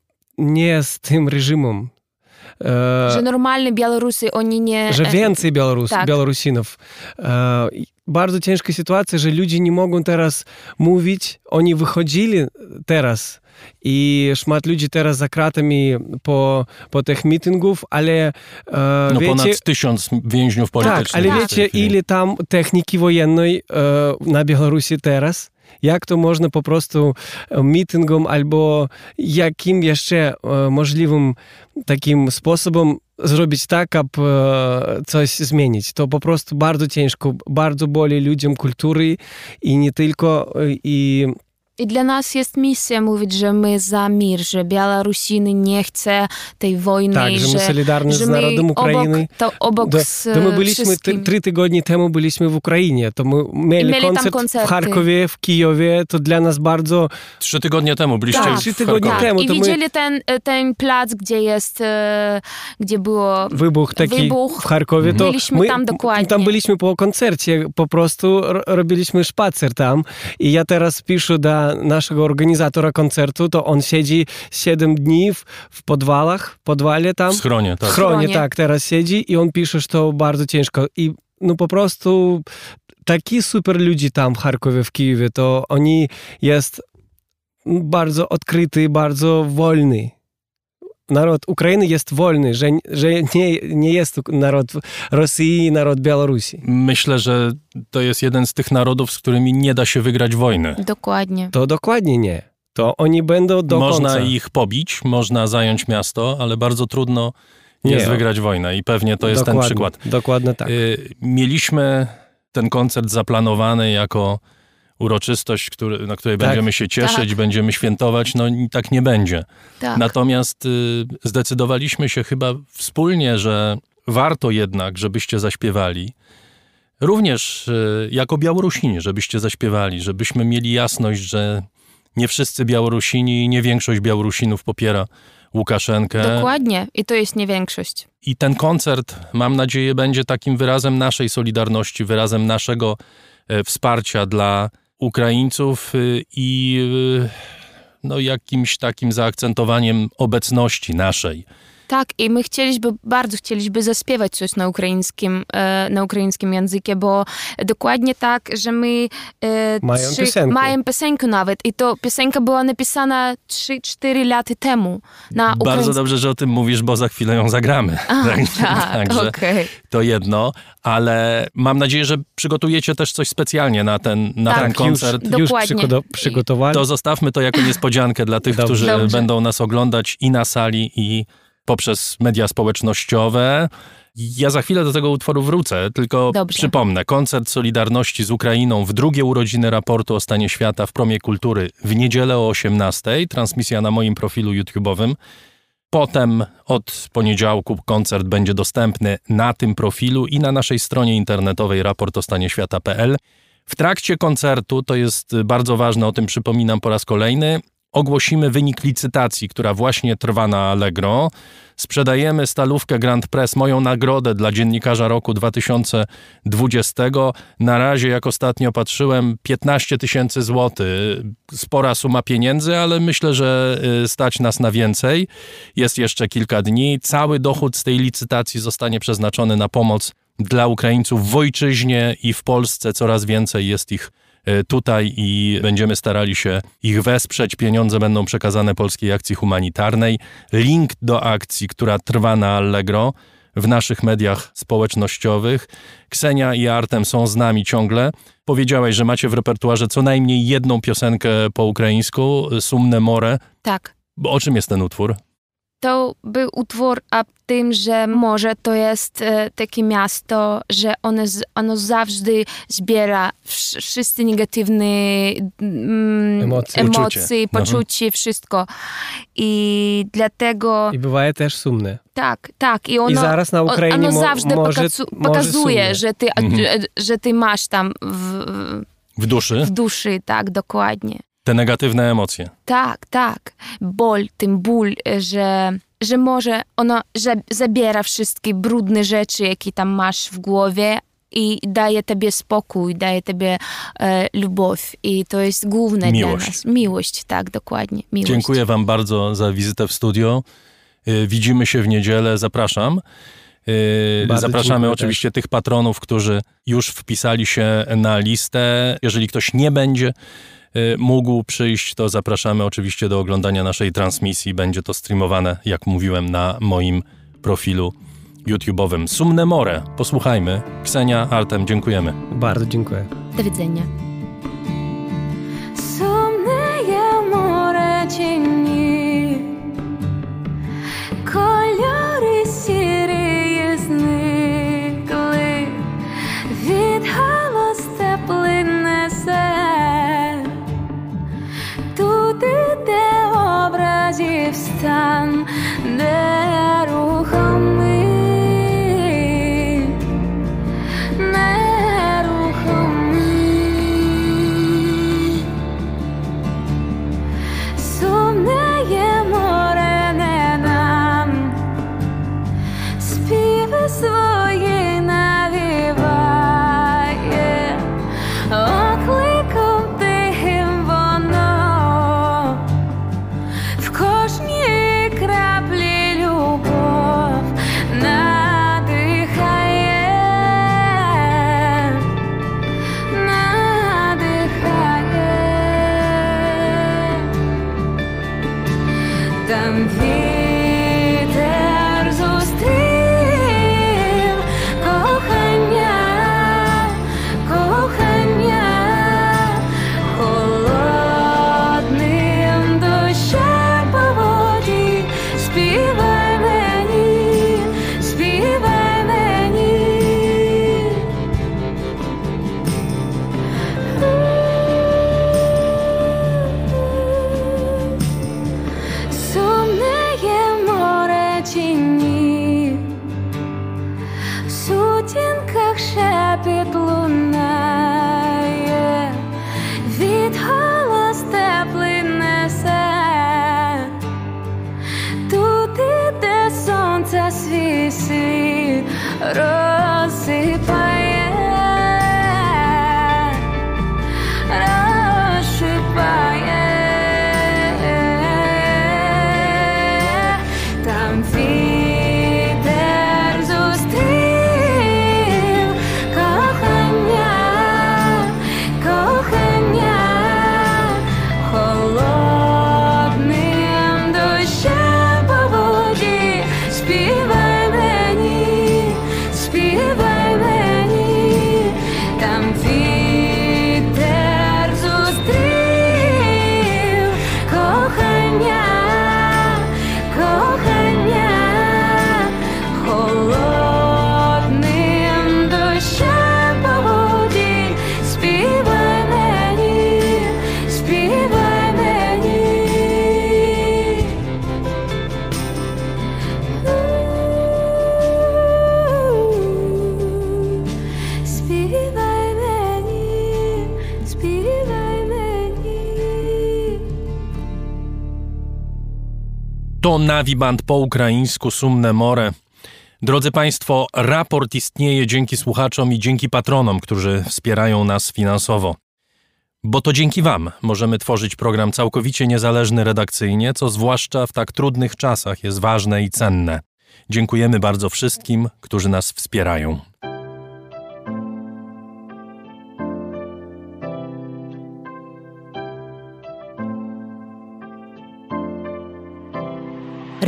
nie z tym reżimem. E, Że normalni Białorusy, oni nie... że więcej Białorus, tak. Białorusinów. E, i bardzo ciężka sytuacja, że ludzie nie mogą teraz mówić, oni wychodzili teraz i szmat ludzi teraz za kratami po, po tych mityngów, ale e, No wiecie, ponad tysiąc więźniów politycznych. tak, ale jest w wiecie, tej chwili. ile tam techniki wojennej e, na Białorusi teraz? Jak to można po prostu mityngom albo jakim jeszcze e, możliwym takim sposobem zrobić tak, aby e, coś zmienić. To po prostu bardzo ciężko, bardzo boli ludziom kultury i nie tylko. e, I I dla nas jest misja mówić, że my za mir, że Białorusiny nie chce tej wojny. tak, że my że, solidarni że z my narodem Ukrainy. Obok, to obok Do, z to my byliśmy, wszystkim. trzy tygodnie temu byliśmy w Ukrainie, to my mieli, mieli tam koncert koncerty. w Charkowie, w Kijowie, to dla nas bardzo... Trzy tygodnie temu byliście Tak, w trzy tygodnie Charkowie. temu. I to my- widzieli ten, ten plac, gdzie jest, e, gdzie było Wybuch taki wybuch. w Charkowie. To Byliśmy my, tam dokładnie. Tam byliśmy po koncercie, po prostu ro- robiliśmy spacer tam i ja teraz piszę do naszego organizatora koncertu, to on siedzi siedem dni w, w podwalach, podwale tam. W schronie, tak. W schronie, schronie. tak, teraz siedzi i on pisze, że to bardzo ciężko. I no po prostu taki super ludzi tam w Charkowie, w Kijowie, to oni jest bardzo odkryty, bardzo wolny. Naród Ukrainy jest wolny, że, że nie, nie jest to naród Rosji i naród Białorusi. Myślę, że to jest jeden z tych narodów, z którymi nie da się wygrać wojny. Dokładnie. To dokładnie nie. To oni będą do Można końca. ich pobić, można zająć miasto, ale bardzo trudno Nie. jest wygrać wojnę i pewnie to jest dokładnie, ten przykład. Dokładnie tak. Y, Mieliśmy ten koncert zaplanowany jako uroczystość, który, na której Tak. będziemy się cieszyć, Tak. będziemy świętować. No i tak nie będzie. Tak. Natomiast y, zdecydowaliśmy się chyba wspólnie, że warto jednak, żebyście zaśpiewali. Również y, jako Białorusini, żebyście zaśpiewali, żebyśmy mieli jasność, że nie wszyscy Białorusini, nie większość Białorusinów popiera Łukaszenkę. Dokładnie. I to jest nie większość. I ten koncert, mam nadzieję, będzie takim wyrazem naszej solidarności, wyrazem naszego e, wsparcia dla Ukraińców y, i y, no, jakimś takim zaakcentowaniem obecności naszej. Tak, i my chcieliśmy, bardzo chcieliśmy zaśpiewać coś na ukraińskim, e, na ukraińskim języku, bo dokładnie tak, że my e, Mają trzy, piosenkę. mają piosenkę nawet i to piosenka była napisana trzy cztery lata temu na Bardzo ukraińskim. dobrze, że o tym mówisz, bo za chwilę ją zagramy. A, Także- tak, także okej. to jedno, ale mam nadzieję, że przygotujecie też coś specjalnie na ten, na Tak, ten już- koncert. Już, już Dokładnie. przygoto- przygotowali. To zostawmy to jako niespodziankę dla tych, Dobrze. którzy Dobrze. będą nas oglądać i na sali, i poprzez media społecznościowe. Ja za chwilę do tego utworu wrócę, tylko Dobrze. przypomnę. Koncert Solidarności z Ukrainą w drugie urodziny raportu o stanie świata w Promie Kultury w niedzielę o osiemnastej. Transmisja na moim profilu YouTube'owym. Potem od poniedziałku koncert będzie dostępny na tym profilu i na naszej stronie internetowej raport o stanie świata kropka p l. W trakcie koncertu, to jest bardzo ważne, o tym przypominam po raz kolejny, ogłosimy wynik licytacji, która właśnie trwa na Allegro. Sprzedajemy stalówkę Grand Press, moją nagrodę dla Dziennikarza Roku dwa tysiące dwudziestego. Na razie, jak ostatnio patrzyłem, piętnaście tysięcy złotych. Spora suma pieniędzy, ale myślę, że y, stać nas na więcej. Jest jeszcze kilka dni. Cały dochód z tej licytacji zostanie przeznaczony na pomoc dla Ukraińców w ojczyźnie i w Polsce. Coraz więcej jest ich tutaj i będziemy starali się ich wesprzeć. Pieniądze będą przekazane Polskiej Akcji Humanitarnej. Link do akcji, która trwa na Allegro, w naszych mediach społecznościowych. Ksenia i Artem są z nami ciągle. Powiedziałeś, że macie w repertuarze co najmniej jedną piosenkę po ukraińsku, Sumne More. Tak. O czym jest ten utwór? To był utwór o tym, że morze to jest e, takie miasto, że ono, z, ono zawsze zbiera wsz- wszyscy negatywne mm, Emocje. emocje, Poczucie. poczucie, Mhm. wszystko. I dlatego... I bywaje też sumne. Tak, tak. I ono, I zaraz na Ukrainie ono mo- zawsze może- pokazu- może pokazuje, sumne. że ty, Mhm. że, że ty masz tam w, W duszy? w duszy, tak, dokładnie. Te negatywne emocje. Tak, tak. Ból, ten ból, że, że może ono za, zabiera wszystkie brudne rzeczy, jakie tam masz w głowie i daje tobie spokój, daje tobie e, lubow. I to jest główne Miłość. dla nas. Miłość, tak, dokładnie. Miłość. Dziękuję wam bardzo za wizytę w studio. Y, Widzimy się w niedzielę. Zapraszam. Y, Bardzo Zapraszamy dziękuję oczywiście tych patronów, którzy już wpisali się na listę. Jeżeli ktoś nie będzie y, mógł przyjść, to zapraszamy oczywiście do oglądania naszej transmisji. Będzie to streamowane, jak mówiłem, na moim profilu YouTube'owym. Sumne More. Posłuchajmy. Ksenia, Artem, dziękujemy. Bardzo dziękuję. Do widzenia. Сумне є море чи ні? Кольори сірі зникли, відгалас теплий несе. Туди, де образів стан нерухомий, нерухомий. Сумне є море не нам, співи свої навіває, окликом тихим воно, в кожній краплі любов надихає, надихає. Там вітер зустрів кохання, кохання, холодним дощем по воді. Співай мені, співай мені. Сумне є море чи ні? В сутінках шепіт лунає, відголос теплий несе. Туди, де сонце свій світ розсипає, розсипає. Там вітер зустрів кохання, кохання, холодним дощем по воді. Співай мені, співай мені. Там вітер зустрів кохання, кохання, холодним дощем по воді. Співай мені, співай мені. Співай мені, співай мені. To Naviband po ukraińsku, Sumne More. Drodzy Państwo, raport istnieje dzięki słuchaczom i dzięki patronom, którzy wspierają nas finansowo. Bo to dzięki Wam możemy tworzyć program całkowicie niezależny redakcyjnie, co zwłaszcza w tak trudnych czasach jest ważne i cenne. Dziękujemy bardzo wszystkim, którzy nas wspierają.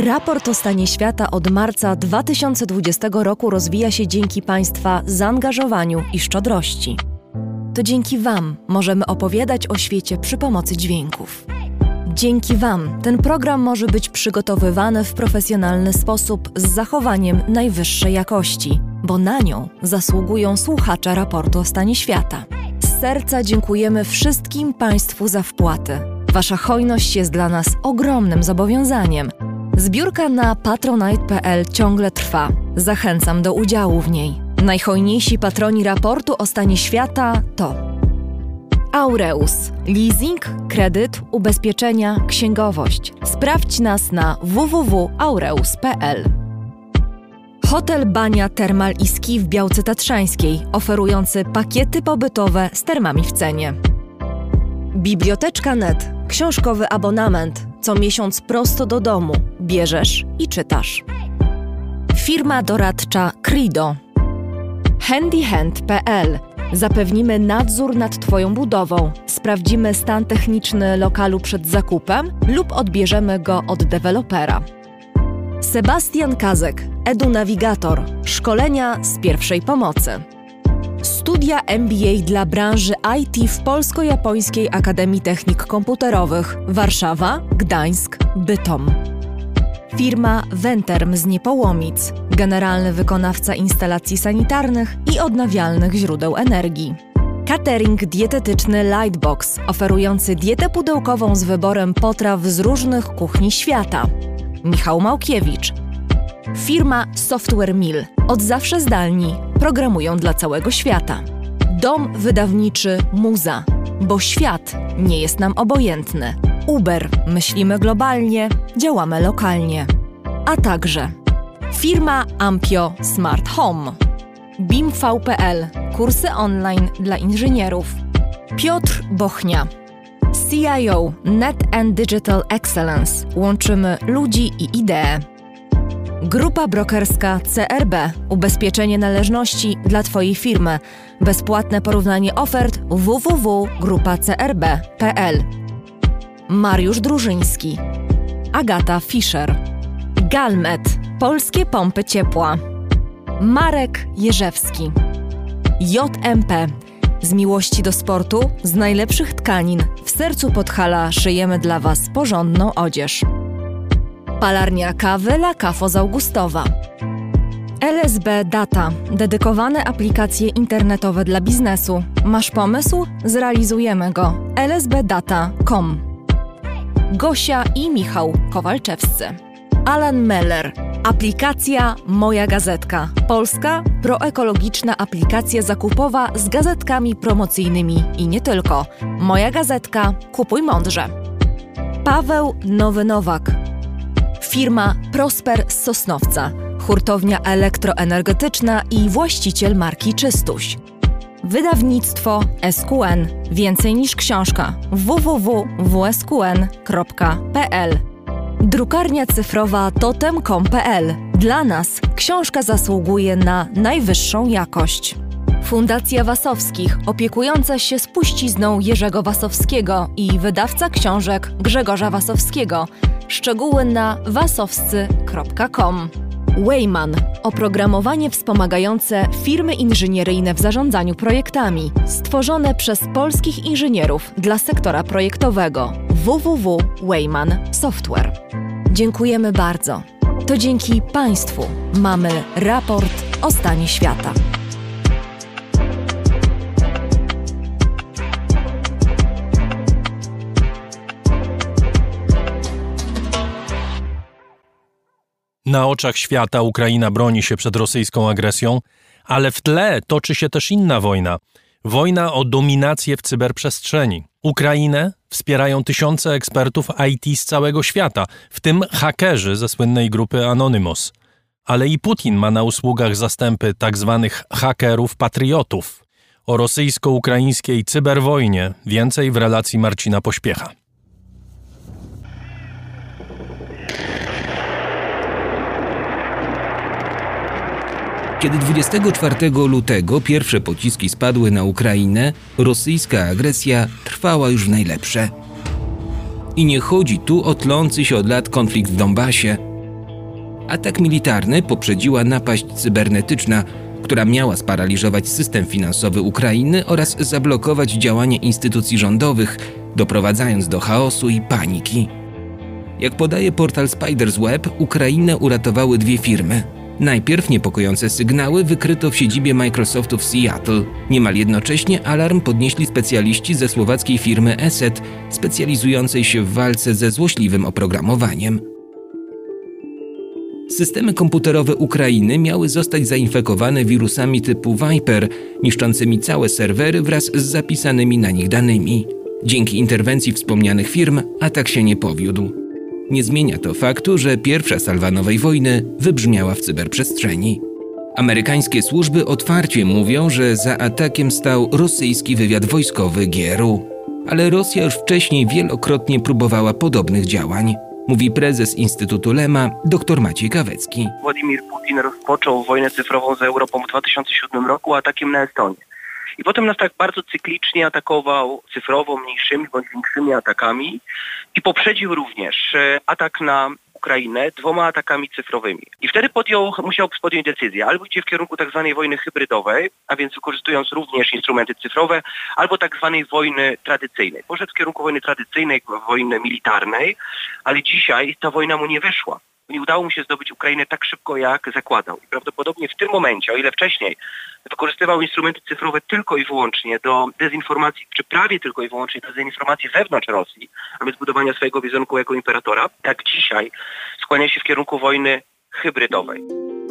Raport o stanie świata od marca dwa tysiące dwudziestego roku rozwija się dzięki Państwa zaangażowaniu i szczodrości. To dzięki Wam możemy opowiadać o świecie przy pomocy dźwięków. Dzięki Wam ten program może być przygotowywany w profesjonalny sposób z zachowaniem najwyższej jakości, bo na nią zasługują słuchacze raportu o stanie świata. Z serca dziękujemy wszystkim Państwu za wpłaty. Wasza hojność jest dla nas ogromnym zobowiązaniem. Zbiórka na patronite kropka p l ciągle trwa. Zachęcam do udziału w niej. Najhojniejsi patroni raportu o stanie świata to Aureus. Leasing, kredyt, ubezpieczenia, księgowość. Sprawdź nas na w w w kropka aureus kropka p l. Hotel Bania Termal i Ski w Białce Tatrzańskiej, oferujący pakiety pobytowe z termami w cenie. Biblioteczka kropka net. Książkowy abonament. Co miesiąc prosto do domu. Bierzesz i czytasz. Firma doradcza Crido. handyhand kropka p l. Zapewnimy nadzór nad Twoją budową, sprawdzimy stan techniczny lokalu przed zakupem lub odbierzemy go od dewelopera. Sebastian Kazek, EduNavigator, szkolenia z pierwszej pomocy. Studia M B A dla branży I T w Polsko-Japońskiej Akademii Technik Komputerowych Warszawa, Gdańsk, Bytom. Firma Venterm z Niepołomic, generalny wykonawca instalacji sanitarnych i odnawialnych źródeł energii. Catering dietetyczny Lightbox, oferujący dietę pudełkową z wyborem potraw z różnych kuchni świata. Michał Małkiewicz. Firma Software Mill, od zawsze zdalni, programują dla całego świata. Dom wydawniczy Muza, bo świat nie jest nam obojętny. Uber, myślimy globalnie, działamy lokalnie. A także firma Ampio Smart Home, bim v kropka p l, kursy online dla inżynierów. Piotr Bochnia, C I O Net and Digital Excellence, łączymy ludzi i idee. Grupa brokerska C R B, ubezpieczenie należności dla Twojej firmy. Bezpłatne porównanie ofert w w w kropka grupa c r b kropka p l. Mariusz Drużyński. Agata Fischer. Galmet. Polskie pompy ciepła. Marek Jerzewski. J M P. Z miłości do sportu, z najlepszych tkanin, w sercu Podhala szyjemy dla Was porządną odzież. Palarnia kawy La Cafo z Augustowa. L S B Data. Dedykowane aplikacje internetowe dla biznesu. Masz pomysł? Zrealizujemy go. l s b data kropka com. Gosia i Michał Kowalczewscy. Alan Meller. Aplikacja Moja Gazetka. Polska proekologiczna aplikacja zakupowa z gazetkami promocyjnymi i nie tylko. Moja Gazetka. Kupuj mądrze. Paweł Nowy Nowak. Firma Prosper z Sosnowca. Hurtownia elektroenergetyczna i właściciel marki Czystuś. Wydawnictwo S Q N. Więcej niż książka. w w w kropka w s q n kropka p l. Drukarnia cyfrowa totem kropka com kropka p l. Dla nas książka zasługuje na najwyższą jakość. Fundacja Wasowskich, opiekująca się spuścizną Jerzego Wasowskiego i wydawca książek Grzegorza Wasowskiego. Szczegóły na wasowscy kropka com. Wayman. Oprogramowanie wspomagające firmy inżynieryjne w zarządzaniu projektami. Stworzone przez polskich inżynierów dla sektora projektowego. w w w kropka wayman software. Dziękujemy bardzo. To dzięki Państwu mamy raport o stanie świata. Na oczach świata Ukraina broni się przed rosyjską agresją, ale w tle toczy się też inna wojna. Wojna o dominację w cyberprzestrzeni. Ukrainę wspierają tysiące ekspertów I T z całego świata, w tym hakerzy ze słynnej grupy Anonymous. Ale i Putin ma na usługach zastępy tzw. hakerów patriotów. O rosyjsko-ukraińskiej cyberwojnie więcej w relacji Marcina Pośpiecha. Kiedy dwudziestego czwartego lutego pierwsze pociski spadły na Ukrainę, rosyjska agresja trwała już w najlepsze. I nie chodzi tu o tlący się od lat konflikt w Donbasie. Atak militarny poprzedziła napaść cybernetyczna, która miała sparaliżować system finansowy Ukrainy oraz zablokować działanie instytucji rządowych, doprowadzając do chaosu i paniki. Jak podaje portal Spider's Web, Ukrainę uratowały dwie firmy. Najpierw niepokojące sygnały wykryto w siedzibie Microsoftu w Seattle. Niemal jednocześnie alarm podnieśli specjaliści ze słowackiej firmy Eset, specjalizującej się w walce ze złośliwym oprogramowaniem. Systemy komputerowe Ukrainy miały zostać zainfekowane wirusami typu Viper, niszczącymi całe serwery wraz z zapisanymi na nich danymi. Dzięki interwencji wspomnianych firm atak się nie powiódł. Nie zmienia to faktu, że pierwsza salwa nowej wojny wybrzmiała w cyberprzestrzeni. Amerykańskie służby otwarcie mówią, że za atakiem stał rosyjski wywiad wojskowy G R U. Ale Rosja już wcześniej wielokrotnie próbowała podobnych działań, mówi prezes Instytutu Lema dr Maciej Kawecki. Władimir Putin rozpoczął wojnę cyfrową z Europą w dwa tysiące siódmym roku atakiem na Estonię. I potem nas tak bardzo cyklicznie atakował cyfrowo mniejszymi bądź większymi atakami i poprzedził również atak na Ukrainę dwoma atakami cyfrowymi. I wtedy podjął, musiał podjąć decyzję, albo idzie w kierunku tak zwanej wojny hybrydowej, a więc wykorzystując również instrumenty cyfrowe, albo tak zwanej wojny tradycyjnej. Poszedł w kierunku wojny tradycyjnej, wojny militarnej, ale dzisiaj ta wojna mu nie wyszła. Nie udało mu się zdobyć Ukrainę tak szybko, jak zakładał. I prawdopodobnie w tym momencie, o ile wcześniej wykorzystywał instrumenty cyfrowe tylko i wyłącznie do dezinformacji, czy prawie tylko i wyłącznie do dezinformacji wewnątrz Rosji, a więc budowania swojego wizerunku jako imperatora, tak dzisiaj skłania się w kierunku wojny hybrydowej.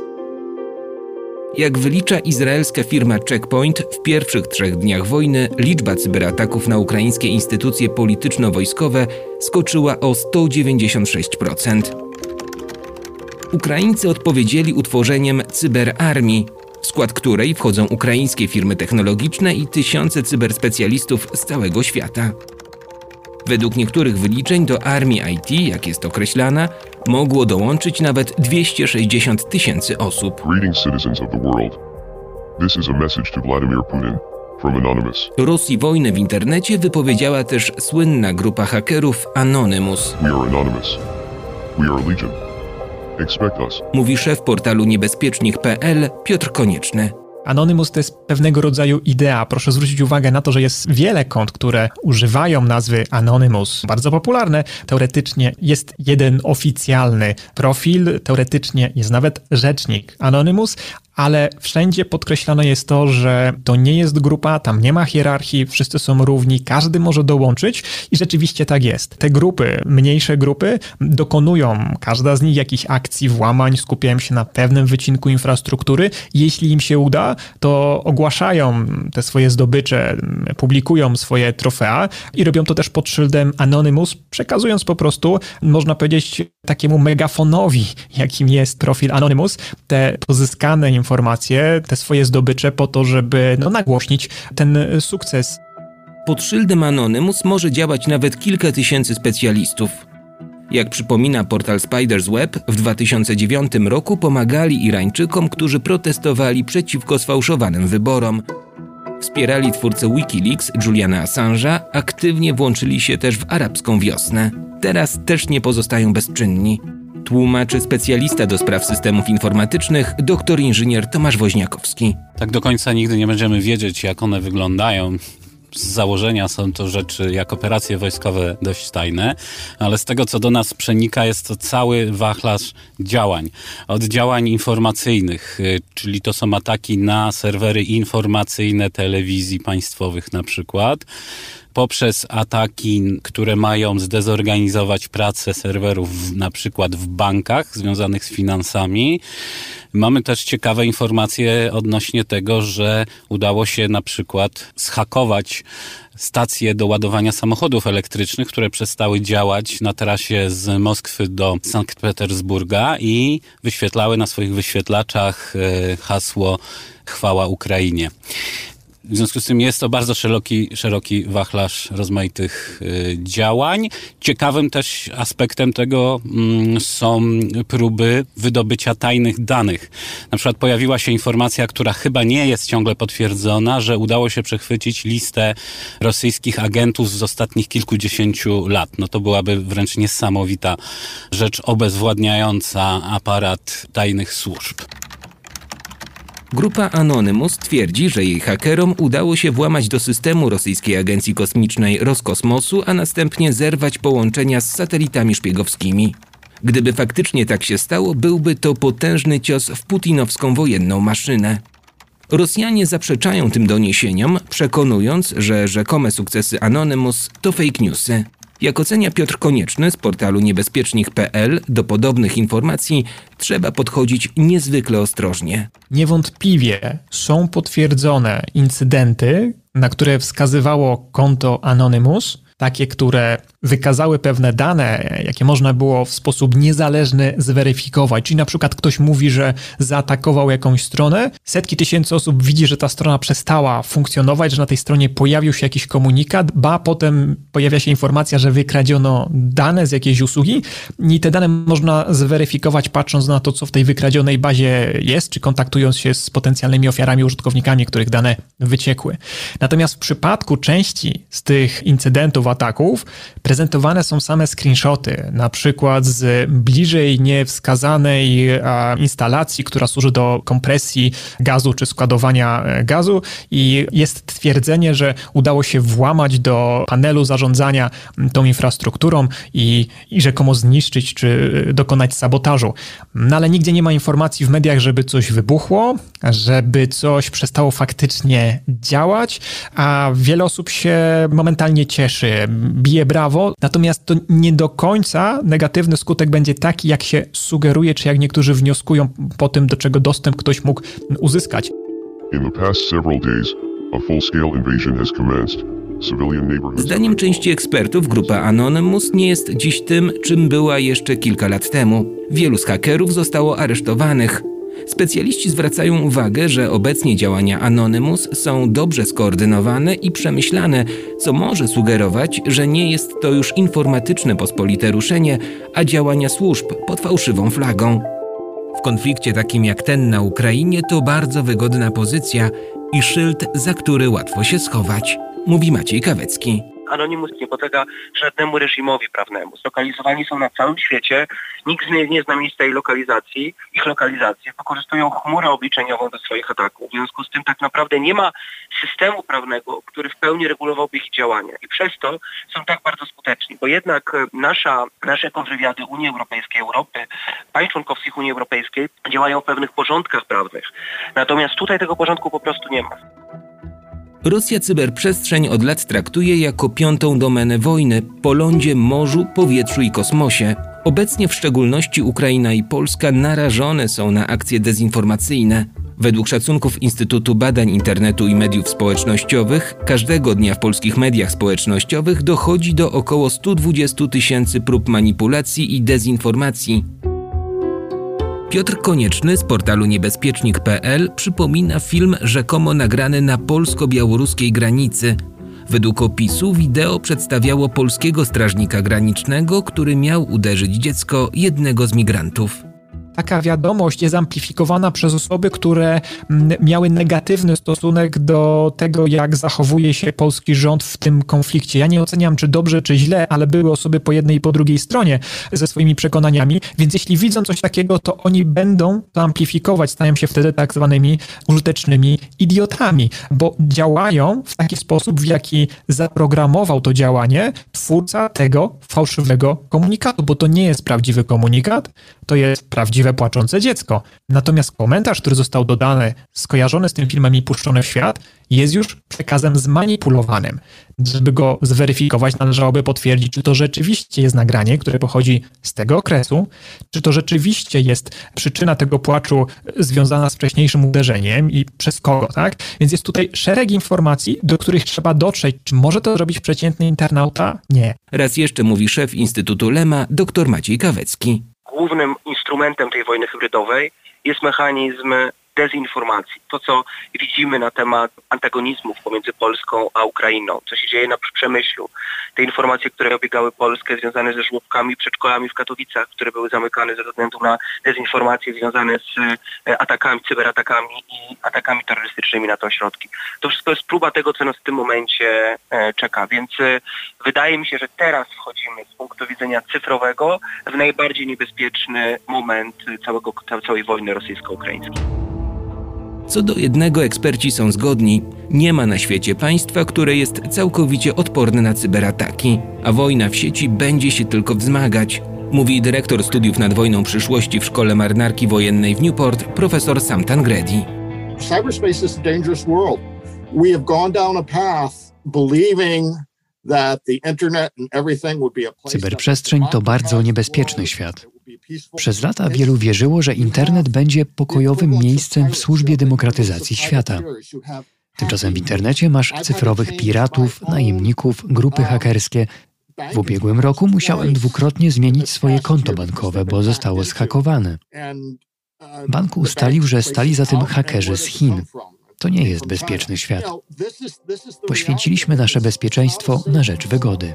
Jak wylicza izraelska firma Checkpoint, w pierwszych trzech dniach wojny liczba cyberataków na ukraińskie instytucje polityczno-wojskowe skoczyła o sto dziewięćdziesiąt sześć procent. Ukraińcy odpowiedzieli utworzeniem cyberarmii, w skład której wchodzą ukraińskie firmy technologiczne i tysiące cyberspecjalistów z całego świata. Według niektórych wyliczeń do armii I T, jak jest określana, mogło dołączyć nawet dwieście sześćdziesiąt tysięcy osób. Greetings, citizens of the world. This is a message to Vladimir Putin from Anonymous. Rosji wojnę w internecie wypowiedziała też słynna grupa hakerów Anonymous. We are Anonymous. We are Legion. Expect us. Mówi szef portalu niebezpiecznik kropka p l Piotr Konieczny. Anonymous to jest pewnego rodzaju idea. Proszę zwrócić uwagę na to, że jest wiele kont, które używają nazwy Anonymous. Bardzo popularne. Teoretycznie jest jeden oficjalny profil, teoretycznie jest nawet rzecznik Anonymous, ale wszędzie podkreślane jest to, że to nie jest grupa, tam nie ma hierarchii, wszyscy są równi, każdy może dołączyć i rzeczywiście tak jest. Te grupy, mniejsze grupy dokonują, każda z nich jakichś akcji, włamań, skupiają się na pewnym wycinku infrastruktury. Jeśli im się uda, to ogłaszają te swoje zdobycze, publikują swoje trofea i robią to też pod szyldem Anonymous, przekazując po prostu, można powiedzieć, takiemu megafonowi, jakim jest profil Anonymous, te pozyskane informacje, te swoje zdobycze po to, żeby no, nagłośnić ten sukces. Pod szyldem Anonymous może działać nawet kilka tysięcy specjalistów. Jak przypomina portal Spider's Web, w dwa tysiące dziewiątym roku pomagali Irańczykom, którzy protestowali przeciwko sfałszowanym wyborom. Wspierali twórcę Wikileaks Juliana Assange'a, aktywnie włączyli się też w arabską wiosnę. Teraz też nie pozostają bezczynni. Tłumaczy specjalista do spraw systemów informatycznych, doktor inżynier Tomasz Woźniakowski. Tak do końca nigdy nie będziemy wiedzieć, jak one wyglądają. Z założenia są to rzeczy jak operacje wojskowe dość tajne, ale z tego, co do nas przenika, jest to cały wachlarz działań. Od działań informacyjnych, czyli to są ataki na serwery informacyjne telewizji państwowych na przykład, poprzez ataki, które mają zdezorganizować pracę serwerów na przykład w bankach związanych z finansami. Mamy też ciekawe informacje odnośnie tego, że udało się na przykład zhakować stacje do ładowania samochodów elektrycznych, które przestały działać na trasie z Moskwy do Sankt Petersburga i wyświetlały na swoich wyświetlaczach hasło Chwała Ukrainie. W związku z tym jest to bardzo szeroki, szeroki wachlarz rozmaitych y, działań. Ciekawym też aspektem tego mm, są próby wydobycia tajnych danych. Na przykład pojawiła się informacja, która chyba nie jest ciągle potwierdzona, że udało się przechwycić listę rosyjskich agentów z ostatnich kilkudziesięciu lat. No to byłaby wręcz niesamowita rzecz obezwładniająca aparat tajnych służb. Grupa Anonymous twierdzi, że jej hakerom udało się włamać do systemu rosyjskiej agencji kosmicznej Roskosmosu, a następnie zerwać połączenia z satelitami szpiegowskimi. Gdyby faktycznie tak się stało, byłby to potężny cios w putinowską wojenną maszynę. Rosjanie zaprzeczają tym doniesieniom, przekonując, że rzekome sukcesy Anonymous to fake newsy. Jak ocenia Piotr Konieczny z portalu niebezpiecznik kropka pe el, do podobnych informacji trzeba podchodzić niezwykle ostrożnie. Niewątpliwie są potwierdzone incydenty, na które wskazywało konto Anonymous, takie, które wykazały pewne dane, jakie można było w sposób niezależny zweryfikować. Czyli na przykład ktoś mówi, że zaatakował jakąś stronę, setki tysięcy osób widzi, że ta strona przestała funkcjonować, że na tej stronie pojawił się jakiś komunikat, ba potem pojawia się informacja, że wykradziono dane z jakiejś usługi i te dane można zweryfikować patrząc na to, co w tej wykradzionej bazie jest, czy kontaktując się z potencjalnymi ofiarami, użytkownikami, których dane wyciekły. Natomiast w przypadku części z tych incydentów, ataków, prezentowane są same screenshoty, na przykład z bliżej niewskazanej a, instalacji, która służy do kompresji gazu czy składowania gazu i jest twierdzenie, że udało się włamać do panelu zarządzania tą infrastrukturą i, i rzekomo zniszczyć czy dokonać sabotażu. No ale nigdzie nie ma informacji w mediach, żeby coś wybuchło, żeby coś przestało faktycznie działać, a wiele osób się momentalnie cieszy, bije brawo, natomiast to nie do końca negatywny skutek będzie taki, jak się sugeruje, czy jak niektórzy wnioskują po tym, do czego dostęp ktoś mógł uzyskać. In the past several days, a full-scale invasion has commenced. Civilian neighborhoods... Zdaniem części ekspertów, grupa Anonymous nie jest dziś tym, czym była jeszcze kilka lat temu. Wielu z hakerów zostało aresztowanych. Specjaliści zwracają uwagę, że obecnie działania Anonymous są dobrze skoordynowane i przemyślane, co może sugerować, że nie jest to już informatyczne pospolite ruszenie, a działania służb pod fałszywą flagą. W konflikcie takim jak ten na Ukrainie to bardzo wygodna pozycja i szyld, za który łatwo się schować, mówi Maciej Kawecki. Anonymous nie podlega żadnemu reżimowi prawnemu. Zlokalizowani są na całym świecie, nikt z nich nie zna miejsca ich lokalizacji, ich lokalizacje, wykorzystują chmurę obliczeniową do swoich ataków. W związku z tym tak naprawdę nie ma systemu prawnego, który w pełni regulowałby ich działania. I przez to są tak bardzo skuteczni, bo jednak nasza, nasze kontrwywiady Unii Europejskiej, Europy, państw członkowskich Unii Europejskiej działają w pewnych porządkach prawnych. Natomiast tutaj tego porządku po prostu nie ma. Rosja cyberprzestrzeń od lat traktuje jako piątą domenę wojny po lądzie, morzu, powietrzu i kosmosie. Obecnie w szczególności Ukraina i Polska narażone są na akcje dezinformacyjne. Według szacunków Instytutu Badań Internetu i Mediów Społecznościowych, każdego dnia w polskich mediach społecznościowych dochodzi do około sto dwadzieścia tysięcy prób manipulacji i dezinformacji. Piotr Konieczny z portalu niebezpiecznik kropka pe el przypomina film rzekomo nagrany na polsko-białoruskiej granicy. Według opisu wideo przedstawiało polskiego strażnika granicznego, który miał uderzyć dziecko jednego z migrantów. Taka wiadomość jest amplifikowana przez osoby, które miały negatywny stosunek do tego, jak zachowuje się polski rząd w tym konflikcie. Ja nie oceniam, czy dobrze, czy źle, ale były osoby po jednej i po drugiej stronie ze swoimi przekonaniami, więc jeśli widzą coś takiego, to oni będą to amplifikować, stają się wtedy tak zwanymi użytecznymi idiotami, bo działają w taki sposób, w jaki zaprogramował to działanie twórca tego fałszywego komunikatu, bo to nie jest prawdziwy komunikat, to jest prawdziwe płaczące dziecko. Natomiast komentarz, który został dodany, skojarzony z tym filmem i puszczony w świat, jest już przekazem zmanipulowanym. Żeby go zweryfikować, należałoby potwierdzić, czy to rzeczywiście jest nagranie, które pochodzi z tego okresu, czy to rzeczywiście jest przyczyna tego płaczu związana z wcześniejszym uderzeniem i przez kogo, tak? Więc jest tutaj szereg informacji, do których trzeba dotrzeć. Czy może to zrobić przeciętny internauta? Nie. Raz jeszcze mówi szef Instytutu Lema, dr Maciej Kawecki. Głównym instrumentem tej wojny hybrydowej jest mechanizm dezinformacji. To, co widzimy na temat antagonizmów pomiędzy Polską a Ukrainą, co się dzieje na Przemyślu, te informacje, które obiegały Polskę związane ze żłobkami, przedszkolami w Katowicach, które były zamykane ze względu na dezinformacje związane z atakami, cyberatakami i atakami terrorystycznymi na te ośrodki. To wszystko jest próba tego, co nas w tym momencie czeka, więc wydaje mi się, że teraz wchodzimy z punktu widzenia cyfrowego w najbardziej niebezpieczny moment całego, całej wojny rosyjsko-ukraińskiej. Co do jednego eksperci są zgodni. Nie ma na świecie państwa, które jest całkowicie odporne na cyberataki, a wojna w sieci będzie się tylko wzmagać, mówi dyrektor studiów nad wojną przyszłości w Szkole Marynarki Wojennej w Newport, profesor Sam Tangredi. Cyberspace is a dangerous world. We have gone down a path believing that the internet and everything would be a place. Cyberprzestrzeń to bardzo niebezpieczny świat. Przez lata wielu wierzyło, że internet będzie pokojowym miejscem w służbie demokratyzacji świata. Tymczasem w internecie masz cyfrowych piratów, najemników, grupy hakerskie. W ubiegłym roku musiałem dwukrotnie zmienić swoje konto bankowe, bo zostało zhakowane. Bank ustalił, że stali za tym hakerzy z Chin. To nie jest bezpieczny świat. Poświęciliśmy nasze bezpieczeństwo na rzecz wygody.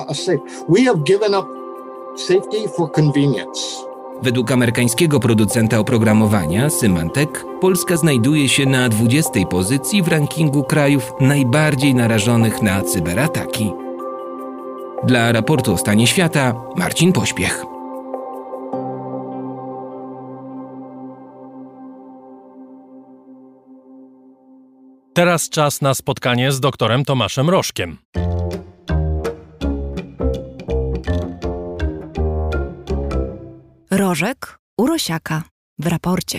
Według amerykańskiego producenta oprogramowania Symantec, Polska znajduje się na dwudziestej pozycji w rankingu krajów najbardziej narażonych na cyberataki. Dla raportu o stanie świata Marcin Pośpiech. Teraz czas na spotkanie z doktorem Tomaszem Rożkiem. Rożek u Rosiaka w raporcie.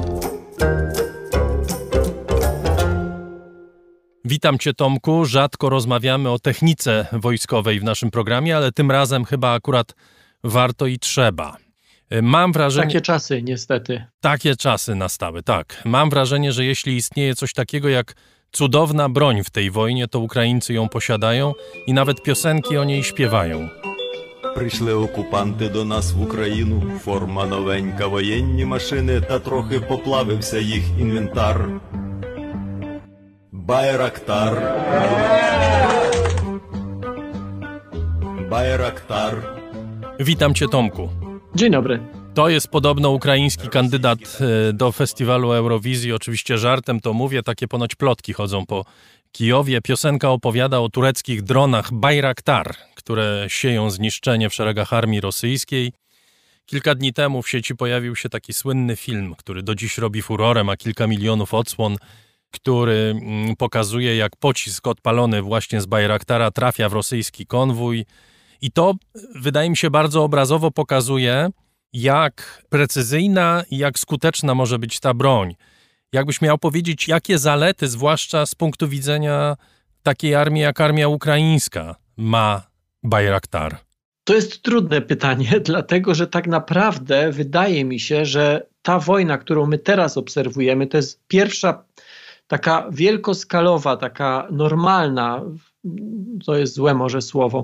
Witam Cię, Tomku. Rzadko rozmawiamy o technice wojskowej w naszym programie, ale tym razem chyba akurat warto i trzeba. Mam wrażenie... Takie czasy, niestety. Takie czasy nastały, tak. Mam wrażenie, że jeśli istnieje coś takiego jak cudowna broń w tej wojnie, to Ukraińcy ją posiadają i nawet piosenki o niej śpiewają. Прийшли окупанти до нас в Україну, форма новенька, воєнні машини, та трохи поплавився їх інвентар. Байрактар. Байрактар. Witam Cię, Tomku. Dzień dobry. To jest podobno ukraiński kandydat do festiwalu Eurowizji. Oczywiście żartem to mówię, takie ponoć plotki chodzą po Kijowie. Piosenka opowiada o tureckich dronach Bayraktar, które sieją zniszczenie w szeregach armii rosyjskiej. Kilka dni temu w sieci pojawił się taki słynny film, który do dziś robi furorę, ma kilka milionów odsłon, który pokazuje, jak pocisk odpalony właśnie z Bayraktara trafia w rosyjski konwój. I to, wydaje mi się, bardzo obrazowo pokazuje, jak precyzyjna i jak skuteczna może być ta broń. Jakbyś miał powiedzieć, jakie zalety, zwłaszcza z punktu widzenia takiej armii jak armia ukraińska, ma Bayraktar? To jest trudne pytanie, dlatego że tak naprawdę wydaje mi się, że ta wojna, którą my teraz obserwujemy, to jest pierwsza taka wielkoskalowa, taka normalna, to jest złe może słowo,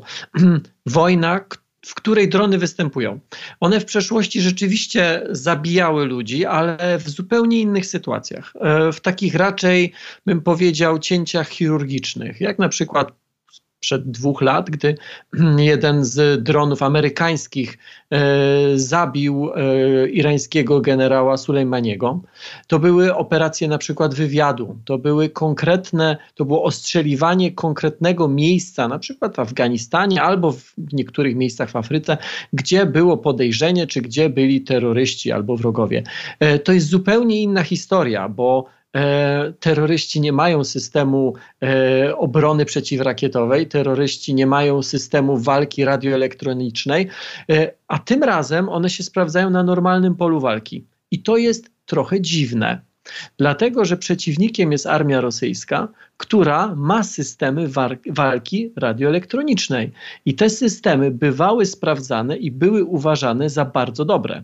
wojna, w której drony występują. One w przeszłości rzeczywiście zabijały ludzi, ale w zupełnie innych sytuacjach. W takich raczej, bym powiedział, cięciach chirurgicznych, jak na przykład sprzed dwóch lat, gdy jeden z dronów amerykańskich e, zabił e, irańskiego generała Sulejmaniego. To były operacje na przykład wywiadu, to były konkretne, to było ostrzeliwanie konkretnego miejsca, na przykład w Afganistanie albo w niektórych miejscach w Afryce, gdzie było podejrzenie, czy gdzie byli terroryści albo wrogowie. E, to jest zupełnie inna historia, bo E, terroryści nie mają systemu e, obrony przeciwrakietowej, terroryści nie mają systemu walki radioelektronicznej, e, a tym razem one się sprawdzają na normalnym polu walki. I to jest trochę dziwne, dlatego że przeciwnikiem jest armia rosyjska, która ma systemy war- walki radioelektronicznej. I te systemy bywały sprawdzane i były uważane za bardzo dobre.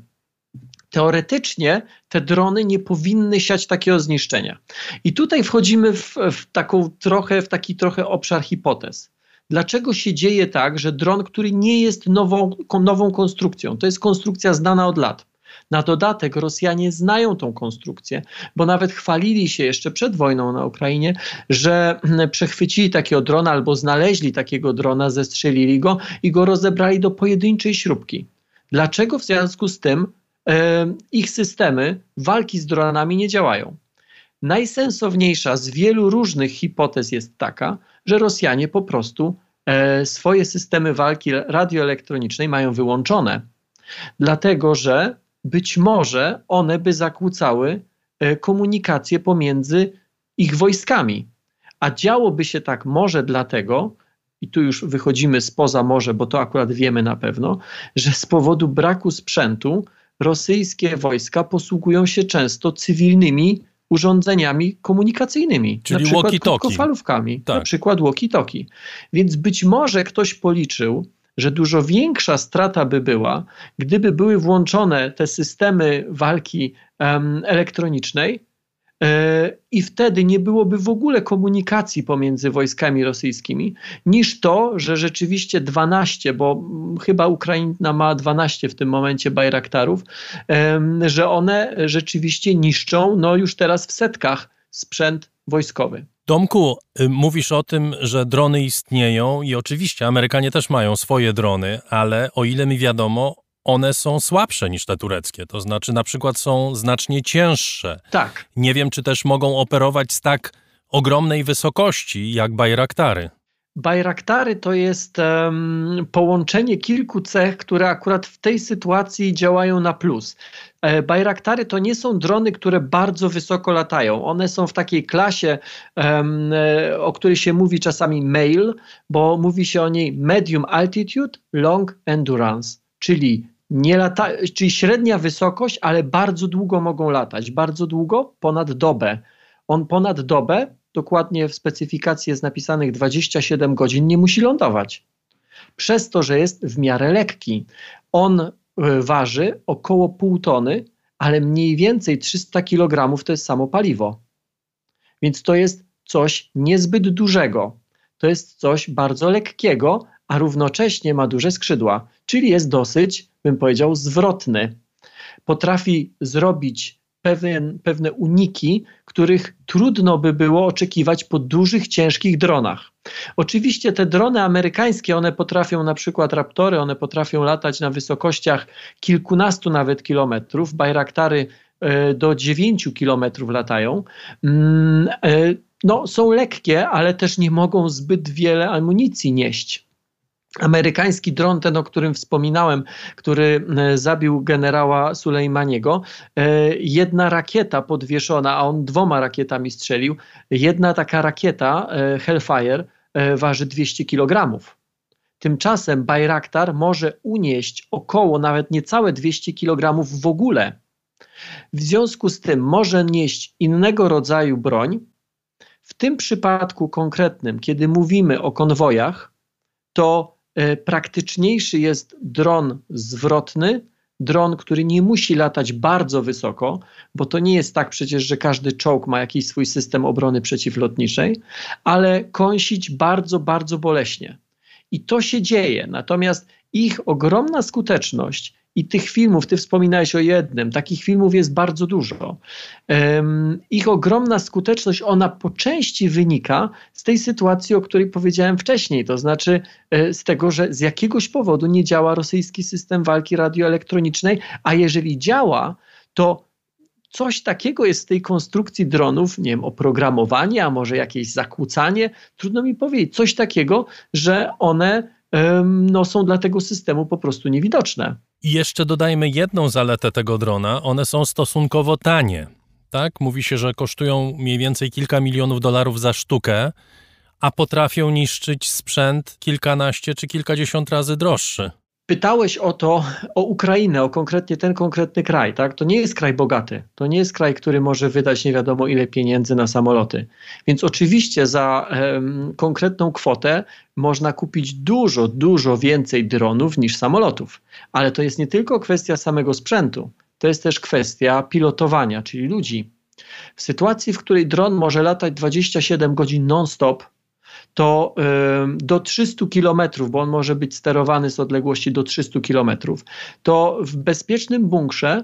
Teoretycznie te drony nie powinny siać takiego zniszczenia. I tutaj wchodzimy w, w, taką trochę, w taki trochę obszar hipotez. Dlaczego się dzieje tak, że dron, który nie jest nową, nową konstrukcją, to jest konstrukcja znana od lat. Na dodatek Rosjanie znają tą konstrukcję, bo nawet chwalili się jeszcze przed wojną na Ukrainie, że przechwycili takiego drona albo znaleźli takiego drona, zestrzelili go i go rozebrali do pojedynczej śrubki. Dlaczego w związku z tym e, ich systemy walki z dronami nie działają? Najsensowniejsza z wielu różnych hipotez jest taka, że Rosjanie po prostu e, swoje systemy walki radioelektronicznej mają wyłączone. Dlatego, że być może one by zakłócały e, komunikację pomiędzy ich wojskami. A działoby się tak może dlatego, i tu już wychodzimy spoza morza, bo to akurat wiemy na pewno, że z powodu braku sprzętu rosyjskie wojska posługują się często cywilnymi urządzeniami komunikacyjnymi. Czyli na przykład walkie-talkie. krótkofalówkami, Tak. na przykład walkie-talkie. Więc być może ktoś policzył, że dużo większa strata by była, gdyby były włączone te systemy walki um, elektronicznej, i wtedy nie byłoby w ogóle komunikacji pomiędzy wojskami rosyjskimi, niż to, że rzeczywiście dwanaście, bo chyba Ukraina ma dwanaście w tym momencie Bajraktarów, że one rzeczywiście niszczą, no już teraz w setkach, sprzęt wojskowy. Tomku, mówisz o tym, że drony istnieją i oczywiście Amerykanie też mają swoje drony, ale o ile mi wiadomo, one są słabsze niż te tureckie, to znaczy na przykład są znacznie cięższe. Tak. Nie wiem, czy też mogą operować z tak ogromnej wysokości jak Bajraktary. Bajraktary to jest um, połączenie kilku cech, które akurat w tej sytuacji działają na plus. E, Bajraktary to nie są drony, które bardzo wysoko latają. One są w takiej klasie, um, e, o której się mówi czasami MALE, bo mówi się o niej Medium Altitude, Long Endurance, czyli, nie lata, czyli średnia wysokość, ale bardzo długo mogą latać. Bardzo długo? Ponad dobę. On ponad dobę, dokładnie w specyfikacji jest napisanych dwadzieścia siedem godzin, nie musi lądować. Przez to, że jest w miarę lekki. On y, waży około pół tony, ale mniej więcej trzysta kilogramów to jest samo paliwo. Więc to jest coś niezbyt dużego. To jest coś bardzo lekkiego, a równocześnie ma duże skrzydła, czyli jest dosyć, bym powiedział, zwrotny. Potrafi zrobić pewien, pewne uniki, których trudno by było oczekiwać po dużych, ciężkich dronach. Oczywiście te drony amerykańskie, one potrafią, na przykład Raptory, one potrafią latać na wysokościach kilkunastu nawet kilometrów, Bajraktary y, do dziewięciu kilometrów latają. Mm, y, no, są lekkie, ale też nie mogą zbyt wiele amunicji nieść. Amerykański dron, ten o którym wspominałem, który zabił generała Sulejmaniego, jedna rakieta podwieszona, a on dwoma rakietami strzelił, jedna taka rakieta Hellfire waży dwieście kilogramów. Tymczasem Bajraktar może unieść około nawet niecałe dwieście kilogramów w ogóle. W związku z tym może nieść innego rodzaju broń. W tym przypadku konkretnym, kiedy mówimy o konwojach, to e, praktyczniejszy jest dron zwrotny, dron, który nie musi latać bardzo wysoko, bo to nie jest tak przecież, że każdy czołg ma jakiś swój system obrony przeciwlotniczej, ale kąsić bardzo, bardzo boleśnie. I to się dzieje. Natomiast ich ogromna skuteczność i tych filmów, ty wspominałeś o jednym, takich filmów jest bardzo dużo. Um, ich ogromna skuteczność, ona po części wynika z tej sytuacji, o której powiedziałem wcześniej, to znaczy e, z tego, że z jakiegoś powodu nie działa rosyjski system walki radioelektronicznej, a jeżeli działa, to coś takiego jest w tej konstrukcji dronów, nie wiem, oprogramowanie, a może jakieś zakłócanie, trudno mi powiedzieć, coś takiego, że one um, no, są dla tego systemu po prostu niewidoczne. I jeszcze dodajmy jedną zaletę tego drona, one są stosunkowo tanie, tak? Mówi się, że kosztują mniej więcej kilka milionów dolarów za sztukę, a potrafią niszczyć sprzęt kilkanaście czy kilkadziesiąt razy droższy. Pytałeś o to, o Ukrainę, o konkretnie ten konkretny kraj, tak? To nie jest kraj bogaty, to nie jest kraj, który może wydać nie wiadomo ile pieniędzy na samoloty. Więc oczywiście za um, konkretną kwotę można kupić dużo, dużo więcej dronów niż samolotów. Ale to jest nie tylko kwestia samego sprzętu, to jest też kwestia pilotowania, czyli ludzi. W sytuacji, w której dron może latać dwadzieścia siedem godzin non-stop, to do trzystu kilometrów, bo on może być sterowany z odległości do trzystu kilometrów, to w bezpiecznym bunkrze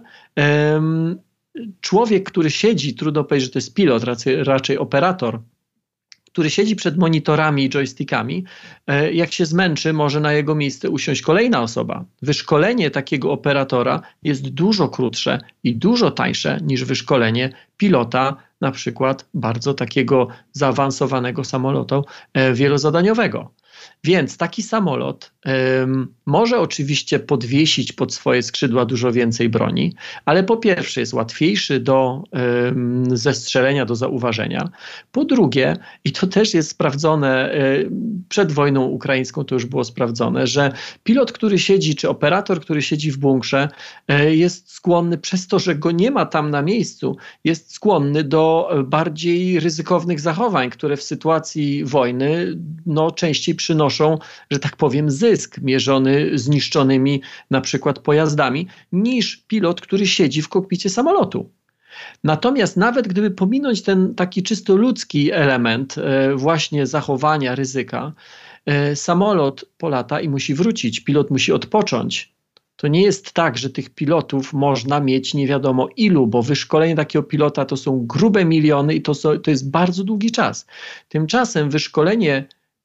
człowiek, który siedzi, trudno powiedzieć, że to jest pilot, raczej, raczej operator, który siedzi przed monitorami i joystickami, jak się zmęczy, może na jego miejsce usiąść kolejna osoba. Wyszkolenie takiego operatora jest dużo krótsze i dużo tańsze niż wyszkolenie pilota, na przykład bardzo takiego zaawansowanego samolotu wielozadaniowego. Więc taki samolot ym, może oczywiście podwiesić pod swoje skrzydła dużo więcej broni, ale po pierwsze jest łatwiejszy do ym, zestrzelenia, do zauważenia. Po drugie, i to też jest sprawdzone y, przed wojną ukraińską, to już było sprawdzone, że pilot, który siedzi, czy operator, który siedzi w bunkrze, y, jest skłonny, przez to, że go nie ma tam na miejscu, jest skłonny do bardziej ryzykownych zachowań, które w sytuacji wojny no, częściej przynoszą, że tak powiem, zysk mierzony zniszczonymi na przykład pojazdami, niż pilot, który siedzi w kokpicie samolotu. Natomiast nawet gdyby pominąć ten taki czysto ludzki element e, właśnie zachowania, ryzyka, e, samolot polata i musi wrócić, pilot musi odpocząć. To nie jest tak, że tych pilotów można mieć nie wiadomo ilu, bo wyszkolenie takiego pilota to są grube miliony i to, są, to jest bardzo długi czas. Tymczasem wyszkolenie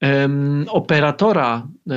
um, operatora um,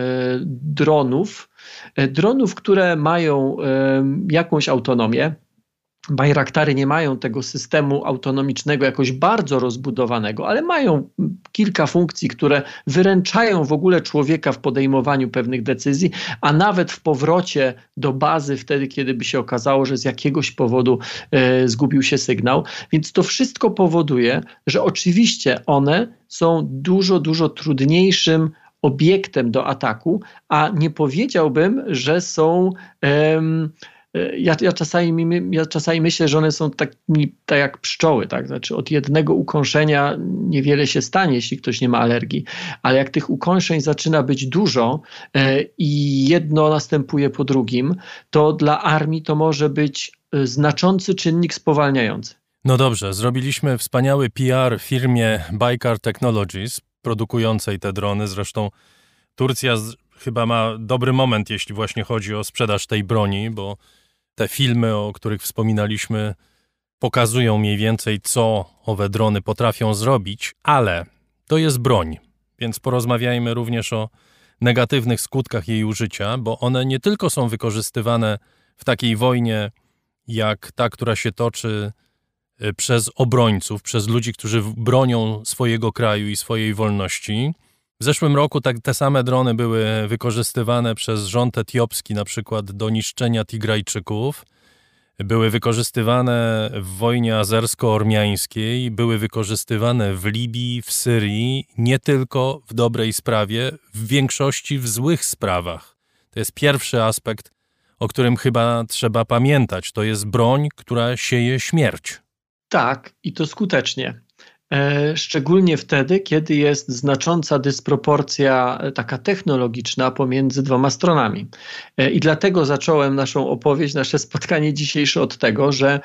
dronów, dronów, które mają um, jakąś autonomię, Bajraktary nie mają tego systemu autonomicznego jakoś bardzo rozbudowanego, ale mają kilka funkcji, które wyręczają w ogóle człowieka w podejmowaniu pewnych decyzji, a nawet w powrocie do bazy wtedy, kiedy by się okazało, że z jakiegoś powodu e, zgubił się sygnał. Więc to wszystko powoduje, że oczywiście one są dużo, dużo trudniejszym obiektem do ataku, a nie powiedziałbym, że są... Em, Ja, ja, czasami, ja czasami myślę, że one są tak, tak jak pszczoły, tak? Znaczy od jednego ukąszenia niewiele się stanie, jeśli ktoś nie ma alergii, ale jak tych ukąszeń zaczyna być dużo e, i jedno następuje po drugim, to dla armii to może być znaczący czynnik spowalniający. No dobrze, zrobiliśmy wspaniały P R firmie Baykar Technologies, produkującej te drony. Zresztą Turcja z, chyba ma dobry moment, jeśli właśnie chodzi o sprzedaż tej broni, bo te filmy, o których wspominaliśmy, pokazują mniej więcej, co owe drony potrafią zrobić, ale to jest broń, więc porozmawiajmy również o negatywnych skutkach jej użycia, bo one nie tylko są wykorzystywane w takiej wojnie, jak ta, która się toczy przez obrońców, przez ludzi, którzy bronią swojego kraju i swojej wolności. W zeszłym roku tak, te same drony były wykorzystywane przez rząd etiopski na przykład do niszczenia Tigrajczyków, były wykorzystywane w wojnie azersko-ormiańskiej, były wykorzystywane w Libii, w Syrii, nie tylko w dobrej sprawie, w większości w złych sprawach. To jest pierwszy aspekt, o którym chyba trzeba pamiętać. To jest broń, która sieje śmierć. Tak, i to skutecznie. Szczególnie wtedy, kiedy jest znacząca dysproporcja taka technologiczna pomiędzy dwoma stronami. I dlatego zacząłem naszą opowieść, nasze spotkanie dzisiejsze od tego, że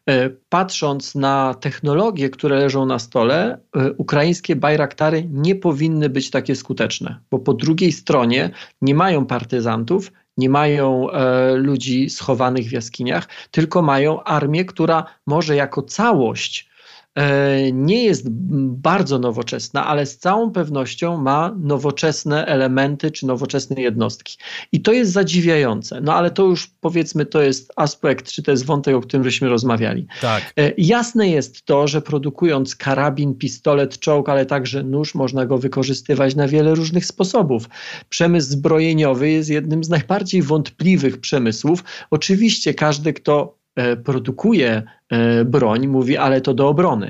patrząc na technologie, które leżą na stole, ukraińskie Bajraktary nie powinny być takie skuteczne, bo po drugiej stronie nie mają partyzantów, nie mają e, ludzi schowanych w jaskiniach, tylko mają armię, która może jako całość nie jest bardzo nowoczesna, ale z całą pewnością ma nowoczesne elementy czy nowoczesne jednostki. I to jest zadziwiające. No ale to już powiedzmy to jest aspekt, czy to jest wątek, o którym żeśmy rozmawiali. Tak. Jasne jest to, że produkując karabin, pistolet, czołg, ale także nóż, można go wykorzystywać na wiele różnych sposobów. Przemysł zbrojeniowy jest jednym z najbardziej wątpliwych przemysłów. Oczywiście każdy, kto produkuje broń, mówi, ale to do obrony.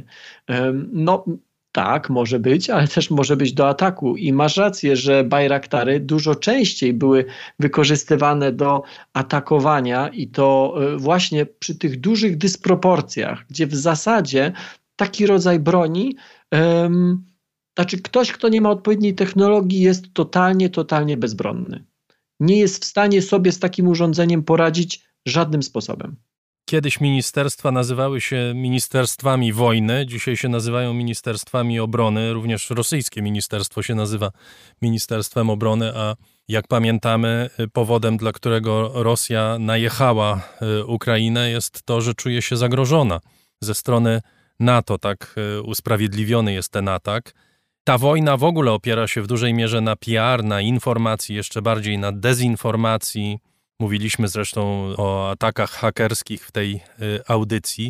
No tak, może być, ale też może być do ataku. I masz rację, że Bajraktary dużo częściej były wykorzystywane do atakowania i to właśnie przy tych dużych dysproporcjach, gdzie w zasadzie taki rodzaj broni, um, znaczy ktoś, kto nie ma odpowiedniej technologii, jest totalnie, totalnie bezbronny. Nie jest w stanie sobie z takim urządzeniem poradzić żadnym sposobem. Kiedyś ministerstwa nazywały się ministerstwami wojny, dzisiaj się nazywają ministerstwami obrony. Również rosyjskie ministerstwo się nazywa Ministerstwem Obrony, a jak pamiętamy, powodem, dla którego Rosja najechała Ukrainę, jest to, że czuje się zagrożona ze strony NATO. Tak usprawiedliwiony jest ten atak. Ta wojna w ogóle opiera się w dużej mierze na P R, na informacji, jeszcze bardziej na dezinformacji. Mówiliśmy zresztą o atakach hakerskich w tej audycji.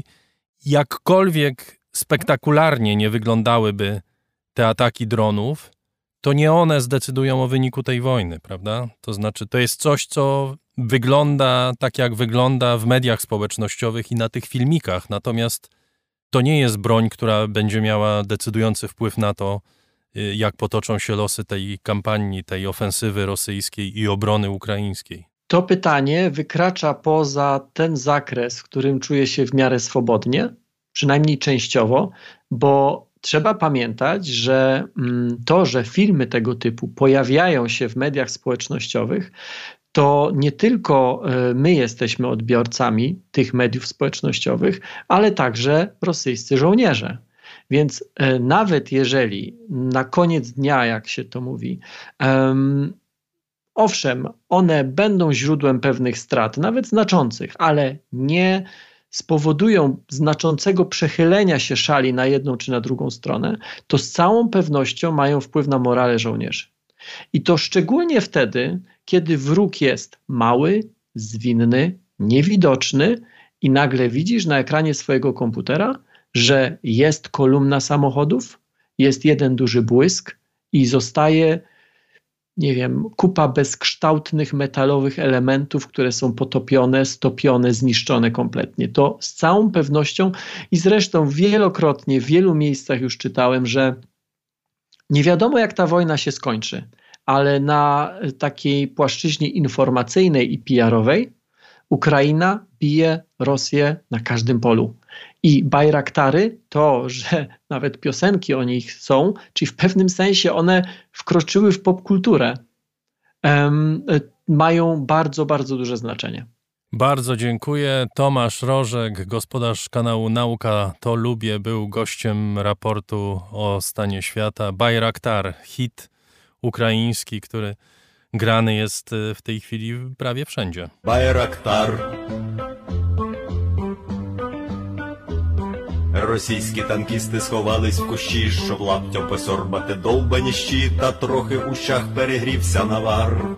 Jakkolwiek spektakularnie nie wyglądałyby te ataki dronów, to nie one zdecydują o wyniku tej wojny, prawda? To znaczy, to jest coś, co wygląda tak, jak wygląda w mediach społecznościowych i na tych filmikach. Natomiast to nie jest broń, która będzie miała decydujący wpływ na to, jak potoczą się losy tej kampanii, tej ofensywy rosyjskiej i obrony ukraińskiej. To pytanie wykracza poza ten zakres, w którym czuję się w miarę swobodnie, przynajmniej częściowo, bo trzeba pamiętać, że to, że filmy tego typu pojawiają się w mediach społecznościowych, to nie tylko my jesteśmy odbiorcami tych mediów społecznościowych, ale także rosyjscy żołnierze. Więc nawet jeżeli na koniec dnia, jak się to mówi, um, owszem, one będą źródłem pewnych strat, nawet znaczących, ale nie spowodują znaczącego przechylenia się szali na jedną czy na drugą stronę, to z całą pewnością mają wpływ na morale żołnierzy. I to szczególnie wtedy, kiedy wróg jest mały, zwinny, niewidoczny i nagle widzisz na ekranie swojego komputera, że jest kolumna samochodów, jest jeden duży błysk i zostaje, nie wiem, kupa bezkształtnych metalowych elementów, które są potopione, stopione, zniszczone kompletnie. To z całą pewnością i zresztą wielokrotnie w wielu miejscach już czytałem, że nie wiadomo, jak ta wojna się skończy, ale na takiej płaszczyźnie informacyjnej i P R-owej Ukraina bije Rosję na każdym polu. I Bajraktary, to, że nawet piosenki o nich są, czyli w pewnym sensie one wkroczyły w popkulturę, um, mają bardzo, bardzo duże znaczenie. Bardzo dziękuję. Tomasz Rożek, gospodarz kanału Nauka to Lubię, był gościem raportu o stanie świata. Bajraktar, hit ukraiński, który grany jest w tej chwili prawie wszędzie. Байрактар. Російські танкісти сховались в кущі, щоб лаптям посорбати довбані щі, та трохи у щах перегрівся навар.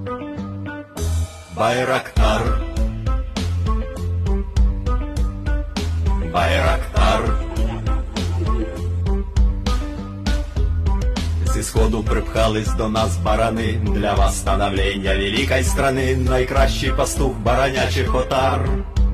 Байрактар. Байрактар. Зі сходу припхались до нас барани, для вас становлення великої страни, найкращий пастух баранячих отар.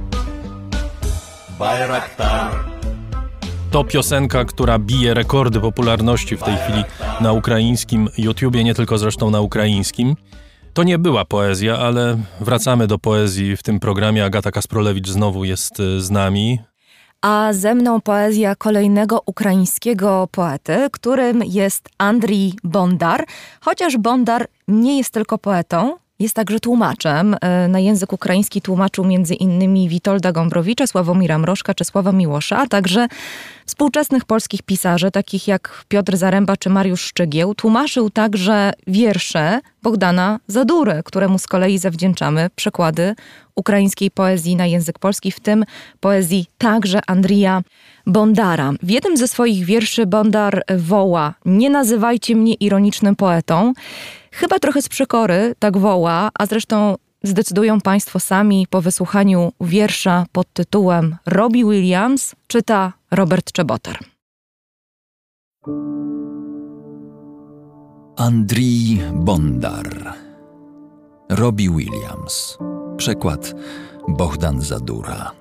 Байрактар. To piosenka, która bije rekordy popularności w tej chwili na ukraińskim YouTubie, nie tylko zresztą na ukraińskim. To nie była poezja, ale wracamy do poezji w tym programie. Agata Kasprolewicz znowu jest z nami. A ze mną poezja kolejnego ukraińskiego poety, którym jest Andrii Bondar. Chociaż Bondar nie jest tylko poetą, jest także tłumaczem. Na język ukraiński tłumaczył między innymi Witolda Gombrowicza, Sławomira Mrożka czy Sława Miłosza, a także współczesnych polskich pisarzy, takich jak Piotr Zaręba czy Mariusz Szczygieł. Tłumaczył także wiersze Bogdana Zadury, któremu z kolei zawdzięczamy przekłady ukraińskiej poezji na język polski, w tym poezji także Andrija Bondara. W jednym ze swoich wierszy Bondar woła: nie nazywajcie mnie ironicznym poetą. Chyba trochę z przekory tak woła, a zresztą zdecydują Państwo sami po wysłuchaniu wiersza pod tytułem Robbie Williams, czyta Robert Czebotar. Andrii Bondar. Robbie Williams. Przekład Bogdan Zadura.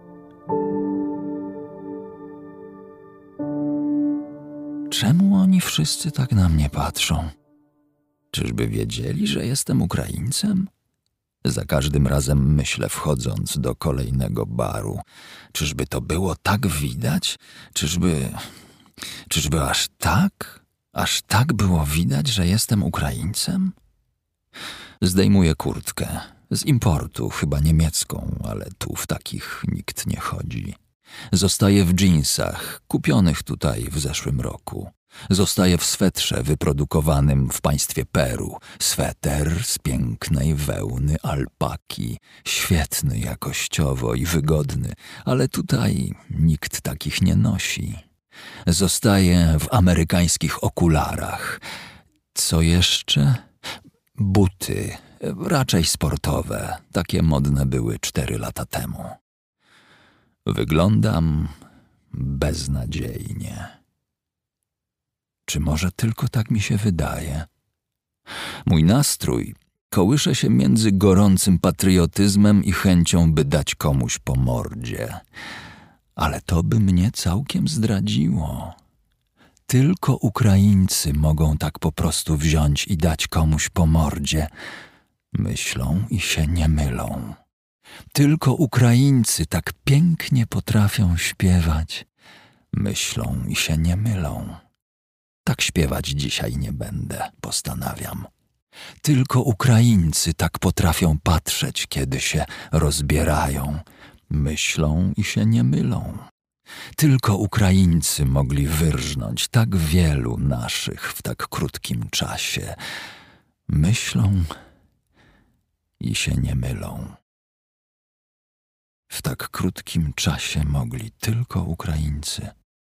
Czemu oni wszyscy tak na mnie patrzą? Czyżby wiedzieli, że jestem Ukraińcem? Za każdym razem myślę, wchodząc do kolejnego baru. Czyżby to było tak widać? Czyżby... Czyżby aż tak? Aż tak było widać, że jestem Ukraińcem? Zdejmuję kurtkę. Z importu, chyba niemiecką, ale tu w takich nikt nie chodzi. Zostaje w dżinsach, kupionych tutaj w zeszłym roku. Zostaje w swetrze wyprodukowanym w państwie Peru. Sweter z pięknej wełny alpaki, świetny jakościowo i wygodny, ale tutaj nikt takich nie nosi. Zostaje w amerykańskich okularach. Co jeszcze? Buty, raczej sportowe, takie modne były cztery lata temu. Wyglądam beznadziejnie. Czy może tylko tak mi się wydaje? Mój nastrój kołysze się między gorącym patriotyzmem i chęcią, by dać komuś po mordzie. Ale to by mnie całkiem zdradziło. Tylko Ukraińcy mogą tak po prostu wziąć i dać komuś po mordzie. Myślą i się nie mylą. Tylko Ukraińcy tak pięknie potrafią śpiewać. Myślą i się nie mylą. Tak śpiewać dzisiaj nie będę, postanawiam. Tylko Ukraińcy tak potrafią patrzeć, kiedy się rozbierają. Myślą i się nie mylą. Tylko Ukraińcy mogli wyrżnąć tak wielu naszych w tak krótkim czasie. Myślą i się nie mylą. W tak krótkim czasie mogli tylko Ukraińcy.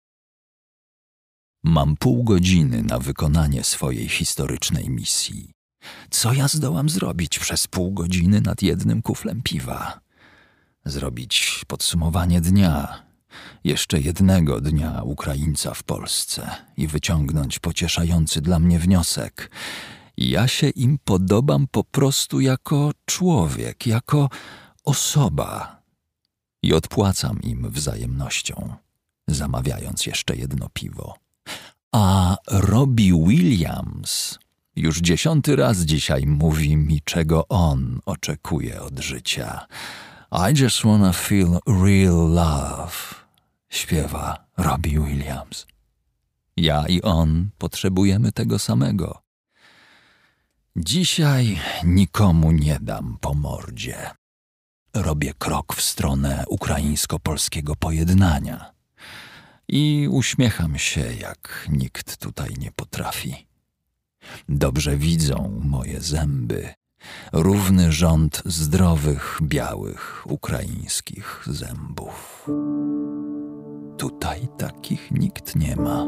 Mam pół godziny na wykonanie swojej historycznej misji. Co ja zdołam zrobić przez pół godziny nad jednym kuflem piwa? Zrobić podsumowanie dnia, jeszcze jednego dnia Ukraińca w Polsce i wyciągnąć pocieszający dla mnie wniosek. Ja się im podobam po prostu jako człowiek, jako osoba i odpłacam im wzajemnością, zamawiając jeszcze jedno piwo. A Robbie Williams już dziesiąty raz dzisiaj mówi mi, czego on oczekuje od życia. I just wanna feel real love, śpiewa Robbie Williams. Ja i on potrzebujemy tego samego. Dzisiaj nikomu nie dam po mordzie. Robię krok w stronę ukraińsko-polskiego pojednania. I uśmiecham się, jak nikt tutaj nie potrafi. Dobrze widzą moje zęby, równy rząd zdrowych, białych, ukraińskich zębów. Tutaj takich nikt nie ma.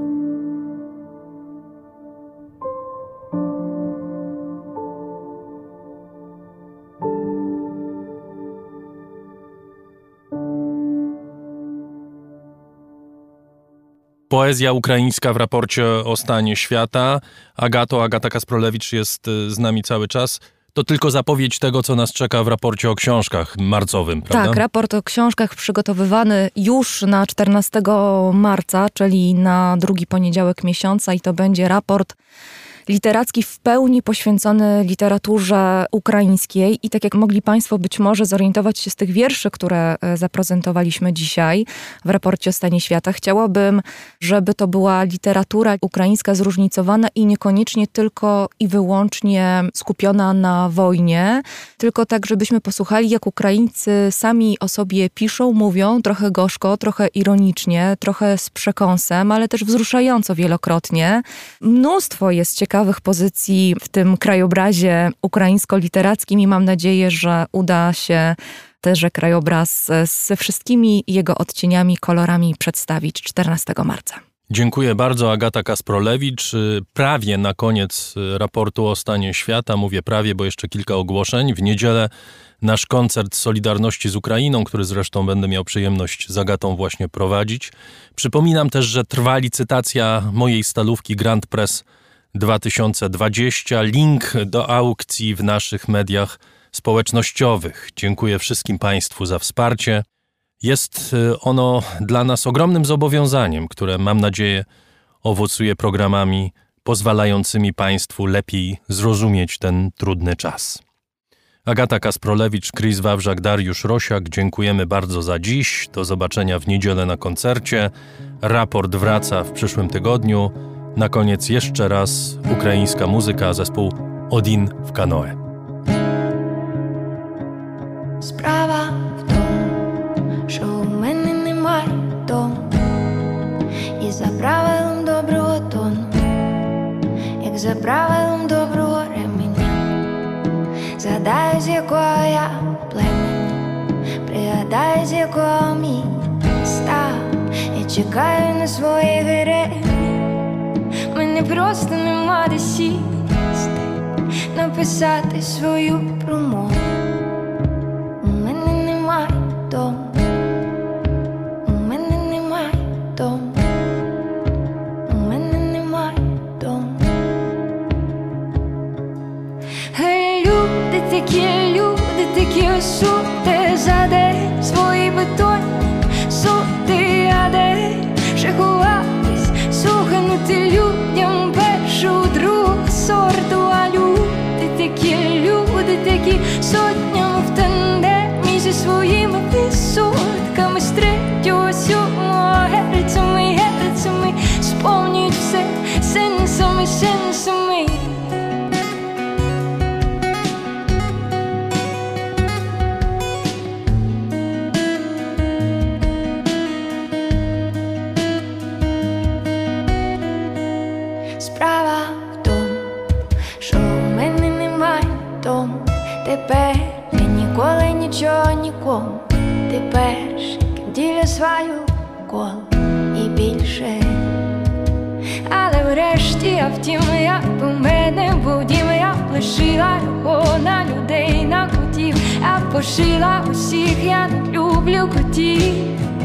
Poezja ukraińska w raporcie o stanie świata. Agato, Agata Kasprolewicz jest z nami cały czas. To tylko zapowiedź tego, co nas czeka w raporcie o książkach marcowym, prawda? Tak, raport o książkach przygotowywany już na czternastego marca, czyli na drugi poniedziałek miesiąca i to będzie raport literacki w pełni poświęcony literaturze ukraińskiej i tak jak mogli Państwo być może zorientować się z tych wierszy, które zaprezentowaliśmy dzisiaj w raporcie o stanie świata, chciałabym, żeby to była literatura ukraińska zróżnicowana i niekoniecznie tylko i wyłącznie skupiona na wojnie, tylko tak, żebyśmy posłuchali, jak Ukraińcy sami o sobie piszą, mówią, trochę gorzko, trochę ironicznie, trochę z przekąsem, ale też wzruszająco wielokrotnie. Mnóstwo jest ciekawych ciekawych pozycji w tym krajobrazie ukraińsko-literackim i mam nadzieję, że uda się tenże krajobraz ze wszystkimi jego odcieniami, kolorami przedstawić czternastego marca. Dziękuję bardzo, Agata Kasprolewicz. Prawie na koniec raportu o stanie świata, mówię prawie, bo jeszcze kilka ogłoszeń. W niedzielę nasz koncert Solidarności z Ukrainą, który zresztą będę miał przyjemność z Agatą właśnie prowadzić. Przypominam też, że trwa licytacja mojej stalówki Grand Press dwa tysiące dwadzieścia. Link do aukcji w naszych mediach społecznościowych. Dziękuję wszystkim Państwu za wsparcie. Jest ono dla nas ogromnym zobowiązaniem, które mam nadzieję owocuje programami pozwalającymi Państwu lepiej zrozumieć ten trudny czas. Agata Kasprolewicz, Chris Wawrzak, Dariusz Rosiak, dziękujemy bardzo za dziś. Do zobaczenia w niedzielę na koncercie. Raport wraca w przyszłym tygodniu. Na koniec jeszcze raz ukraińska muzyka, zespół Odin w Kanoe. за правилом доброго ременя. Згадаю, з якого я племені, пригадаю, з якого міста. Я чекаю на своїх героїв. Мене просто нема де сісти, написати свою промову. У мене немає дому. У мене немає дому. У мене немає дому. Гей, люди такі, люди такі осуди, за день свої бетонні суди, а де ще ховатись, суханути людям першу, другу сорту, а люди такі, люди такі сотнями в тандемі зі своїми висотками з третього, сьомого герцями, герцями сповнюють все сенсами, сенсами. Справа в тому, що у мене немає дому. Тепер я ніколи нічого нікому. Ти перший, ким ділю свою колу і більше. Але врешті я втім, як би в мене був дім, я б лишила його на людей, на котів. Я б пошила усіх, я не люблю котів.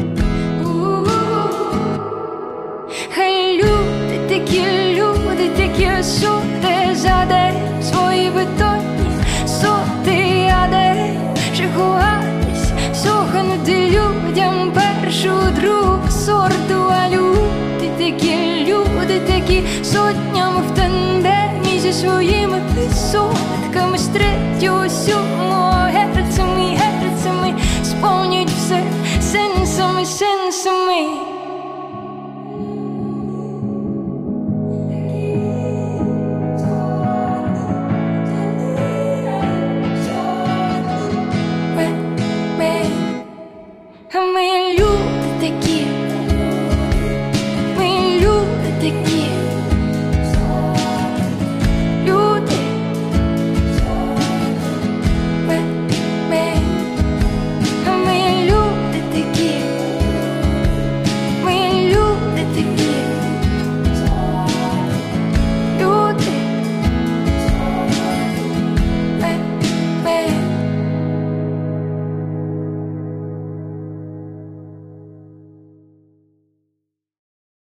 Хай люди такі, люди такі суди, за день свої бетонні суди, а де ще ховатись, суханути людям першу, другу сорту, а люди такі, люди такі сотнями в тандемі зі своїми висотками з третього, сьомого герцями, герцями сповнюють все сенсами, сенсами.